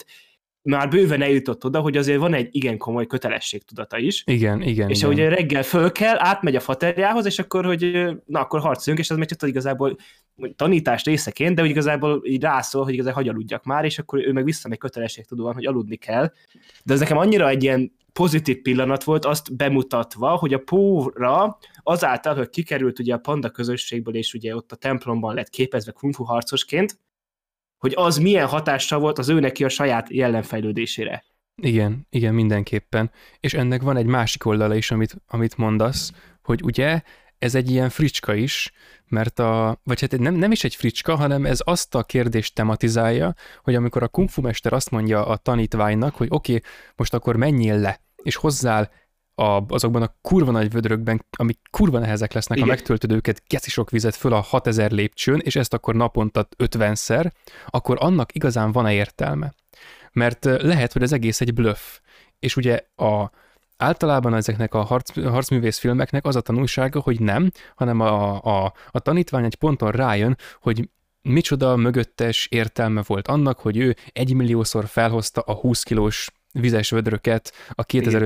már bőven eljutott oda, hogy azért van egy igen komoly kötelességtudata is. Igen. És ahogy reggel föl kell, átmegy a faterjához, és akkor, hogy na, akkor harcoljunk, és az meg csak igazából tanítás részeként, de úgy igazából így rászól, hogy igazából hagy aludjak már, és akkor ő meg visszamegy kötelességtudóan, hogy aludni kell. De ez nekem annyira egy ilyen pozitív pillanat volt, azt bemutatva, hogy a Poe-ra azáltal, hogy kikerült ugye a panda közösségből, és ugye ott a templomban lett képezve kung fu harcosként, hogy az milyen hatással volt az ő neki a saját jellemfejlődésére. Igen, mindenképpen. És ennek van egy másik oldala is, amit mondasz, hogy ugye ez egy ilyen fricska is, mert vagy hát nem is egy fricska, hanem ez azt a kérdést tematizálja, hogy amikor a kung fu mester azt mondja a tanítványnak, hogy oké, most akkor menjél le, és hozzál azokban a kurva nagy vödrökben, amik kurva nehezek lesznek, ha megtöltöd őket geci sok vizet föl a 6000 lépcsőn, és ezt akkor naponta 50-szer, akkor annak igazán van-e értelme? Mert lehet, hogy az egész egy bluff. És ugye általában ezeknek a harcművész filmeknek az a tanulsága, hogy nem, hanem a tanítvány egy ponton rájön, hogy micsoda mögöttes értelme volt annak, hogy ő 1 milliószor felhozta a 20 kilós vizes vödröket a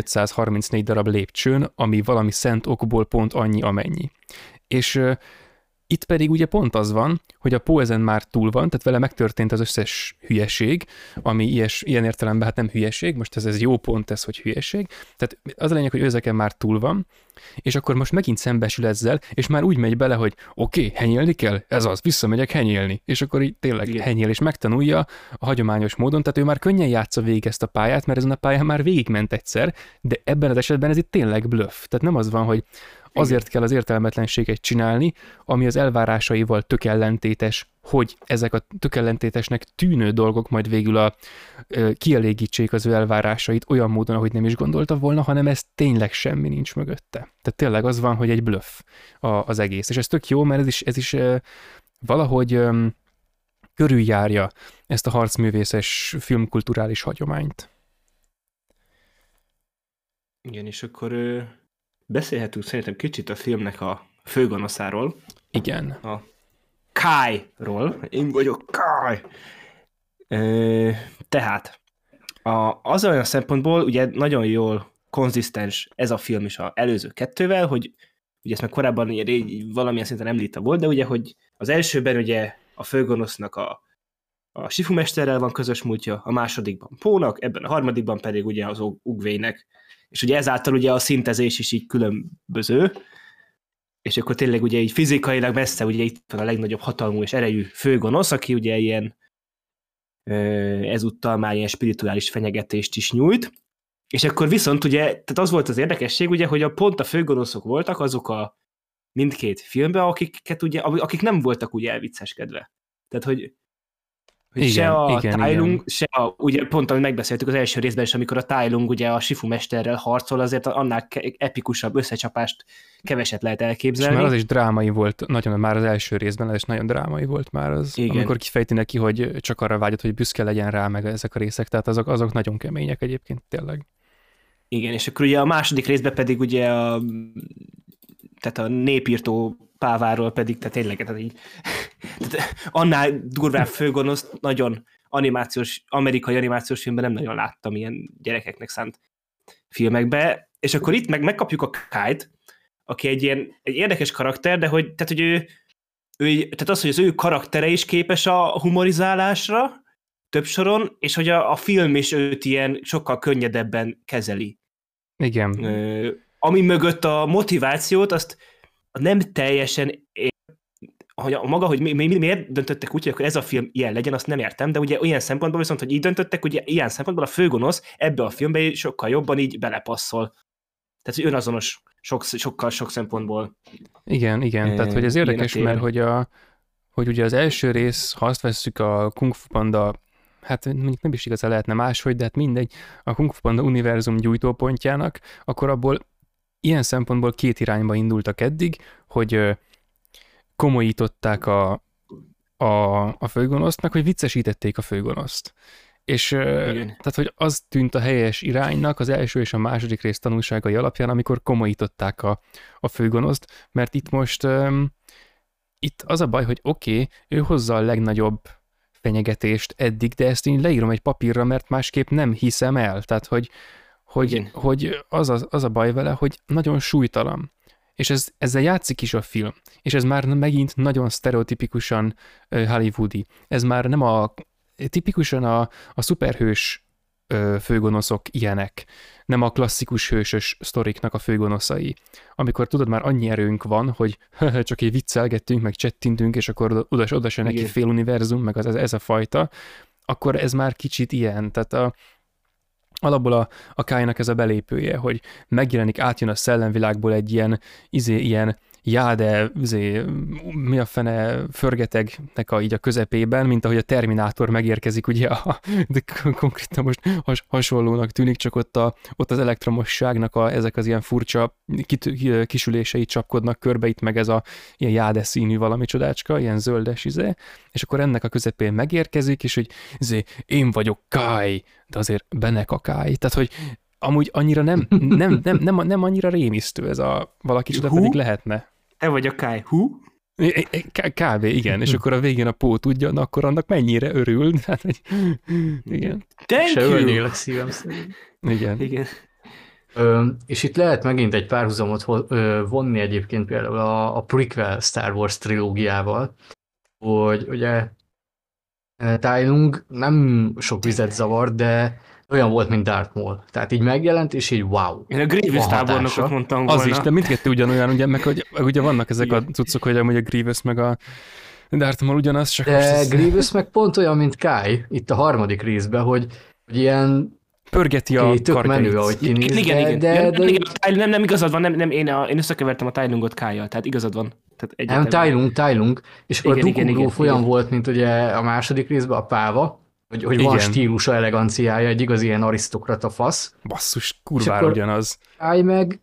2534 darab lépcsőn, ami valami szent okból pont annyi, amennyi. És itt pedig ugye pont az van, hogy a Poe ezen már túl van, tehát vele megtörtént az összes hülyeség, ami ilyen értelemben hát nem hülyeség, most ez jó pont ez, hogy hülyeség, tehát az a lényeg, hogy ő ezeken már túl van, és akkor most megint szembesül ezzel, és már úgy megy bele, hogy oké, henyélni kell, ez az, visszamegyek henyélni, és akkor így tényleg henyél, és megtanulja a hagyományos módon, tehát ő már könnyen játsza végig ezt a pályát, mert ezen a pályán már végigment egyszer, de ebben az esetben ez itt tényleg bluff, tehát nem az van, hogy azért kell az értelmetlenséget csinálni, ami az elvárásaival tök ellentétes, hogy ezek a tök ellentétesnek tűnő dolgok majd végül kielégítsék az ő elvárásait olyan módon, ahogy nem is gondolta volna, hanem ez tényleg semmi nincs mögötte. Tehát tényleg az van, hogy egy bluff az egész. És ez tök jó, mert ez is valahogy körüljárja ezt a harcművészes filmkulturális hagyományt. Igen, és akkor beszélhetünk szerintem kicsit a filmnek a főgonoszáról. Igen. A Kai-ról. Én vagyok Kai! Tehát az olyan szempontból ugye nagyon jól konzisztens ez a film is az előző kettővel, hogy ugye ezt meg korábban valamilyen szinten említve volt, de ugye, hogy az elsőben ugye a főgonosznak a Shifu mesterrel van közös múltja, a másodikban Pónak, ebben a harmadikban pedig ugye az Ugvének. És ugye ezáltal ugye a szintezés is így különböző, és akkor tényleg ugye így fizikailag messze ugye itt van a legnagyobb hatalmú és erejű főgonosz, aki ugye ilyen ezúttal már ilyen spirituális fenyegetést is nyújt, és akkor viszont ugye, tehát az volt az érdekesség ugye, hogy pont a főgonoszok voltak azok a mindkét filmben, akik nem voltak ugye elvicceskedve. Tehát, hogy igen, se a Tai Lung, se ugye pont, amit megbeszéltük az első részben is, amikor a Tai Lung ugye a Shifu mesterrel harcol, azért annál epikusabb összecsapást keveset lehet elképzelni. És már az is drámai volt, nagyon már az első részben, ez is nagyon drámai volt már az, igen. Amikor kifejti neki, hogy csak arra vágyott, hogy büszke legyen rá, meg ezek a részek, tehát azok nagyon kemények egyébként, tényleg. Igen, és akkor ugye a második részben pedig ugye tehát a népírtó páváról pedig, tehát tényleg, tehát így, tehát annál durvább főgonosz, nagyon amerikai animációs filmben nem nagyon láttam ilyen gyerekeknek szánt filmekbe, és akkor itt megkapjuk a Kite, aki egy érdekes karakter, de hogy, tehát, hogy tehát az, hogy az ő karaktere is képes a humorizálásra több soron, és hogy a film is őt ilyen sokkal könnyedebben kezeli. Igen. Ami mögött a motivációt, azt nem teljesen hogy miért döntöttek úgy, hogy akkor ez a film ilyen legyen, azt nem értem, de ugye olyan szempontból viszont, hogy így döntöttek, ugye ilyen szempontból a főgonosz ebbe a filmbe sokkal jobban így belepasszol. Tehát, hogy önazonos sokkal sok szempontból. Igen, tehát, hogy ez érdekes, mert hogy ugye az első rész, ha azt vesszük a Kung Fu Panda, hát mondjuk nem is igazán lehetne máshogy, de hát mindegy, a Kung Fu Panda univerzum gyújtópontjának, akkor abból ilyen szempontból két irányba indultak eddig, hogy komolyították a főgonoszt, meg hogy viccesítették a főgonoszt. És tehát, hogy az tűnt a helyes iránynak az első és a második rész tanulságai alapján, amikor komolyították a főgonoszt, mert itt most itt az a baj, hogy oké, ő hozza a legnagyobb fenyegetést eddig, de ezt én leírom egy papírra, mert másképp nem hiszem el. Tehát, hogy az a baj vele, hogy nagyon súlytalan. És ezzel játszik is a film. És ez már megint nagyon sztereotipikusan hollywoodi. Ez már nem tipikusan a szuperhős főgonoszok ilyenek, nem a klasszikus hősös sztoriknak a főgonoszai. Amikor tudod, már annyi erőnk van, hogy csak így viccelgettünk, meg csettintünk, és akkor oda se neki fél univerzum, meg ez a fajta, akkor ez már kicsit ilyen. Tehát alapból a Kai-nak ez a belépője, hogy megjelenik, átjön a szellemvilágból egy ilyen mi a fene förgetegnek így a közepében, mint ahogy a Terminátor megérkezik, ugye, de konkrétan most hasonlónak tűnik, csak ott az elektromosságnak ezek az ilyen furcsa kisülései csapkodnak körbe, itt meg ez a ilyen jáde színű valami csodácska, ilyen zöldes és akkor ennek a közepén megérkezik, és hogy én vagyok Kai, de azért Benek a Kai, tehát hogy amúgy annyira nem annyira rémisztő ez a valaki csoda, pedig lehetne. Te vagy a Kai. Kb. Igen, és akkor a végén a Pó tudja, akkor annak mennyire örül. Hát, hogy igen. Se ölnélek szívem szerint. Igen. És itt lehet megint egy párhuzamot vonni egyébként például a prequel Star Wars trilógiával, hogy ugye Tai Lung nem sok vizet zavar, de olyan volt, mint Darth Maul. Tehát így megjelent, és így wow. Én a Grievous tábornokot mondtam volna. Az is, de mindkettő ugyanolyan, ugye, meg hogy ugye vannak ezek a cuccok, hogy amúgy a Grievous meg a Darth Maul ugyanaz, csak de Grievous meg pont olyan, mint Kai, itt a harmadik részben, hogy ilyen pörgeti a tök menő, ahogy kinéz, igen. Nem igazad van, én összekevertem a Tai Lungot Kai-jal, tehát igazad van. Nem, Tai Lung, és akkor a Dooku olyan volt, mint ugye a második részben a páva, hogy van stílusa, eleganciája, egy igazi ilyen arisztokrata fasz. Basszus, kurvára ugyanaz. Kai meg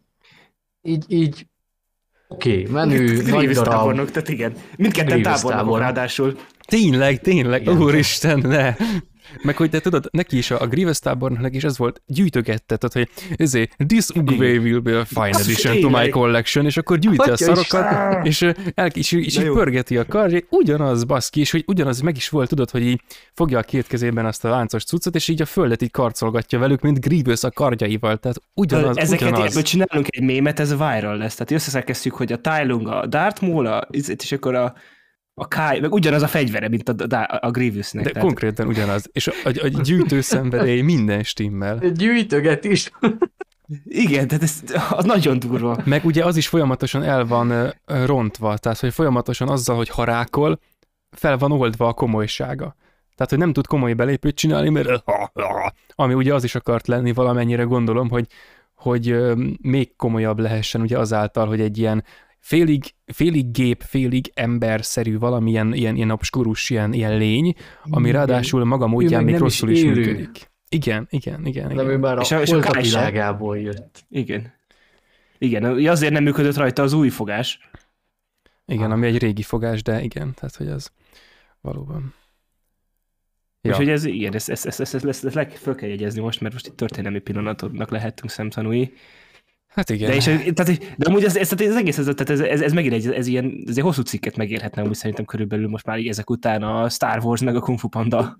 így oké, menő, nagy darab. Tábornok, tehát igen. Mindketten tábornokok ráadásul. Tényleg, úristen, ne! Meg hogy te tudod, neki is a Grievous tábornoknak is ez volt, gyűjtögette, tehát hogy this Ugway will be a fine addition to my collection, és akkor gyűjti a szarokat, és így pörgeti a karját, ugyanaz baszki, és hogy ugyanaz meg is volt, tudod, hogy így fogja a két kezében azt a láncos cuccot, és így a földet így karcolgatja velük, mint Grievous a kardjaival, tehát ugyanaz. Ezeket ebből csinálunk egy mémet, ez viral lesz, tehát összeszerkesztjük, hogy a Tai Lung, a Darth Maul, és akkor a Kai, meg ugyanaz a fegyvere, mint a Grievousnek. De tehát konkrétan ugyanaz. És a gyűjtő szenvedély minden stimmel. Gyűjtöget is. Igen, tehát az nagyon durva. Meg ugye az is folyamatosan el van rontva, tehát hogy folyamatosan azzal, hogy harákol, fel van oldva a komolysága. Tehát, hogy nem tud komoly belépőt csinálni, mert ami ugye az is akart lenni valamennyire, gondolom, hogy még komolyabb lehessen ugye azáltal, hogy egy ilyen félig gép, félig emberszerű valamilyen ilyen obskurus, ilyen lény, ami ráadásul maga módján még rosszul is működik. Igen. De ő már a holtak világából jött. Igen, azért nem működött rajta az új fogás. Igen, ami egy régi fogás, de igen, tehát hogy az valóban. Ja. Úgyhogy ezt föl kell jegyezni most, mert most itt történelmi pillanatodnak lehettünk szemtanúi. Hát igen. De amúgy ez egész, ez megint ez egy hosszú cikket megérhetne, amúgy szerintem körülbelül most már ezek után a Star Wars meg a Kung Fu Panda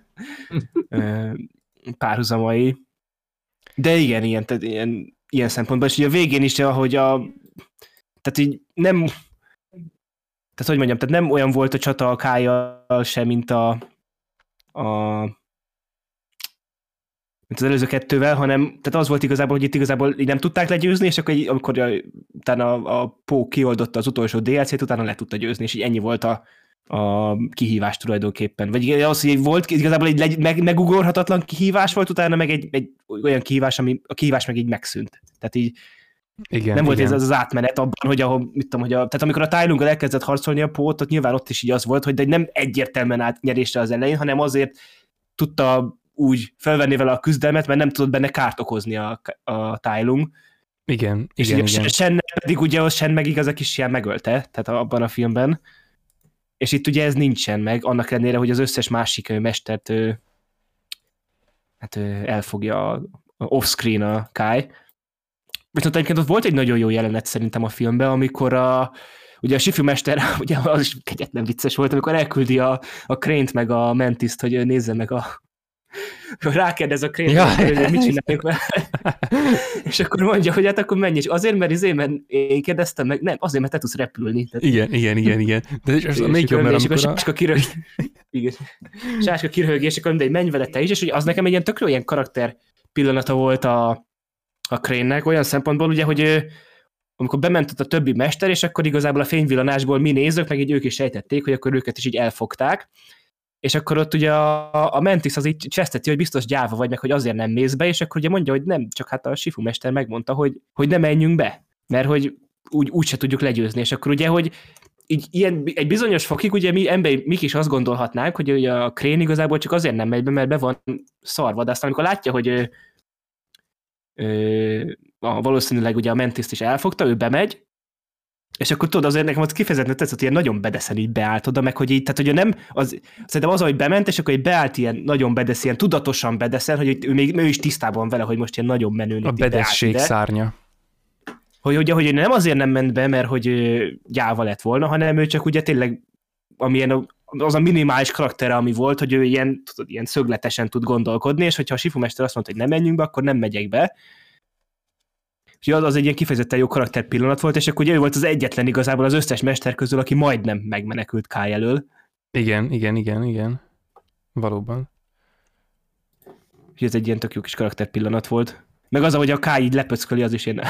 párhuzamai. De igen, tehát ilyen szempontból, és ugye a végén is, ahogy tehát így nem, tehát hogy mondjam, tehát nem olyan volt a csata a Kai-jal sem, mint mint az előző kettővel, hanem tehát az volt igazából, hogy itt igazából így nem tudták legyőzni, és akkor amikor utána a Poe kioldotta az utolsó DLC-t, utána le tudta győzni, és így ennyi volt a kihívás tulajdonképpen. Vagy az, hogy volt igazából egy megugorhatatlan kihívás volt, utána meg egy olyan kihívás, ami a kihívás meg így megszűnt. Tehát így nem volt ez az átmenet abban, hogy tehát amikor a Tai Lunggal elkezdett harcolni a Poe-t, nyilván ott is így az volt, hogy de nem egyértelműen átnyerésre az elején, hanem azért tudta úgy felvenni vele a küzdelmet, mert nem tudott benne kárt okozni a Tai Lung. Igen. Shen pedig ugye Shen meg igaz a kis ilyen megölte, tehát abban a filmben. és itt ugye ez nincsen meg, annak ellenére, hogy az összes másik mestert elfogja off-screen a Kai. Viszont egyébként ott volt egy nagyon jó jelenet szerintem a filmben, amikor ugye a Sifu mester, ugye az is kegyetlen vicces volt, amikor elküldi a Crane-t meg a Mantis-t, hogy nézze meg rákérdez a Crane-t, hogy mit csináljunk vele. És akkor mondja, hogy hát akkor menj, és azért, mert én kérdeztem meg, nem, azért, mert te tudsz repülni. Tehát... Igen. De és még jobb, mert amikor Sáska kiröhög, és akkor mindegy, menj vele te is, és ugye az nekem egy ilyen tök jó ilyen karakter pillanata volt a Crane-nek, olyan szempontból ugye, hogy amikor bement ott a többi mester, és akkor igazából a fényvillanásból mi nézők, meg így ők is sejtették, hogy akkor őket is így elfogták, és akkor ott ugye a Mantis az így cseszteti, hogy biztos gyáva vagy, meg hogy azért nem mész be, és akkor ugye mondja, hogy nem, csak hát a Sifu mester megmondta, hogy ne menjünk be, mert hogy úgy se tudjuk legyőzni, és akkor ugye, hogy így egy bizonyos fokig, ugye mik is azt gondolhatnánk, hogy ugye a Crane igazából csak azért nem megy be, mert be van szarva, de aztán amikor látja, hogy valószínűleg ugye a Mantis-t is elfogta, ő bemegy, és akkor tudod, azért nekem ott kifejezetten tetszett, ilyen nagyon bedeszen így beállt oda, meg hogy így, tehát ugye nem, szerintem az, hogy bement, és akkor így beállt ilyen nagyon bedesz, ilyen tudatosan bedeszen, hogy ő is tisztában vele, hogy most ilyen nagyon menőnek a bedesség szárnya. Hogy nem azért nem ment be, mert hogy gyáva lett volna, hanem ő csak ugye tényleg amilyen az a minimális karaktere, ami volt, hogy ő ilyen szögletesen tud gondolkodni, és hogyha a Sifu mester azt mondta, hogy nem menjünk be, akkor nem megyek be. Úgyhogy az egy ilyen kifejezetten jó karakter pillanat volt, és akkor ugye ő volt az egyetlen igazából az összes mester közül, aki majdnem megmenekült Kai elől. Igen. Valóban. Úgyhogy ez egy ilyen tök jó kis karakter pillanat volt. Meg az, ahogy a Kai így lepöcköli, az is ilyen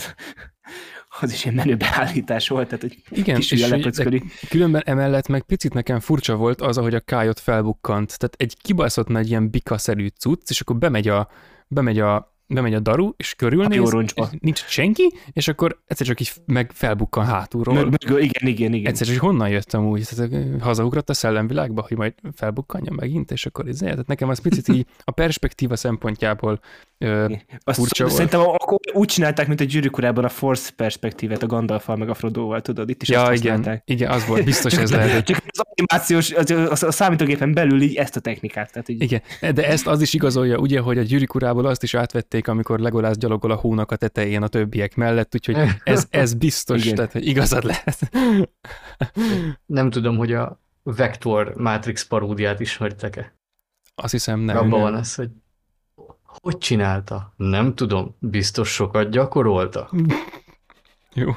menő beállítás volt, tehát hogy igen, és különben emellett meg picit nekem furcsa volt az, ahogy a Kai ott felbukkant. Tehát egy kibaszott nagy ilyen bikaszerű cucc, és akkor bemegy a daru, és körülnéz, nincs senki, és akkor egyszer csak így meg felbukkan hátulról. Igen. Egyszer csak honnan jöttem úgy? Hazaugrott a szellemvilágba, hogy majd felbukkanjon megint, és akkor tehát nekem az picit így a perspektíva szempontjából furcsa volt. Szerintem akkor úgy csinálták, mint a Gyűrűk Urában a Force perspektívet a Gandalf-val meg a Frodoval, tudod? Itt is ezt használták. Igen, az volt, biztos ez lehet. Csak az animációs, a számítógépen belül így ezt a technikát. Tehát így... Igen, de ezt az is igazolja, ugye, hogy a Gyűrűk Urából azt is átvették, amikor Legolász gyalogol a hónak a tetején a többiek mellett, úgyhogy ez biztos, tehát hogy igazad lehet. Nem tudom, hogy a Vector Matrix paródiát ismertek-e? Azt hiszem nem. Abban van ez, hogy csinálta? Nem tudom, biztos sokat gyakorolta. Jó.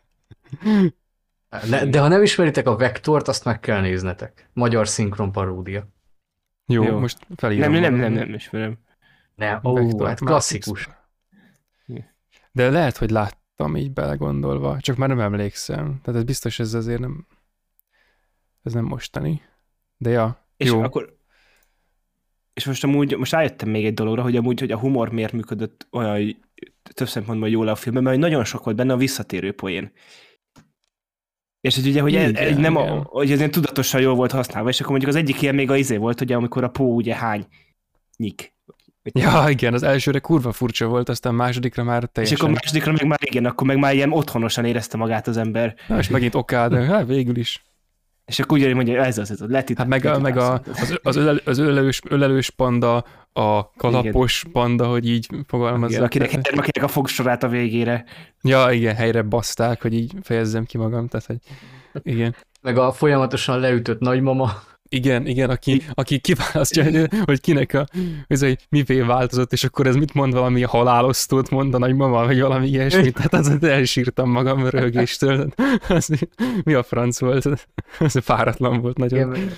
De ha nem ismeritek a Vektort, azt meg kell néznetek. Magyar szinkron paródia. Jó, most felírom. Nem ismerem. Hát klasszikus. De lehet, hogy láttam így belegondolva, csak már nem emlékszem. Tehát ez biztos, ez azért nem... Ez nem mostani. De ja, és jó. És most rájöttem még egy dologra, hogy amúgy, hogy a humor miért működött olyan több szempontból jól a filmben, mert nagyon sok volt benne a visszatérő poén. És hogy ugye, hogy hogy ez ilyen tudatosan jól volt használva, és akkor mondjuk az egyik ilyen még a volt, hogy amikor a Pó ugye hány nyik. Ja, igen, az elsőre kurva furcsa volt, aztán másodikra már teljesen... És akkor másodikra meg már igen, akkor meg már ilyen otthonosan érezte magát az ember. Na, és megint okád, hát végül is. És akkor úgy mondja, ez az letít. Hát meg az ölelős panda, a kalapos panda, hogy így fogalmazzák. Akinek a fogsorát a végére. Ja, igen, helyre baszták, hogy így fejezzem ki magam, tehát hogy igen. Meg a folyamatosan leütött nagymama. Igen, aki kiválasztja, hogy kinek hogy mivé változott, és akkor ez mit mond, valami halálosztót mond a nagymama, vagy valami ilyesmit, tehát az elsírtam magam röhögéstől. Mi a franc volt? Ez fáratlan volt nagyon. Igen,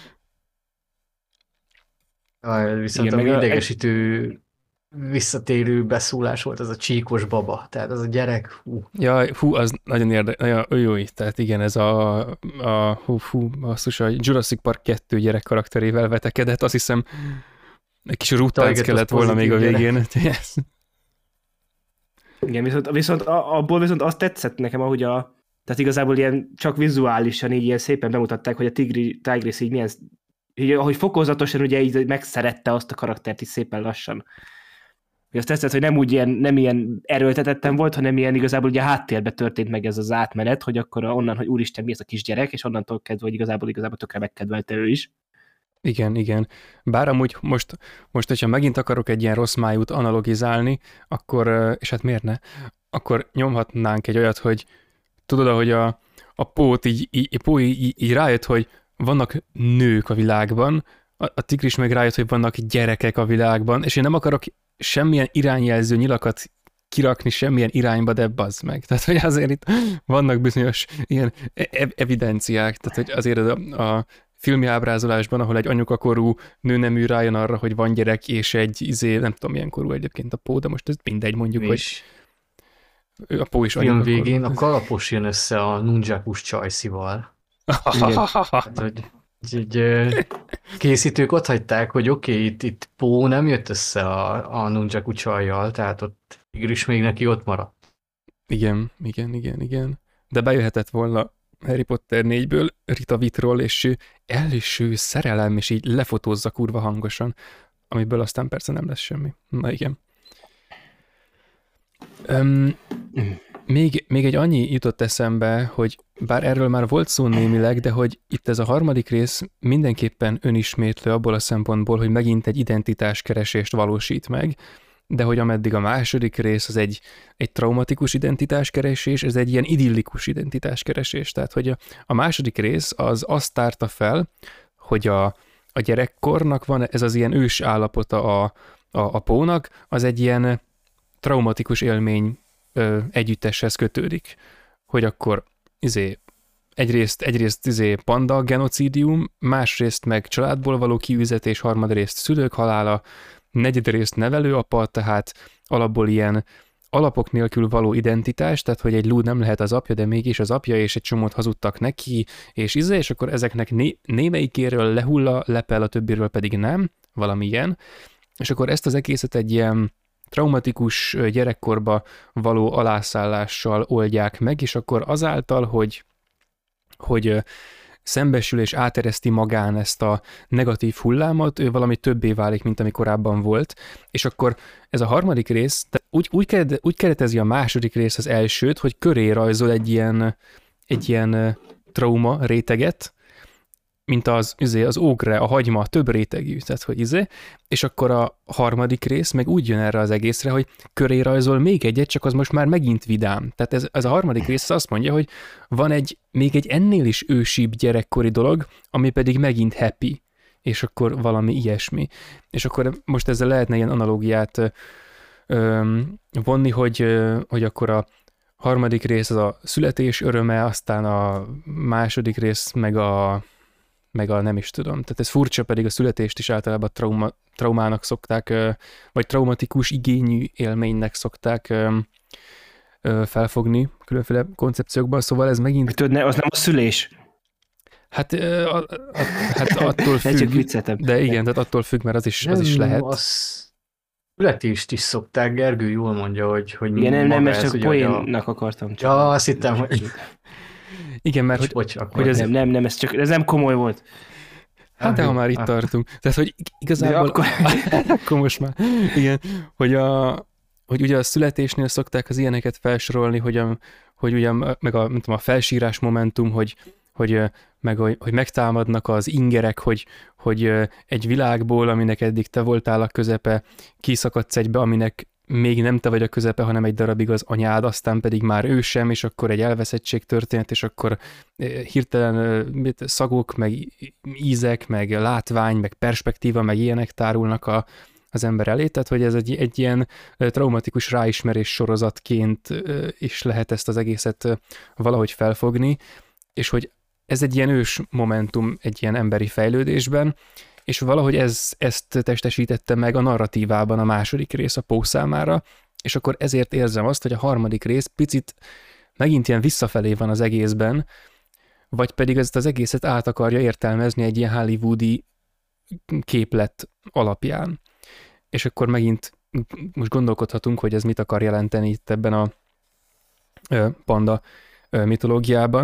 viszont igen, a idegesítő visszatérő beszólás volt az a csíkos baba, tehát az a gyerek, Ja, az nagyon érdekes, jó, tehát igen, ez basszus, a Jurassic Park 2 gyerek karakterével vetekedett, azt hiszem egy kis ruttánc kellett volna még a végén. Igen, viszont abból viszont azt tetszett nekem, ahogy tehát igazából ilyen csak vizuálisan így ilyen szépen bemutatták, hogy a Tigris így milyen, így, ahogy fokozatosan ugye így megszerette azt a karaktert is szépen lassan. Hogy azt tetszett, hogy nem ilyen erőltetetten volt, hanem ilyen igazából ugye a háttérben történt meg ez az átmenet, hogy akkor onnan, hogy úristen, mi ez a kisgyerek, és onnantól kezdve, hogy igazából tökre megkedvelte ő is. Igen, igen. Bár amúgy most, hogyha megint akarok egy ilyen rossz májút analogizálni, akkor, és hát miért ne, akkor nyomhatnánk egy olyat, hogy tudod, ahogy a Pót így rájött, hogy vannak nők a világban, a tigris meg rájött, hogy vannak gyerekek a világban, és én nem akarok semmilyen irányjelző nyilakat kirakni semmilyen irányba, de bazd meg. Tehát, hogy azért itt vannak bizonyos ilyen evidenciák, tehát, hogy azért a filmi ábrázolásban, ahol egy anyukakorú nőnemű rájön arra, hogy van gyerek, és egy nem tudom milyen korú egyébként a Pó, de most ez mindegy, mondjuk, És hogy a Pó is film anyukakorú. végén a kalapos jön össze a nunjakus csajszival. Hát, hogy készítők ott hagyták, hogy oké, itt Pó nem jött össze a nunjaku csajjal, tehát ott Tigris még neki ott maradt. Igen. De bejöhetett volna Harry Potter 4-ből Rita Vitról, és első szerelem, és így lefotózza kurva hangosan, amiből aztán persze nem lesz semmi. Na igen. Még egy annyi jutott eszembe, hogy bár erről már volt szó némileg, de hogy itt ez a harmadik rész mindenképpen önismétlő abból a szempontból, hogy megint egy identitáskeresést valósít meg, de hogy ameddig a második rész az egy traumatikus identitáskeresés, ez egy ilyen idillikus identitáskeresés. Tehát, hogy a második rész az azt tárta fel, hogy a gyerekkornak van ez az ilyen ős állapota a Pónak, az egy ilyen traumatikus élmény együtteshez kötődik. Hogy akkor egyrészt panda genocidium, másrészt meg családból való kiüzetés, harmadrészt szülők halála, negyedrészt nevelőapa, tehát alapból ilyen alapok nélkül való identitás, tehát hogy egy lúd nem lehet az apja, de mégis az apja, és egy csomót hazudtak neki, és akkor ezeknek némelyikéről lehull a lepel, a többiről pedig nem, valami ilyen, és akkor ezt az egészet egy ilyen traumatikus gyerekkorba való alászállással oldják meg, és akkor azáltal, hogy szembesül és átereszti magán ezt a negatív hullámot, ő valami többé válik, mint ami korábban volt, és akkor ez a harmadik rész, úgy keretezi a második rész az elsőt, hogy köré rajzol egy ilyen trauma réteget, mint az ógre, a hagyma, több rétegű, tehát hogy és akkor a harmadik rész meg úgy jön erre az egészre, hogy köré rajzol még egyet, csak az most már megint vidám. Tehát ez a harmadik rész azt mondja, hogy van még egy ennél is ősibb gyerekkori dolog, ami pedig megint happy, és akkor valami ilyesmi. És akkor most ezzel lehetne ilyen analógiát vonni, hogy akkor a harmadik rész az a születés öröme, aztán a második rész meg a nem is tudom. Tehát ez furcsa, pedig a születést is általában traumának szokták, vagy traumatikus igényű élménynek szokták felfogni különféle koncepciókban, szóval ez megint... Tudod, az nem a szülés. Hát attól függ, de igen, tehát attól függ, mert az is lehet. A születést is szokták, Gergő jól mondja, hogy igen, nem, mert csak poénnak akartam. Ja, azt hittem, hogy... Igen, mert hogy ez... Nem, ez nem komoly volt. Hát de ha már itt tartunk. Tehát, hogy igazából... Akkor most már. Igen, hogy ugye a születésnél szokták az ilyeneket felsorolni, hogy ugye meg a felsírás momentum, hogy megtámadnak az ingerek, hogy egy világból, aminek eddig te voltál a közepe, kiszakadsz egybe, aminek még nem te vagy a közepe, hanem egy darabig az anyád, aztán pedig már ő sem, és akkor egy elveszettség történet, és akkor hirtelen szagok, meg ízek, meg látvány, meg perspektíva, meg ilyenek tárulnak az ember elé, tehát hogy ez egy ilyen traumatikus ráismerés sorozatként is lehet ezt az egészet valahogy felfogni, és hogy ez egy ilyen ős momentum egy ilyen emberi fejlődésben, és valahogy ezt testesítette meg a narratívában a második rész a Pó számára, és akkor ezért érzem azt, hogy a harmadik rész picit megint ilyen visszafelé van az egészben, vagy pedig ezt az egészet át akarja értelmezni egy ilyen hollywoodi képlet alapján. És akkor megint most gondolkodhatunk, hogy ez mit akar jelenteni itt ebben a panda mitológiában,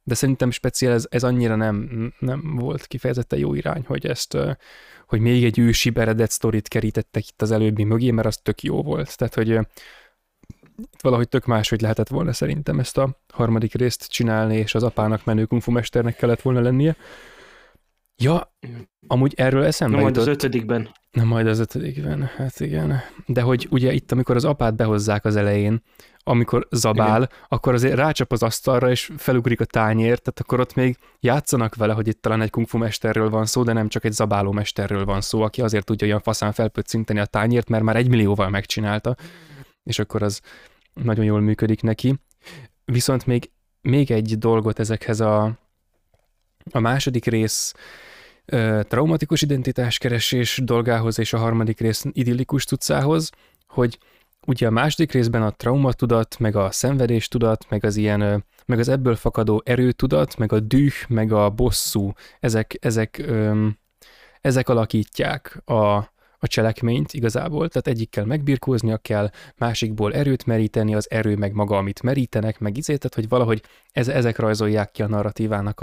de szerintem speciál ez annyira nem volt kifejezetten jó irány, hogy ezt, hogy még egy ősi eredet sztorit kerítettek itt az előbbi mögé, mert az tök jó volt. Tehát, hogy itt valahogy tök máshogy lehetett volna szerintem ezt a harmadik részt csinálni, és az apának menő kung fu mesternek kellett volna lennie. Ja, amúgy erről eszembe jutott. Majd az 5-ben. Na, majd az 5-ben, hát igen. De hogy ugye itt, amikor az apát behozzák az elején, amikor zabál, igen, akkor azért rácsap az asztalra, és felugrik a tányért, tehát akkor ott még játszanak vele, hogy itt talán egy kung fu mesterről van szó, de nem csak egy zabáló mesterről van szó, aki azért tudja olyan faszán felpöccinteni a tányért, mert már 1 millióval megcsinálta, és akkor az nagyon jól működik neki. Viszont még egy dolgot ezekhez a második rész traumatikus identitáskeresés dolgához és a harmadik rész idillikus cuccához, hogy ugye a második részben a traumatudat, meg a szenvedéstudat, meg az ilyen, meg az ebből fakadó erőtudat, meg a düh, meg a bosszú, ezek alakítják a cselekményt igazából, tehát egyikkel megbirkóznia kell, másikból erőt meríteni, az erő meg maga, amit merítenek, meg tehát hogy valahogy ezek rajzolják ki a narratívának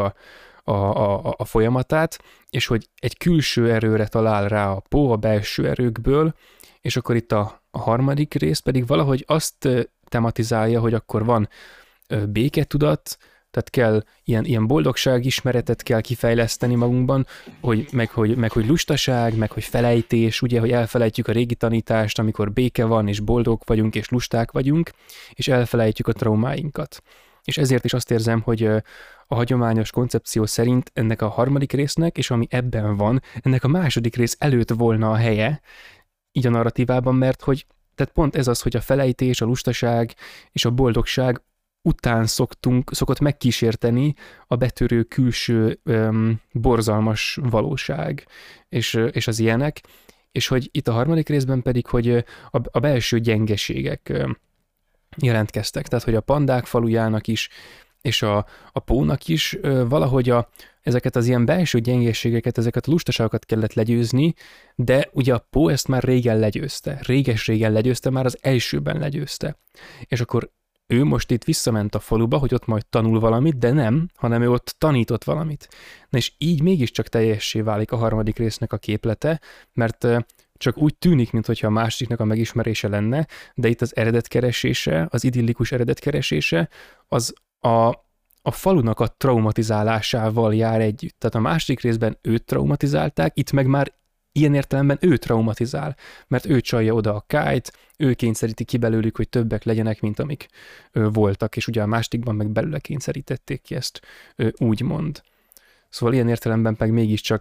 a folyamatát, és hogy egy külső erőre talál rá a Poe a belső erőkből, és akkor itt a harmadik rész pedig valahogy azt tematizálja, hogy akkor van béketudat, tehát kell ilyen boldogság ismeretet kell kifejleszteni magunkban, meg hogy lustaság, meg hogy felejtés, ugye, hogy elfelejtjük a régi tanítást, amikor béke van, és boldog vagyunk, és lusták vagyunk, és elfelejtjük a traumáinkat. És ezért is azt érzem, hogy a hagyományos koncepció szerint ennek a harmadik résznek, és ami ebben van, ennek a második rész előtt volna a helye, így a narratívában, mert hogy tehát pont ez az, hogy a felejtés, a lustaság és a boldogság után szokott megkísérteni a betörő külső borzalmas valóság, és az ilyenek, és hogy itt a harmadik részben pedig, hogy a belső gyengeségek jelentkeztek, tehát hogy a pandák falujának is, és a Pónak is valahogy ezeket az ilyen belső gyengeségeket, ezeket a lustaságokat kellett legyőzni, de ugye a Poe ezt már régen legyőzte, réges-régen legyőzte, már az elsőben legyőzte. És akkor ő most itt visszament a faluba, hogy ott majd tanul valamit, de nem, hanem ő ott tanított valamit. Na és így mégiscsak teljessé válik a harmadik résznek a képlete, mert csak úgy tűnik, mintha a másodiknak a megismerése lenne, de itt az eredetkeresése, az idillikus eredetkeresése, az a falunak a traumatizálásával jár együtt. Tehát a második részben őt traumatizálták, itt meg már ilyen értelemben ő traumatizál, mert ő csalja oda a Kite, ő kényszeríti ki belőlük, hogy többek legyenek, mint amik voltak, és ugye a másodikban meg belőle kényszerítették ki ezt, úgymond. Szóval ilyen értelemben meg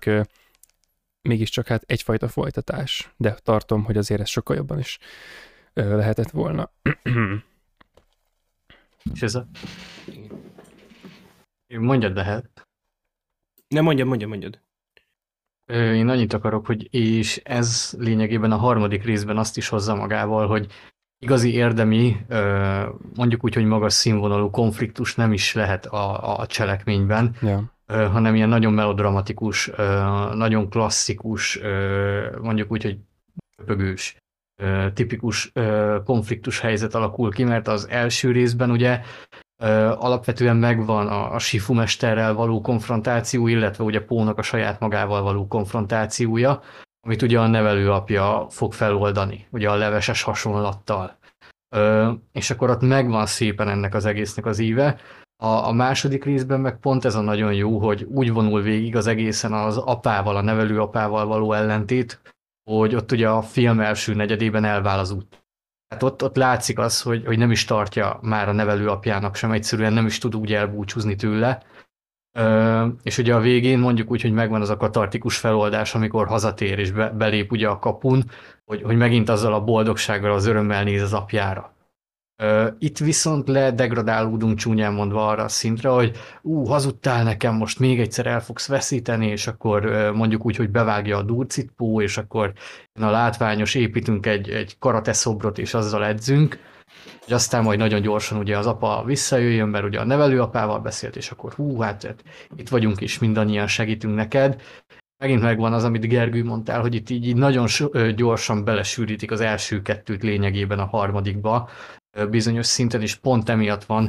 mégiscsak hát egyfajta folytatás, de tartom, hogy azért ez sokkal jobban is lehetett volna. És ez a... Mondjad, lehet. Nem, mondjad. Én annyit akarok, hogy és ez lényegében a harmadik részben azt is hozza magával, hogy igazi érdemi, mondjuk úgy, hogy magas színvonalú konfliktus nem is lehet a cselekményben, hanem ilyen nagyon melodramatikus, nagyon klasszikus, mondjuk úgy, hogy pögős, tipikus konfliktus helyzet alakul ki, mert az első részben ugye alapvetően megvan a Shifu mesterrel való konfrontáció, illetve ugye Pónak a saját magával való konfrontációja, amit ugye a nevelőapja fog feloldani, ugye a leveses hasonlattal. És akkor ott megvan szépen ennek az egésznek az íve. A második részben meg pont ez a nagyon jó, hogy úgy vonul végig az egészen az apával, a nevelőapával való ellentét, hogy ott ugye a film első negyedében elvál az út. Hát ott látszik az, hogy nem is tartja már a nevelőapjának sem, egyszerűen nem is tud úgy elbúcsúzni tőle. És ugye a végén mondjuk úgy, hogy megvan az a katartikus feloldás, amikor hazatér és belép ugye a kapun, hogy megint azzal a boldogsággal, az örömmel néz az apjára. Itt viszont ledegradálódunk csúnyán mondva arra a szintre, hogy hazudtál nekem, most még egyszer el fogsz veszíteni, és akkor mondjuk úgy, hogy bevágja a durcit Poe, és akkor a látványos építünk egy karate szobrot, és azzal edzünk, és aztán majd nagyon gyorsan ugye az apa visszajöjjön, mert ugye a nevelőapával beszélt, és akkor hát itt vagyunk, és mindannyian segítünk neked. Megint megvan az, amit Gergő mondtál, hogy itt így nagyon gyorsan belesűrítik az első kettőt lényegében a harmadikba, bizonyos szinten is pont emiatt van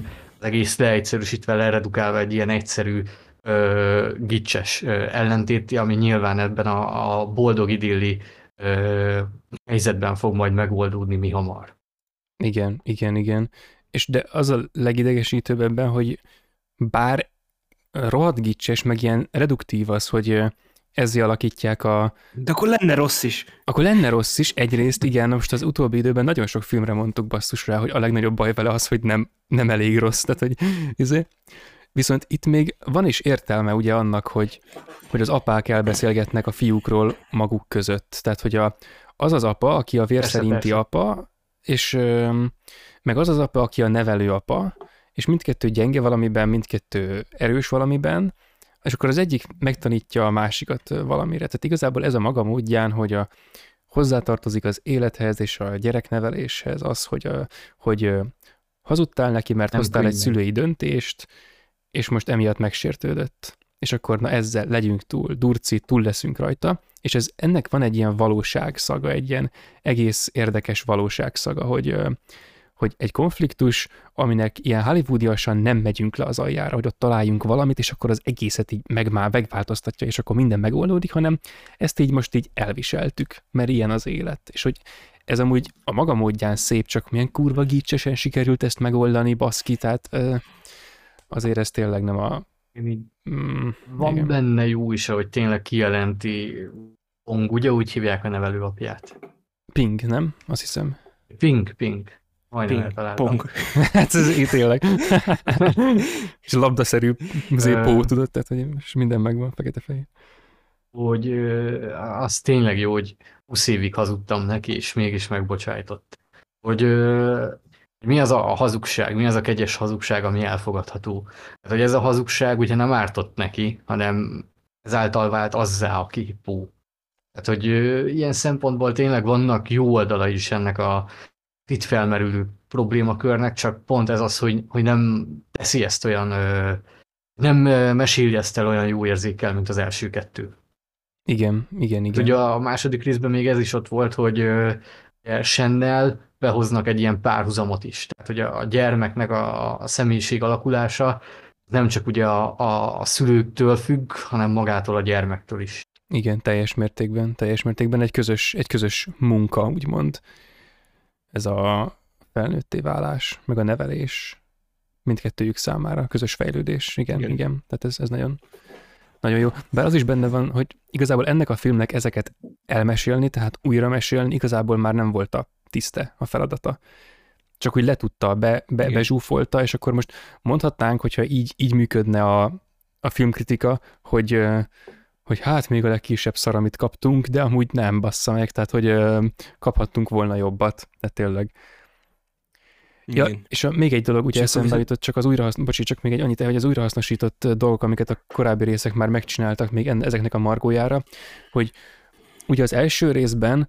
egész leegyszerűsítve, leredukálva egy ilyen egyszerű gicses ellentéti, ami nyilván ebben a boldog idilli helyzetben fog majd megoldódni mi hamar. Igen, igen, igen. És de az a legidegesítőbb ebben, hogy bár rohadt gicses, meg ilyen reduktív az, hogy ezzel alakítják De akkor lenne rossz is. Akkor lenne rossz is, egyrészt igen, most az utóbbi időben nagyon sok filmre mondtuk basszus rá, hogy a legnagyobb baj vele az, hogy nem elég rossz, tehát hogy Viszont itt még van is értelme ugye annak, hogy az apák elbeszélgetnek a fiúkról maguk között. Tehát, hogy az az apa, aki a vér szerinti apa, és meg az az apa, aki a nevelő apa, és mindkettő gyenge valamiben, mindkettő erős valamiben, és akkor az egyik megtanítja a másikat valamire. Tehát igazából ez a maga módján, hogy hozzátartozik az élethez és a gyerekneveléshez az, hogy hazudtál neki, mert hoztál egy szülői döntést, és most emiatt megsértődött. És akkor na ezzel legyünk túl leszünk rajta, és ennek van egy ilyen valóságszaga, egy ilyen egész érdekes valóságszaga, hogy egy konfliktus, aminek ilyen hollywoodiasan nem megyünk le az aljára, hogy ott találjunk valamit, és akkor az egészet így megváltoztatja, és akkor minden megoldódik, hanem ezt így most így elviseltük, mert ilyen az élet. És hogy ez amúgy a maga módján szép, csak milyen kurva gicsesen sikerült ezt megoldani, baszki, tehát azért ez tényleg nem a... Van igen. benne jó is, hogy tényleg kijelenti Pong, ugye úgy hívják a nevelőapját. Ping, nem? Azt hiszem. Ping. Majdnem eltaláltam. Pong. Hát ez így tényleg. És labdaszerű zépó, tudod, tehát hogy minden megvan, fekete-fehér. Hogy az tényleg jó, hogy 20 évig hazudtam neki, és mégis megbocsájtott. Hogy mi az a hazugság, mi az a kegyes hazugság, ami elfogadható. Tehát, hogy ez a hazugság ugye nem ártott neki, hanem ezáltal vált azzá, aki pó. Tehát, hogy ilyen szempontból tényleg vannak jó oldala is ennek a itt felmerülő problémakörnek, csak pont ez az, hogy nem teszi ezt olyan, nem meséli ezt el olyan jó érzékkel, mint az első kettő. Igen. Ugye a második részben még ez is ott volt, hogy Shannel behoznak egy ilyen párhuzamot is. Tehát, hogy a gyermeknek a személyiség alakulása nem csak ugye a szülőktől függ, hanem magától a gyermektől is. Igen, teljes mértékben egy közös munka, úgymond. Ez a felnőtté válás, meg a nevelés mindkettőjük számára, közös fejlődés. Igen. Tehát ez nagyon, nagyon jó. Bár az is benne van, hogy igazából ennek a filmnek ezeket elmesélni, tehát újra mesélni, igazából már nem volt a tiszte a feladata. Csak úgy letudta, bezsúfolta, és akkor most mondhatnánk, hogyha így működne a filmkritika, hogy hát még a legkisebb szar, amit kaptunk, de amúgy nem, bassza meg, tehát hogy kaphattunk volna jobbat, de tényleg. Ja, és még egy dolog, ugye eszembe jutott, csak még egy annyit, hogy az újrahasznosított dolgok, amiket a korábbi részek már megcsináltak még ezeknek a margójára, hogy ugye az első részben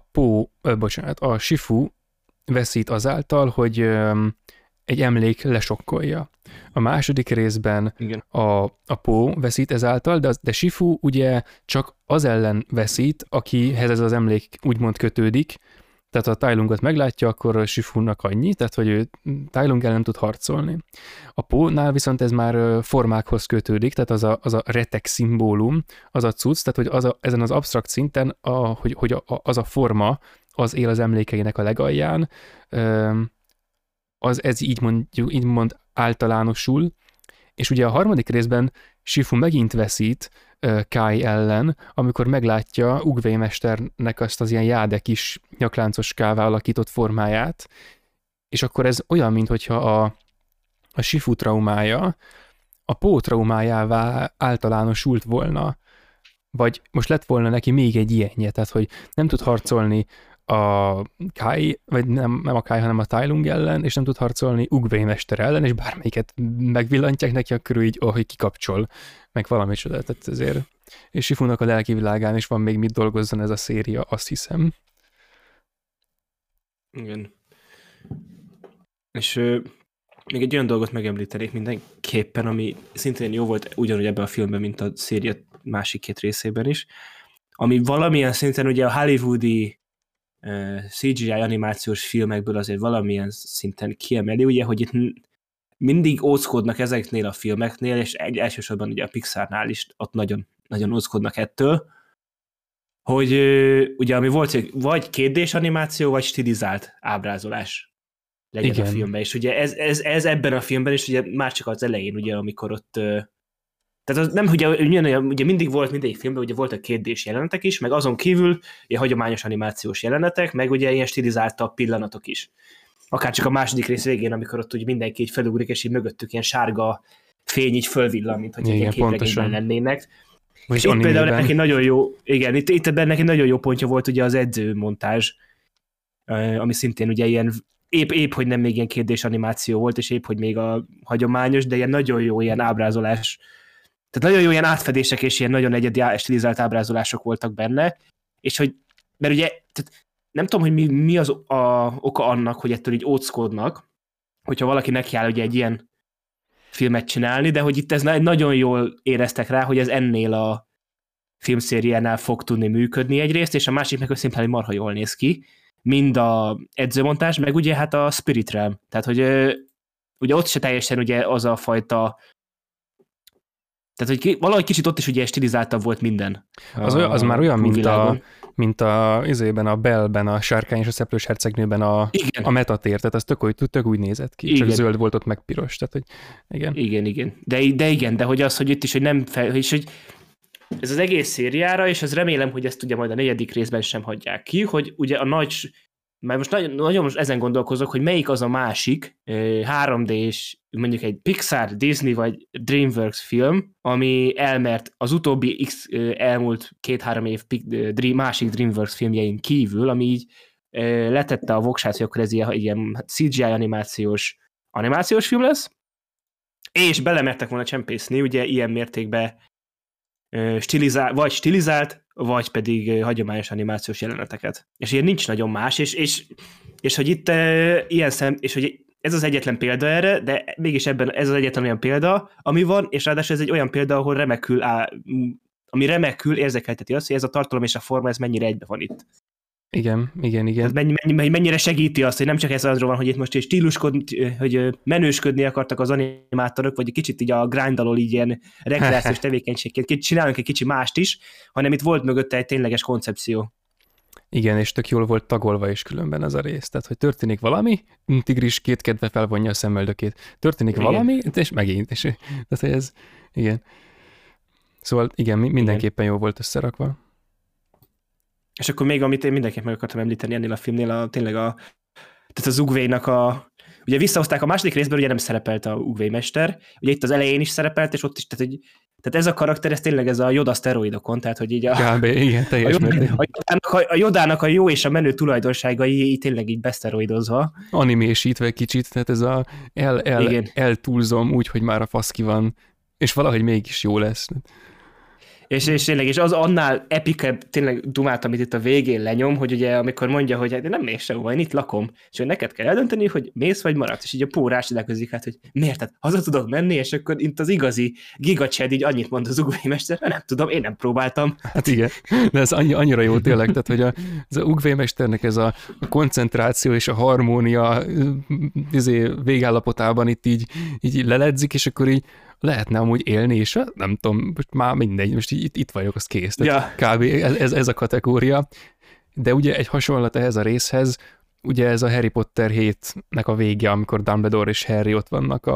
a Shifu veszít azáltal, hogy egy emlék lesokkolja. A második részben a Po veszít ezáltal, de Shifu ugye csak az ellen veszít, akihez ez az emlék úgymond kötődik, tehát ha Tai Lungot meglátja, akkor Shifunak annyi, tehát hogy ő Tai Lung ellen nem tud harcolni. A Po-nál viszont ez már formákhoz kötődik, tehát az a retek szimbólum, az a cucc, tehát hogy ezen az absztrakt szinten, hogy az a forma, az él az emlékeinek a legalján, ez így mond általánosul, és ugye a harmadik részben Shifu megint veszít Kai ellen, amikor meglátja Ugwé mesternek azt az ilyen jáde kis nyakláncoská alakított formáját, és akkor ez olyan, mintha a Shifu traumája a Po traumájává általánosult volna, vagy most lett volna neki még egy ilyenje, tehát hogy nem tud harcolni a Kai, vagy nem a Kai, hanem a Tai Lung ellen, és nem tud harcolni Ugwé mester ellen, és bármelyiket megvillantják neki, akkor így, hogy kikapcsol, meg valami csoda, tehát ezért. És Shifunak a lelki világán is van még mit dolgozzon ez a széria, azt hiszem. Igen. És még egy olyan dolgot megemlítenék mindenképpen, ami szintén jó volt ugyanúgy ebben a filmben, mint a széria másik két részében is, ami valamilyen szinten ugye a hollywoodi CGI animációs filmekből azért valamilyen szinten kiemeli, ugye, hogy itt mindig óckodnak ezeknél a filmeknél, és elsősorban ugye a Pixarnál is ott nagyon, nagyon óckodnak ettől, hogy ugye ami volt, hogy vagy 2D-s animáció, vagy stilizált ábrázolás legyen a filmben, és ugye ez ebben a filmben is ugye már csak az elején, ugye, amikor ott tehát az nem, ugye mindig volt mindegyik filmben, ugye voltak 2D-s jelenetek is, meg azon kívül ilyen hagyományos animációs jelenetek, meg ugye ilyen stilizáltabb pillanatok is. Akár csak a második rész végén, amikor ott ugye mindenki így felugrik, és így mögöttük ilyen sárga fény így fölvillan, mint hogy ilyen képregényben lennének. És itt például neki nagyon jó, igen, itt neki nagyon jó pontja volt ugye az edzőmontázs, ami szintén ugye ilyen épp hogy nem még ilyen 2D-s animáció volt, és épp hogy még a hagyományos, de ilyen nagyon jó ilyen ábrázolás. Tehát nagyon jó ilyen átfedések és ilyen nagyon egyedi stilizált ábrázolások voltak benne, és hogy, mert ugye, tehát nem tudom, hogy mi az oka annak, hogy ettől így óckodnak, hogyha valaki nekiáll ugye egy ilyen filmet csinálni, de hogy itt ez nagyon jól éreztek rá, hogy ez ennél a filmszériánál fog tudni működni egyrészt, és a másik meg szimplán marha jól néz ki, mind a edzőmontás, meg ugye hát a Spirit Realm. Tehát, hogy ugye ott se teljesen ugye az a fajta, tehát, hogy valahogy kicsit ott is ugye stilizáltabb volt minden. Az már olyan, mint izében, a Bellben, a Sárkány és a Szeplős hercegnőben a metatér, tehát az tök úgy nézett ki, igen. Csak zöld volt ott meg piros, tehát hogy igen. Igen. De hogy az, hogy itt is, hogy nem és hogy ez az egész szériára, és az remélem, hogy ezt ugye majd a 4. részben sem hagyják ki, hogy ugye a nagy, mert most nagyon most ezen gondolkozok, hogy melyik az a másik 3D-s, mondjuk egy Pixar, Disney vagy DreamWorks film, ami elmert az utóbbi elmúlt 2-3 év másik DreamWorks filmjein kívül, ami így letette a voksát, hogy akkor ez ilyen CGI animációs film lesz, és belemertek volna csempészni, ugye ilyen mértékben stilizált, vagy pedig hagyományos animációs jeleneteket. És ilyen nincs nagyon más, és hogy itt ilyen és hogy ez az egyetlen példa erre, de mégis ebben ez az egyetlen olyan példa, ami van, és ráadásul ez egy olyan példa, ahol remekül érzékelteti azt, hogy ez a tartalom és a forma, ez mennyire egybe van itt. Igen. Mennyire segíti azt, hogy nem csak ez arról van, hogy itt most hogy menősködni akartak az animátorok, vagy egy kicsit így a grind alól így ilyen rekreációs tevékenységként csinálunk egy kicsi mást is, hanem itt volt mögötte egy tényleges koncepció. Igen, és tök jól volt tagolva is különben ez a rész. Tehát, hogy történik valami, Tigris kétkedve felvonja a szemöldökét. Történik valami, és megint. Tehát, hogy ez, igen. Szóval igen, mindenképpen jó volt összerakva. És akkor még, amit én mindenképpen meg akartam említeni ennél a filmnél, tehát az Oogway-nak ugye visszahozták a második részből, ugye nem szerepelt a Oogway mester, ugye itt az elején is szerepelt, és ott is, tehát ez a karakter, ez tényleg ez a Yoda szteroidokon, tehát hogy így a Yodának a jó és a menő tulajdonságai tényleg így beszteroidozva. Animésítve kicsit, tehát ez eltúlzom úgy, hogy már a fasz ki van, és valahogy mégis jó lesz. És tényleg, és az annál epikebb tényleg dumát, amit itt a végén lenyom, hogy ugye amikor mondja, hogy hát nem mész sehova, én itt lakom, és hogy neked kell eldönteni, hogy mész vagy maradsz, és így a pórás idegközik, hát, hogy miért, hát haza tudod menni, és akkor itt az igazi gigacsed így annyit mond az Oogway mester, nem tudom, én nem próbáltam. Hát igen, de ez annyira jó tényleg, tehát hogy az Oogway mesternek ez a koncentráció és a harmónia végállapotában itt így leledzik, és akkor így lehetne amúgy élni, és nem tudom, most már mindegy, most itt vagyok, az kész. Kb. Ez a kategória. De ugye egy hasonlat ehhez a részhez, ugye ez a Harry Potter 7-nek a vége, amikor Dumbledore és Harry ott vannak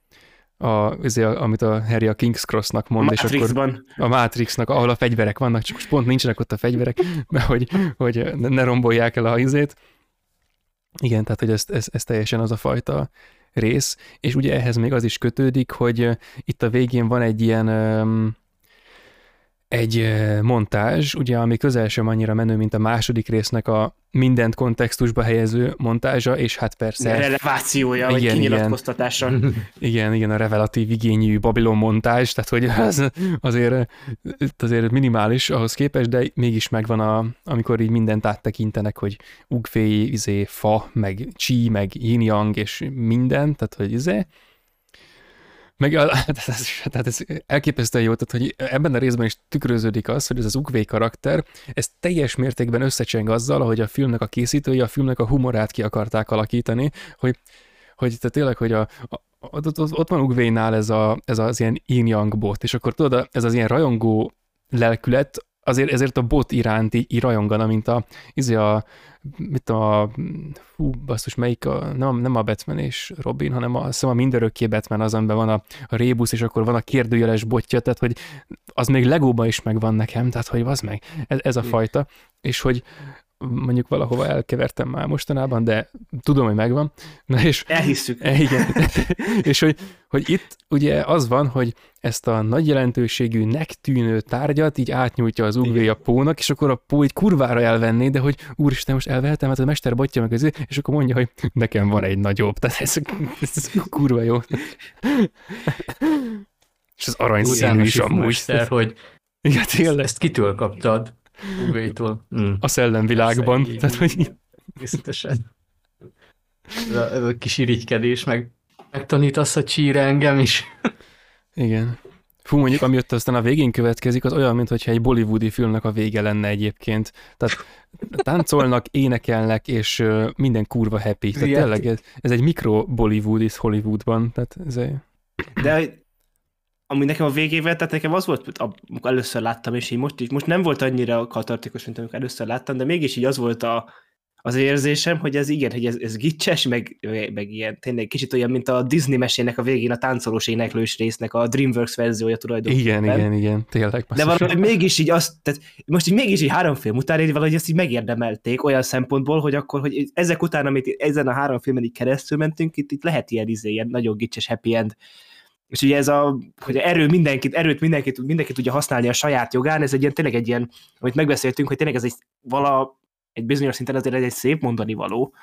amit a Harry a King's Crossnak mond, és akkor a Matrixnak, ahol a fegyverek vannak, csak most pont nincsenek ott a fegyverek, mert hogy ne rombolják el a izét. Igen, tehát hogy ez teljesen az a fajta rész, és ugye ehhez még az is kötődik, hogy itt a végén van egy ilyen egy montázs, ugye, ami közel sem annyira menő, mint a második résznek a mindent kontextusba helyező montázsa, és hát persze... Relevációja, vagy kinyilatkoztatása. Igen, a revelatív igényű Babilon montázs, tehát hogy az azért minimális ahhoz képest, de mégis megvan amikor így mindent áttekintenek, hogy Oogway, fa, meg chi, meg yin-yang, és minden, tehát hogy tehát ez elképesztően jó, tehát hogy ebben a részben is tükröződik az, hogy ez az Oogway karakter, ez teljes mértékben összecseng azzal, ahogy a filmnek a készítői a filmnek a humorát ki akarták alakítani, hogy tehát tényleg, hogy ott van Ugveinál ez az ilyen yin-yang bot, és akkor tudod, ez az ilyen rajongó lelkület, ezért a bot iránt így rajongana, mint basszus, melyik nem a Batman és Robin, hanem a mindörökké Batman, az, amiben van a rébusz, és akkor van a kérdőjeles botja, tehát hogy az még Legóban is megvan nekem, tehát hogy az meg, ez a fajta, és hogy mondjuk valahova elkevertem már mostanában, de tudom, hogy megvan. Na és, elhisszük. Igen. És hogy itt ugye az van, hogy ezt a nagy jelentőségűnek tűnő tárgyat így átnyújtja az Ugvei a Pónak, és akkor a Pó így kurvára elvenné, de hogy úristen, most elvehetem, hát a mester botja meg azért, és akkor mondja, hogy nekem van egy nagyobb. Tehát ez kurva jó. És az aranyszínű is amúgy. Mester, hogy igen, tényleg. Ezt kitől kaptad? Ugveitól. A szellemvilágban. Tehát, hogy... Biztosan. Ez a kis irigykedés, megtanítasz a csíre engem is. Igen. Fú, mondjuk, ami ott aztán a végén következik, az olyan, mintha egy bollywoodi filmnek a vége lenne egyébként. Tehát táncolnak, énekelnek, és minden kurva happy. Tehát tényleg ez egy mikro Bollywood is Hollywoodban. Tehát ez De ami nekem a végével, tehát nekem az volt, amikor először láttam, és így most nem volt annyira katartikus, mint amikor először láttam, de mégis így az volt az érzésem, hogy ez igen, hogy ez gicses, meg ilyen tényleg kicsit olyan, mint a Disney mesének a végén a táncolós éneklős résznek a DreamWorks verziója tulajdonképpen. Igen, tényleg. De valahogy mégis így tehát most így mégis így 3 film után így valahogy ezt így megérdemelték olyan szempontból, hogy akkor, hogy ezek után, amit ezen a 3 filmen így keresztül mentünk, itt lehet ilyen nagyon gicses happy end. És ugye ez hogy erőt mindenki tudja használni a saját jogán, ez tényleg egy ilyen, amit megbeszéltünk, hogy tényleg ez egy bizonyos szinten azért egy szép mondani való.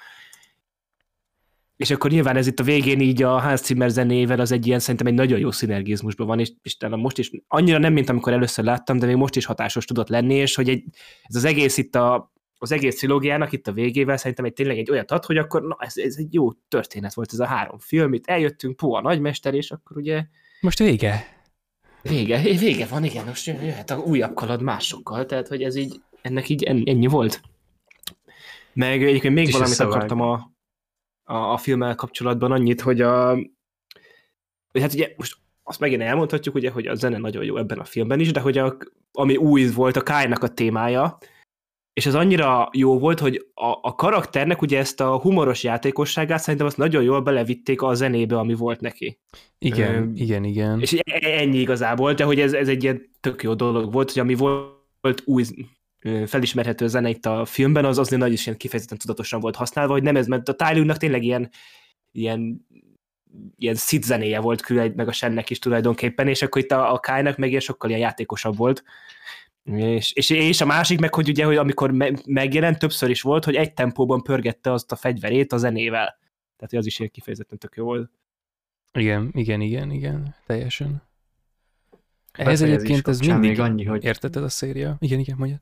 És akkor nyilván ez itt a végén így a Hans Zimmer zenével az egy ilyen, szerintem egy nagyon jó szinergizmusban van, és talán most is, annyira nem, mint amikor először láttam, de még most is hatásos tudott lenni, és hogy ez az egész itt az egész trilógiának itt a végével szerintem tényleg egy olyat ad, hogy akkor na, ez egy jó történet volt ez a 3 film, itt eljöttünk, Pó a nagymester, és akkor ugye... Most vége. Vége van, igen, most jöhet a újabb kalad másokkal, tehát hogy ez így, ennek így ennyi volt. Meg egyébként még valamit akartam a filmmel kapcsolatban annyit, hogy hát ugye most azt megint elmondhatjuk, ugye, hogy a zene nagyon jó ebben a filmben is, de hogy ami új volt a Kai-nak a témája, és ez annyira jó volt, hogy a karakternek ugye ezt a humoros játékosságát szerintem azt nagyon jól belevitték a zenébe, ami volt neki. Igen. És ennyi igazából, de hogy ez egy ilyen tök jó dolog volt, hogy ami volt új felismerhető zene itt a filmben, az nagy is ilyen kifejezetten tudatosan volt használva, hogy nem ez, mert a Tylernek tényleg ilyen szit zenéje volt meg a Shennek is tulajdonképpen, és akkor itt a Kai-nak meg ilyen sokkal ilyen játékosabb volt. És a másik meg, hogy ugye, hogy amikor megjelent, többször is volt, hogy egy tempóban pörgette azt a fegyverét a zenével. Tehát az is ilyen kifejezetten tök jó volt. Igen, teljesen. Ez egyébként ez mindig annyi, hogy... Érted ez a széria? Igen, mondjad.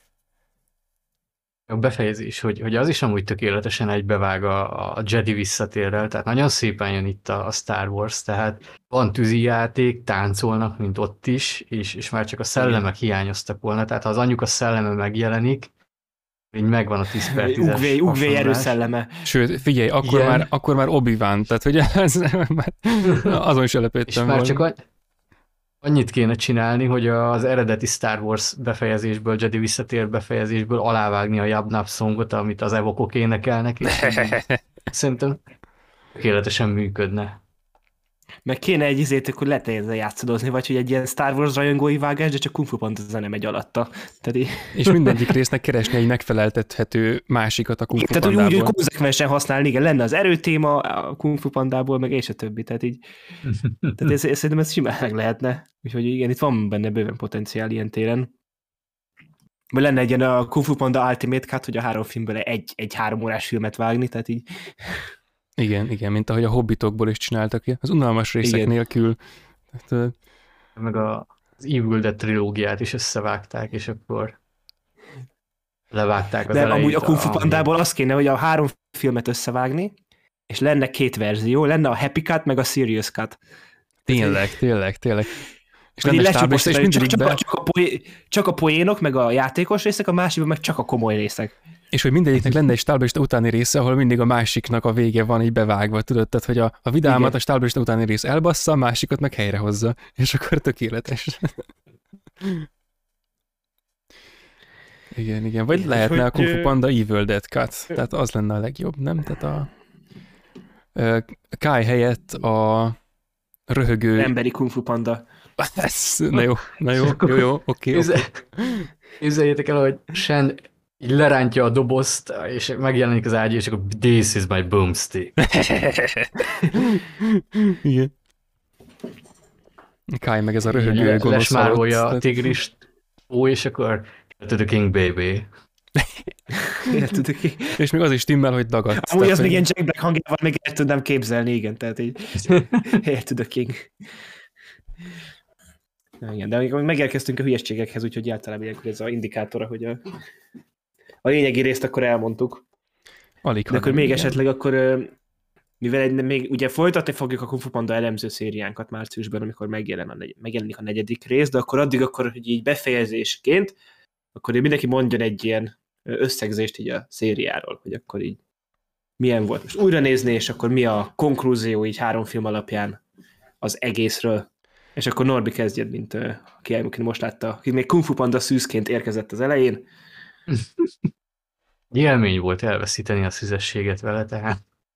A befejezés, hogy az is amúgy tökéletesen egybevág a Jedi visszatérrel, tehát nagyon szépen jön itt a Star Wars, tehát van tűzijáték, táncolnak, mint ott is, és már csak a szellemek hiányoztak volna, tehát ha az anyjuk a szelleme megjelenik, így megvan a 10/10-es Ugvei erőszelleme. Sőt, figyelj, akkor már Obi-Wan, tehát hogy azon is elepődtem volna. És már csak annyit kéne csinálni, hogy az eredeti Star Wars befejezésből, Jedi visszatér befejezésből alávágni a Yab-Nab songot, amit az evokok énekelnek, és szerintem tökéletesen működne. Meg kéne egy akkor lehet ezzel játszadozni, vagy hogy egy ilyen Star Wars rajongói vágás, de csak Kung Fu Panda zene megy alatta. És mindegyik résznek keresni egy megfeleltethető másikat a Kung Fu Pandából. Tehát úgy konzekvensen használni, igen, lenne az erőtéma a Kung Fu Pandából, meg és a többi. Tehát így, szerintem ez simán meg lehetne. Úgyhogy igen, itt van benne bőven potenciál ilyen téren. Vagy lenne egy ilyen a Kung Fu Panda Ultimate Cut, hogy a 3 filmből egy 3 órás filmet vágni, tehát így... Igen, mint ahogy a Hobbitokból is csináltak, az unalmas részek nélkül. Meg az Evil Dead trilógiát is összevágták, és akkor levágták az elejét. De amúgy a Kung Fu Pandából az kéne, hogy a 3 filmet összevágni, és lenne 2 verzió, lenne a Happy Cut, meg a Serious Cut. Tényleg. És lenne stáblista, és mindegyikben... Csak a poénok, meg a játékos részek, a másikban meg csak a komoly részek. És hogy mindegyiknek lenne egy stáblista utáni része, ahol mindig a másiknak a vége van így bevágva, tudod? Tehát, hogy a vidámat igen. A stáblista utáni rész elbassza, a másikat meg helyrehozza, és akkor tökéletes. Igen. Vagy lehetne a Kung Fu Panda Evil Dead Cut, tehát az lenne a legjobb, nem? Tehát a Kai helyett a röhögő... Emberi Kung Fu Panda. Na jó, oké. Képzeljétek el, hogy Shen így lerántja a dobozt, és megjelenik az ágy, és akkor this is my boomstick. Igen. Kai meg ez a röhögő gonosz lesmárolja a tigrist, és akkor to the king, baby. És még az is timmel, hogy dagadt. Amúgy az még ilyen Jack Black hangjával még el tudnám képzelni, igen, tehát így Hail to the king. Igen, de amikor megérkeztünk a hülyességekhez, úgyhogy általában ilyenkor ez az indikátora, hogy a lényegi részt akkor elmondtuk. Alig, de akkor még igen. Esetleg akkor, mivel még ugye folytatni fogjuk a Kung Fu Panda elemző szériánkat márciusban, amikor megjelenik a 4. rész, de akkor addig, hogy így befejezésként, akkor mindenki mondjon egy ilyen összegzést így a szériáról, hogy akkor így milyen volt. Most újra nézni, és akkor mi a konklúzió így 3 film alapján az egészről. És akkor Norbi kezdjed, mint aki most látta, aki még Kung Fu Panda szűzként érkezett az elején. Élmény volt elveszíteni a szüzességet vele, tehát.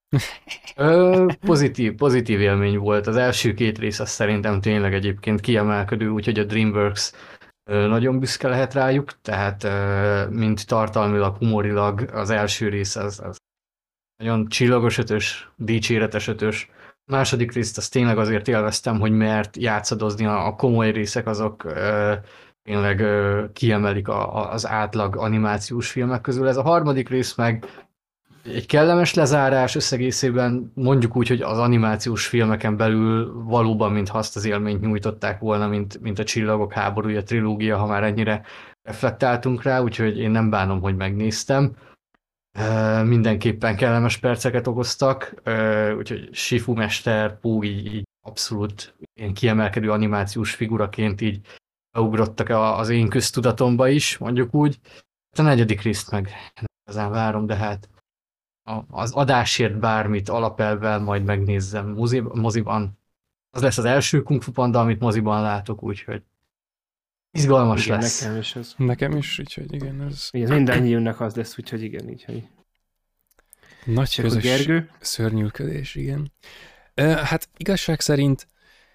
Pozitív élmény volt. Az első 2 rész az szerintem tényleg egyébként kiemelkedő, úgyhogy a DreamWorks nagyon büszke lehet rájuk, tehát mint tartalmilag, humorilag az első rész az nagyon csillagos 5-ös, dicséretes 5-ös. Második részt azt tényleg azért élveztem, hogy mert játszadozni a komoly részek azok tényleg kiemelik az átlag animációs filmek közül. Ez a harmadik rész meg egy kellemes lezárás összegészében, mondjuk úgy, hogy az animációs filmeken belül valóban mintha azt az élményt nyújtották volna, mint a Csillagok háborúja trilógia, ha már ennyire reflektáltunk rá, úgyhogy én nem bánom, hogy megnéztem. Mindenképpen kellemes perceket okoztak, úgyhogy Shifu mester, Pú így abszolút ilyen kiemelkedő animációs figuraként így beugrottak az én köztudatomba is, mondjuk úgy. A 4. részt meg nem igazán várom, de hát az adásért bármit alapelvvel majd megnézzem moziban. Az lesz az első Kung Fu Panda, amit moziban látok, úgyhogy izgalmas igen, lesz. Nekem is az. Nekem is, úgyhogy igen. Ez... Igen, mindannyiunknak az lesz, úgyhogy igen, így, hogy... Nagy közös szörnyűködés, igen. Hát igazság szerint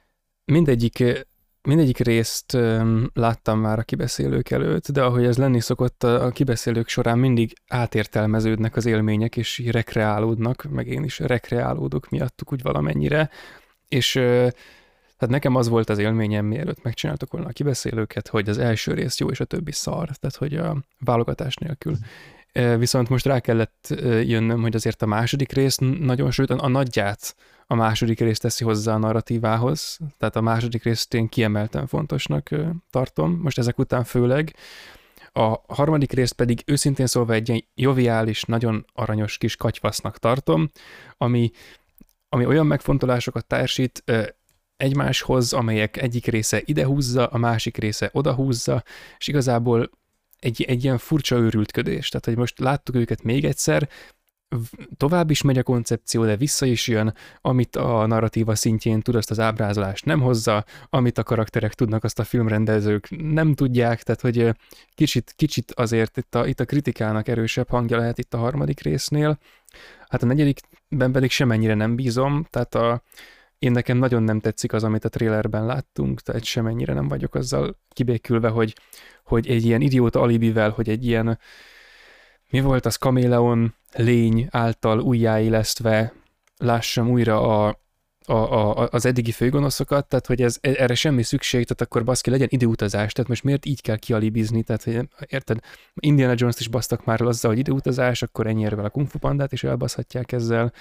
mindegyik részt láttam már a kibeszélők előtt, de ahogy ez lenni szokott, a kibeszélők során mindig átértelmeződnek az élmények, és rekreálódnak, meg én is rekreálódok miattuk úgy valamennyire, és hát nekem az volt az élményem, mielőtt megcsináltak volna a kibeszélőket, hogy az első rész jó, és a többi szar, tehát hogy a válogatás nélkül. Viszont most rá kellett jönnöm, hogy azért a második rész nagyon, sőt a nagyját a második rész teszi hozzá a narratívához, tehát a második részt én kiemelten fontosnak tartom, most ezek után főleg. A harmadik részt pedig őszintén szólva egy ilyen joviális, nagyon aranyos kis katyvasznak tartom, ami olyan megfontolásokat társít egymáshoz, amelyek egyik része idehúzza, a másik része odahúzza, és igazából egy ilyen furcsa őrültködés. Tehát, hogy most láttuk őket még egyszer, tovább is megy a koncepció, de vissza is jön, amit a narratíva szintjén tud, azt az ábrázolást nem hozza, amit a karakterek tudnak, azt a filmrendezők nem tudják, tehát, hogy kicsit azért itt a kritikának erősebb hangja lehet itt a harmadik résznél. Hát a negyedikben pedig semennyire nem bízom, tehát én nekem nagyon nem tetszik az, amit a trailerben láttunk, tehát semennyire nem vagyok azzal kibékülve, hogy egy ilyen idióta alibivel, hogy egy ilyen, mi volt az, kaméleon lény által újjáélesztve lássam újra az eddigi főgonoszokat, tehát hogy erre semmi szükség, tehát akkor baszki, legyen időutazás, tehát most miért így kell kialibizni, tehát hogy érted, Indiana Jones-t is basztak már azzal, hogy időutazás, akkor ennyivel a Kung Fu Pandát is elbaszhatják ezzel,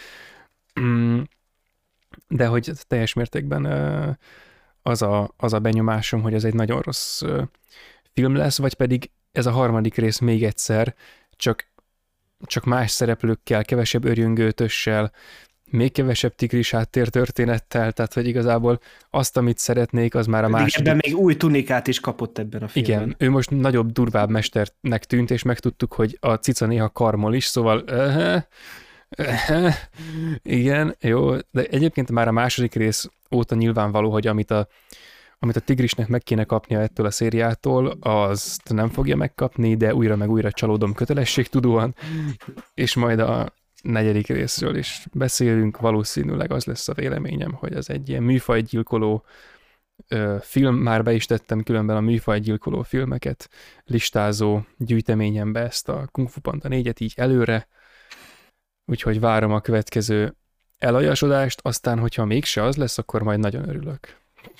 de hogy teljes mértékben az a benyomásom, hogy ez egy nagyon rossz film lesz, vagy pedig ez a harmadik rész még egyszer, csak más szereplőkkel, kevesebb örjöngőtössel, még kevesebb tigris háttér történettel, tehát hogy igazából azt, amit szeretnék, az már a második. Ebben még új tunikát is kapott ebben a filmben. Igen, ő most nagyobb, durvább mesternek tűnt, és megtudtuk, hogy a cica néha karmol is, szóval igen, jó, de egyébként már a második rész óta nyilvánvaló, hogy amit a tigrisnek meg kéne kapnia ettől a szériától, azt nem fogja megkapni, de újra meg újra csalódom kötelességtudóan, és majd a 4. részről is beszélünk, valószínűleg az lesz a véleményem, hogy ez egy ilyen műfajgyilkoló film, már be is tettem különben a műfajgyilkoló filmeket listázó gyűjteményembe ezt a Kung Fu Panda 4-et így előre, úgyhogy várom a következő elajasodást, aztán, hogyha mégse az lesz, akkor majd nagyon örülök.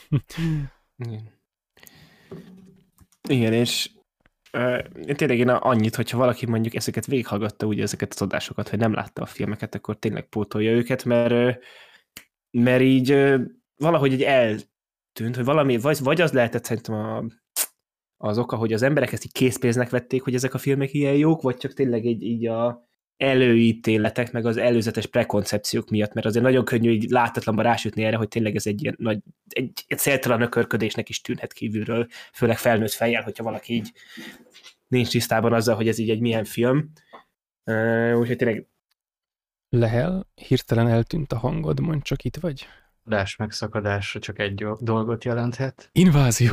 Igen, és tényleg annyit, hogyha valaki mondjuk ezeket végighallgatta, ugye ezeket az adásokat, hogy nem látta a filmeket, akkor tényleg pótolja őket, mert így valahogy így eltűnt, hogy valami, vagy az lehetett szerintem az oka, hogy az emberek ezt így készpénznek vették, hogy ezek a filmek ilyen jók, vagy csak tényleg így a előítéletek, meg az előzetes prekoncepciók miatt, mert azért nagyon könnyű így látatlanban rásütni erre, hogy tényleg ez egy ilyen nagy, egy céltalan ökörködésnek is tűnhet kívülről, főleg felnőtt fejjel, hogyha valaki így nincs tisztában azzal, hogy ez így egy milyen film. Úgyhogy tényleg... Lehel, hirtelen eltűnt a hangod, mondj csak, itt vagy? Adás megszakadásra csak egy dolgot jelenthet. Invázió.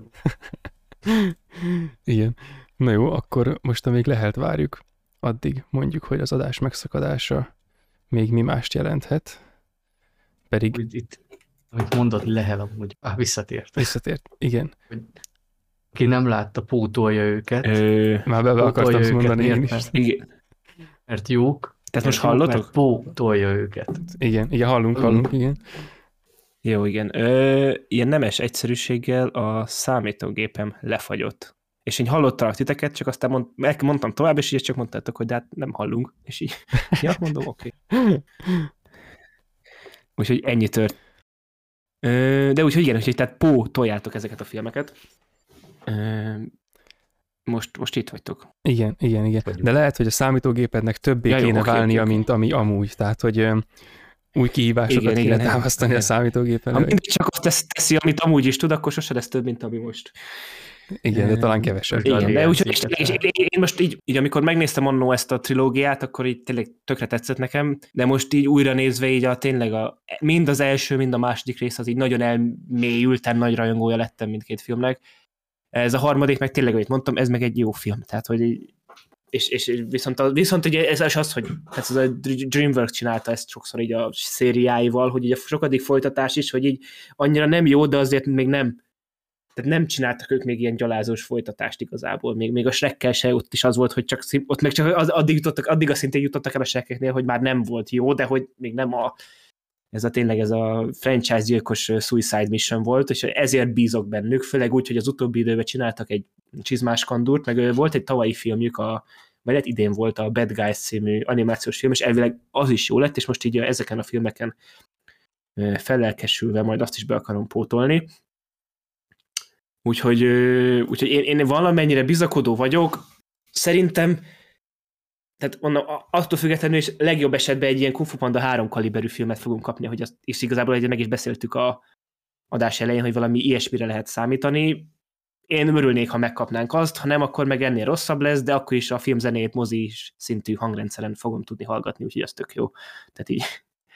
Igen. Na jó, akkor most amíg Lehelt várjuk, addig mondjuk, hogy az adás megszakadása még mi mást jelenthet. Pedig... Itt, amit mondott Lehel, amúgy visszatért. Visszatért, igen. Aki nem látta, pótolja őket. Már be akartam mondani én is. Igen. Mert jók. Tehát most hallotok? Mert pótolja őket. Igen, hallunk, igen. Jó, igen. Ilyen nemes egyszerűséggel a számítógépem lefagyott. És én hallottalak titeket, csak aztán mondtam tovább, és így csak mondtátok, hogy de hát nem hallunk. És így, ja, mondom, oké. Úgyhogy ennyi tört. De úgyhogy igen, úgyhogy tehát toljátok ezeket a filmeket. Most itt vagytok. Igen. De lehet, hogy a számítógépednek többé kéne válnia, mint ami amúgy. Tehát, hogy új kihívásokat kéne támasztani a számítógépen. Ha mindig csak azt teszi, amit amúgy is tud, akkor sose lesz több, mint ami most. Igen, de talán kevesebb. Igen, de úgyhogy én most így, amikor megnéztem annó ezt a trilógiát, akkor így tényleg tökre tetszett nekem, de most így újra nézve így mind az első, mind a második rész az így nagyon elmélyülten, nagy rajongója lettem mindkét filmnek. Ez a harmadik meg tényleg, ahogy mondtam, ez meg egy jó film. Tehát, hogy így, és viszont ugye ez az, hogy ez a DreamWorks csinálta ezt sokszor így a szériáival, hogy így a sokadik folytatás is, hogy így annyira nem jó, de azért még nem. Tehát nem csináltak ők még ilyen gyalázós folytatást igazából. Még a Shrekkel se ott is az volt, hogy ott meg csak addig a szintén jutottak el a Shrekeknél, hogy már nem volt jó, de hogy még nem tényleg ez a franchise gyilkos Suicide Mission volt, és ezért bízok bennük, főleg úgy, hogy az utóbbi időben csináltak egy csizmás kandúrt, meg volt egy tavalyi filmjük, vagy lehet idén volt a Bad Guys című animációs film, és elvileg az is jó lett, és most így ezeken a filmeken fellelkesülve majd azt is be akarom pótolni. Úgyhogy én valamennyire bizakodó vagyok. Szerintem, tehát attól függetlenül is legjobb esetben egy ilyen Kung Fu Panda 3 kaliberű filmet fogunk kapni, hogy azt is igazából meg is beszéltük a adás elején, hogy valami ilyesmire lehet számítani. Én örülnék, ha megkapnánk azt, ha nem, akkor meg ennél rosszabb lesz, de akkor is a filmzenét mozi szintű hangrendszeren fogom tudni hallgatni, úgyhogy az tök jó. Tehát így,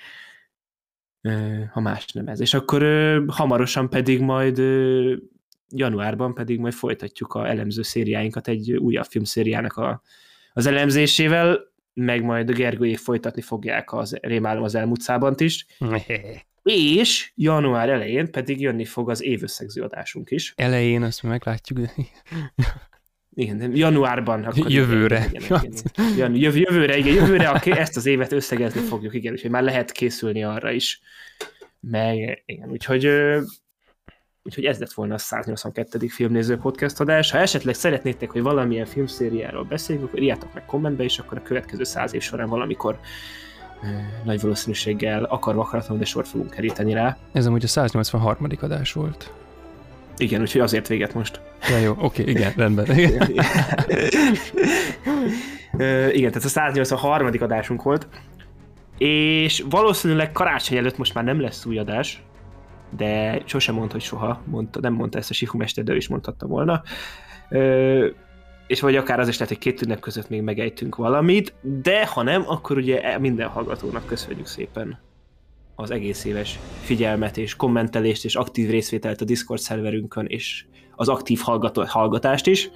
ha más nem ez. És akkor hamarosan pedig majd januárban pedig majd folytatjuk a elemző szériáinkat egy újabb filmszériának az elemzésével, meg majd a Gergőjék folytatni fogják az Rémálom az elmúcában is. És január elején pedig jönni fog az évösszegző adásunk is. Elején azt meglátjuk. Igen, januárban. Akkor jövőre. Jövőre ezt az évet összegezni fogjuk, igen, úgyhogy már lehet készülni arra is. Meg, igen, úgyhogy ez lett volna a 182. filmnéző podcast adás. Ha esetleg szeretnétek, hogy valamilyen filmszériáról beszéljünk, akkor írjátok meg kommentbe, és akkor a következő 100 év során valamikor nagy valószínűséggel akaratlanul, de sort fogunk keríteni rá. Ez amúgy a 183. adás volt. Igen, úgyhogy azért véget most. Ja, jó, oké, igen, rendben. Igen, tehát a 183. adásunk volt, És valószínűleg karácsony előtt most már nem lesz új adás, de sosem mondd, hogy soha. Nem mondta ezt a Sifu mester, de ő is mondhatta volna. És vagy akár az is lehet, hogy 2 ünnep között még megejtünk valamit, de ha nem, akkor ugye minden hallgatónak köszönjük szépen az egész éves figyelmet és kommentelést és aktív részvételt a Discord szerverünkön, és az aktív hallgatást is.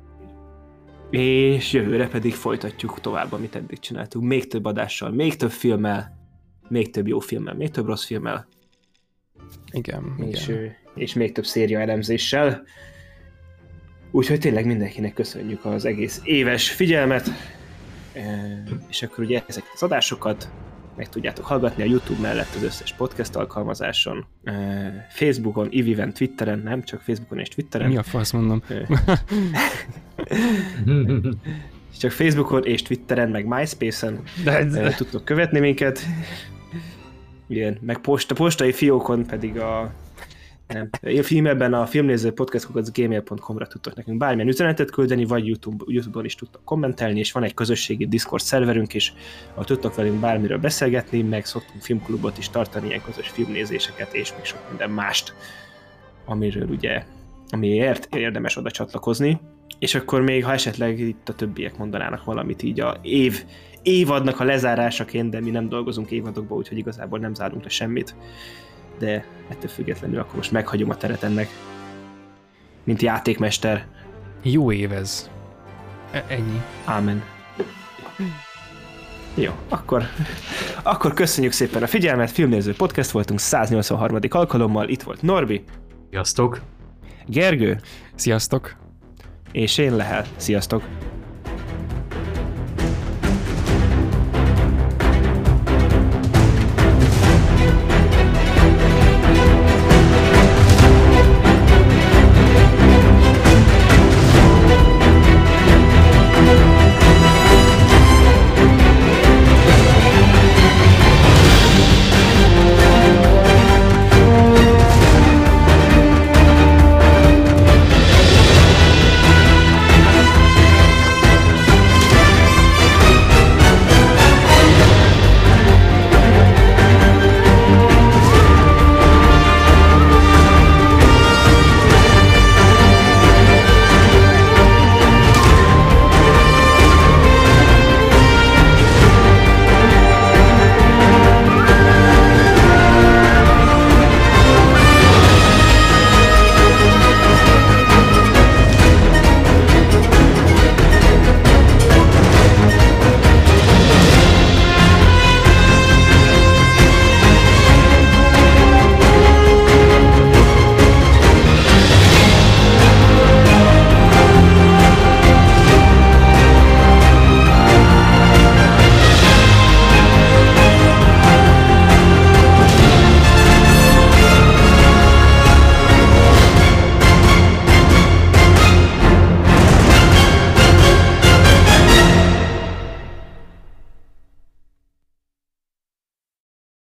És jövőre pedig folytatjuk tovább, amit eddig csináltuk. Még több adással, még több filmmel, még több jó filmmel, még több rossz filmmel. Igen. És még több széria elemzéssel. Úgyhogy tényleg mindenkinek köszönjük az egész éves figyelmet. És akkor ugye ezeket az adásokat meg tudjátok hallgatni a YouTube mellett az összes podcast alkalmazáson, Facebookon, Iviven, Twitteren, nem csak Facebookon és Twitteren. Mi a fasz mondom? Csak Facebookon és Twitteren, meg MySpace-en tudtok követni minket. Igen, meg postai fiókon pedig a e-mailben a filmnéző podcast@gmail.com-ra tudtok nekünk bármilyen üzenetet küldeni, vagy YouTube-on is tudtok kommentelni, és van egy közösségi Discord szerverünk is, ahol tudtok velünk bármiről beszélgetni, meg szoktunk filmklubot is tartani, ilyen közös filmnézéseket, és még sok minden mást, amiről ugye, amiért érdemes oda csatlakozni. És akkor még, ha esetleg itt a többiek mondanának valamit így a évadnak a lezárásaként, de mi nem dolgozunk évadokba, úgyhogy igazából nem zárunk le semmit. De ettől függetlenül akkor most meghagyom a teret ennek, mint játékmester. Jó év ez. Ennyi. Ámen. Jó, akkor köszönjük szépen a figyelmet, Filmnéző Podcast voltunk 183. alkalommal, itt volt Norbi. Sziasztok! Gergő. Sziasztok! És én Lehel. Sziasztok!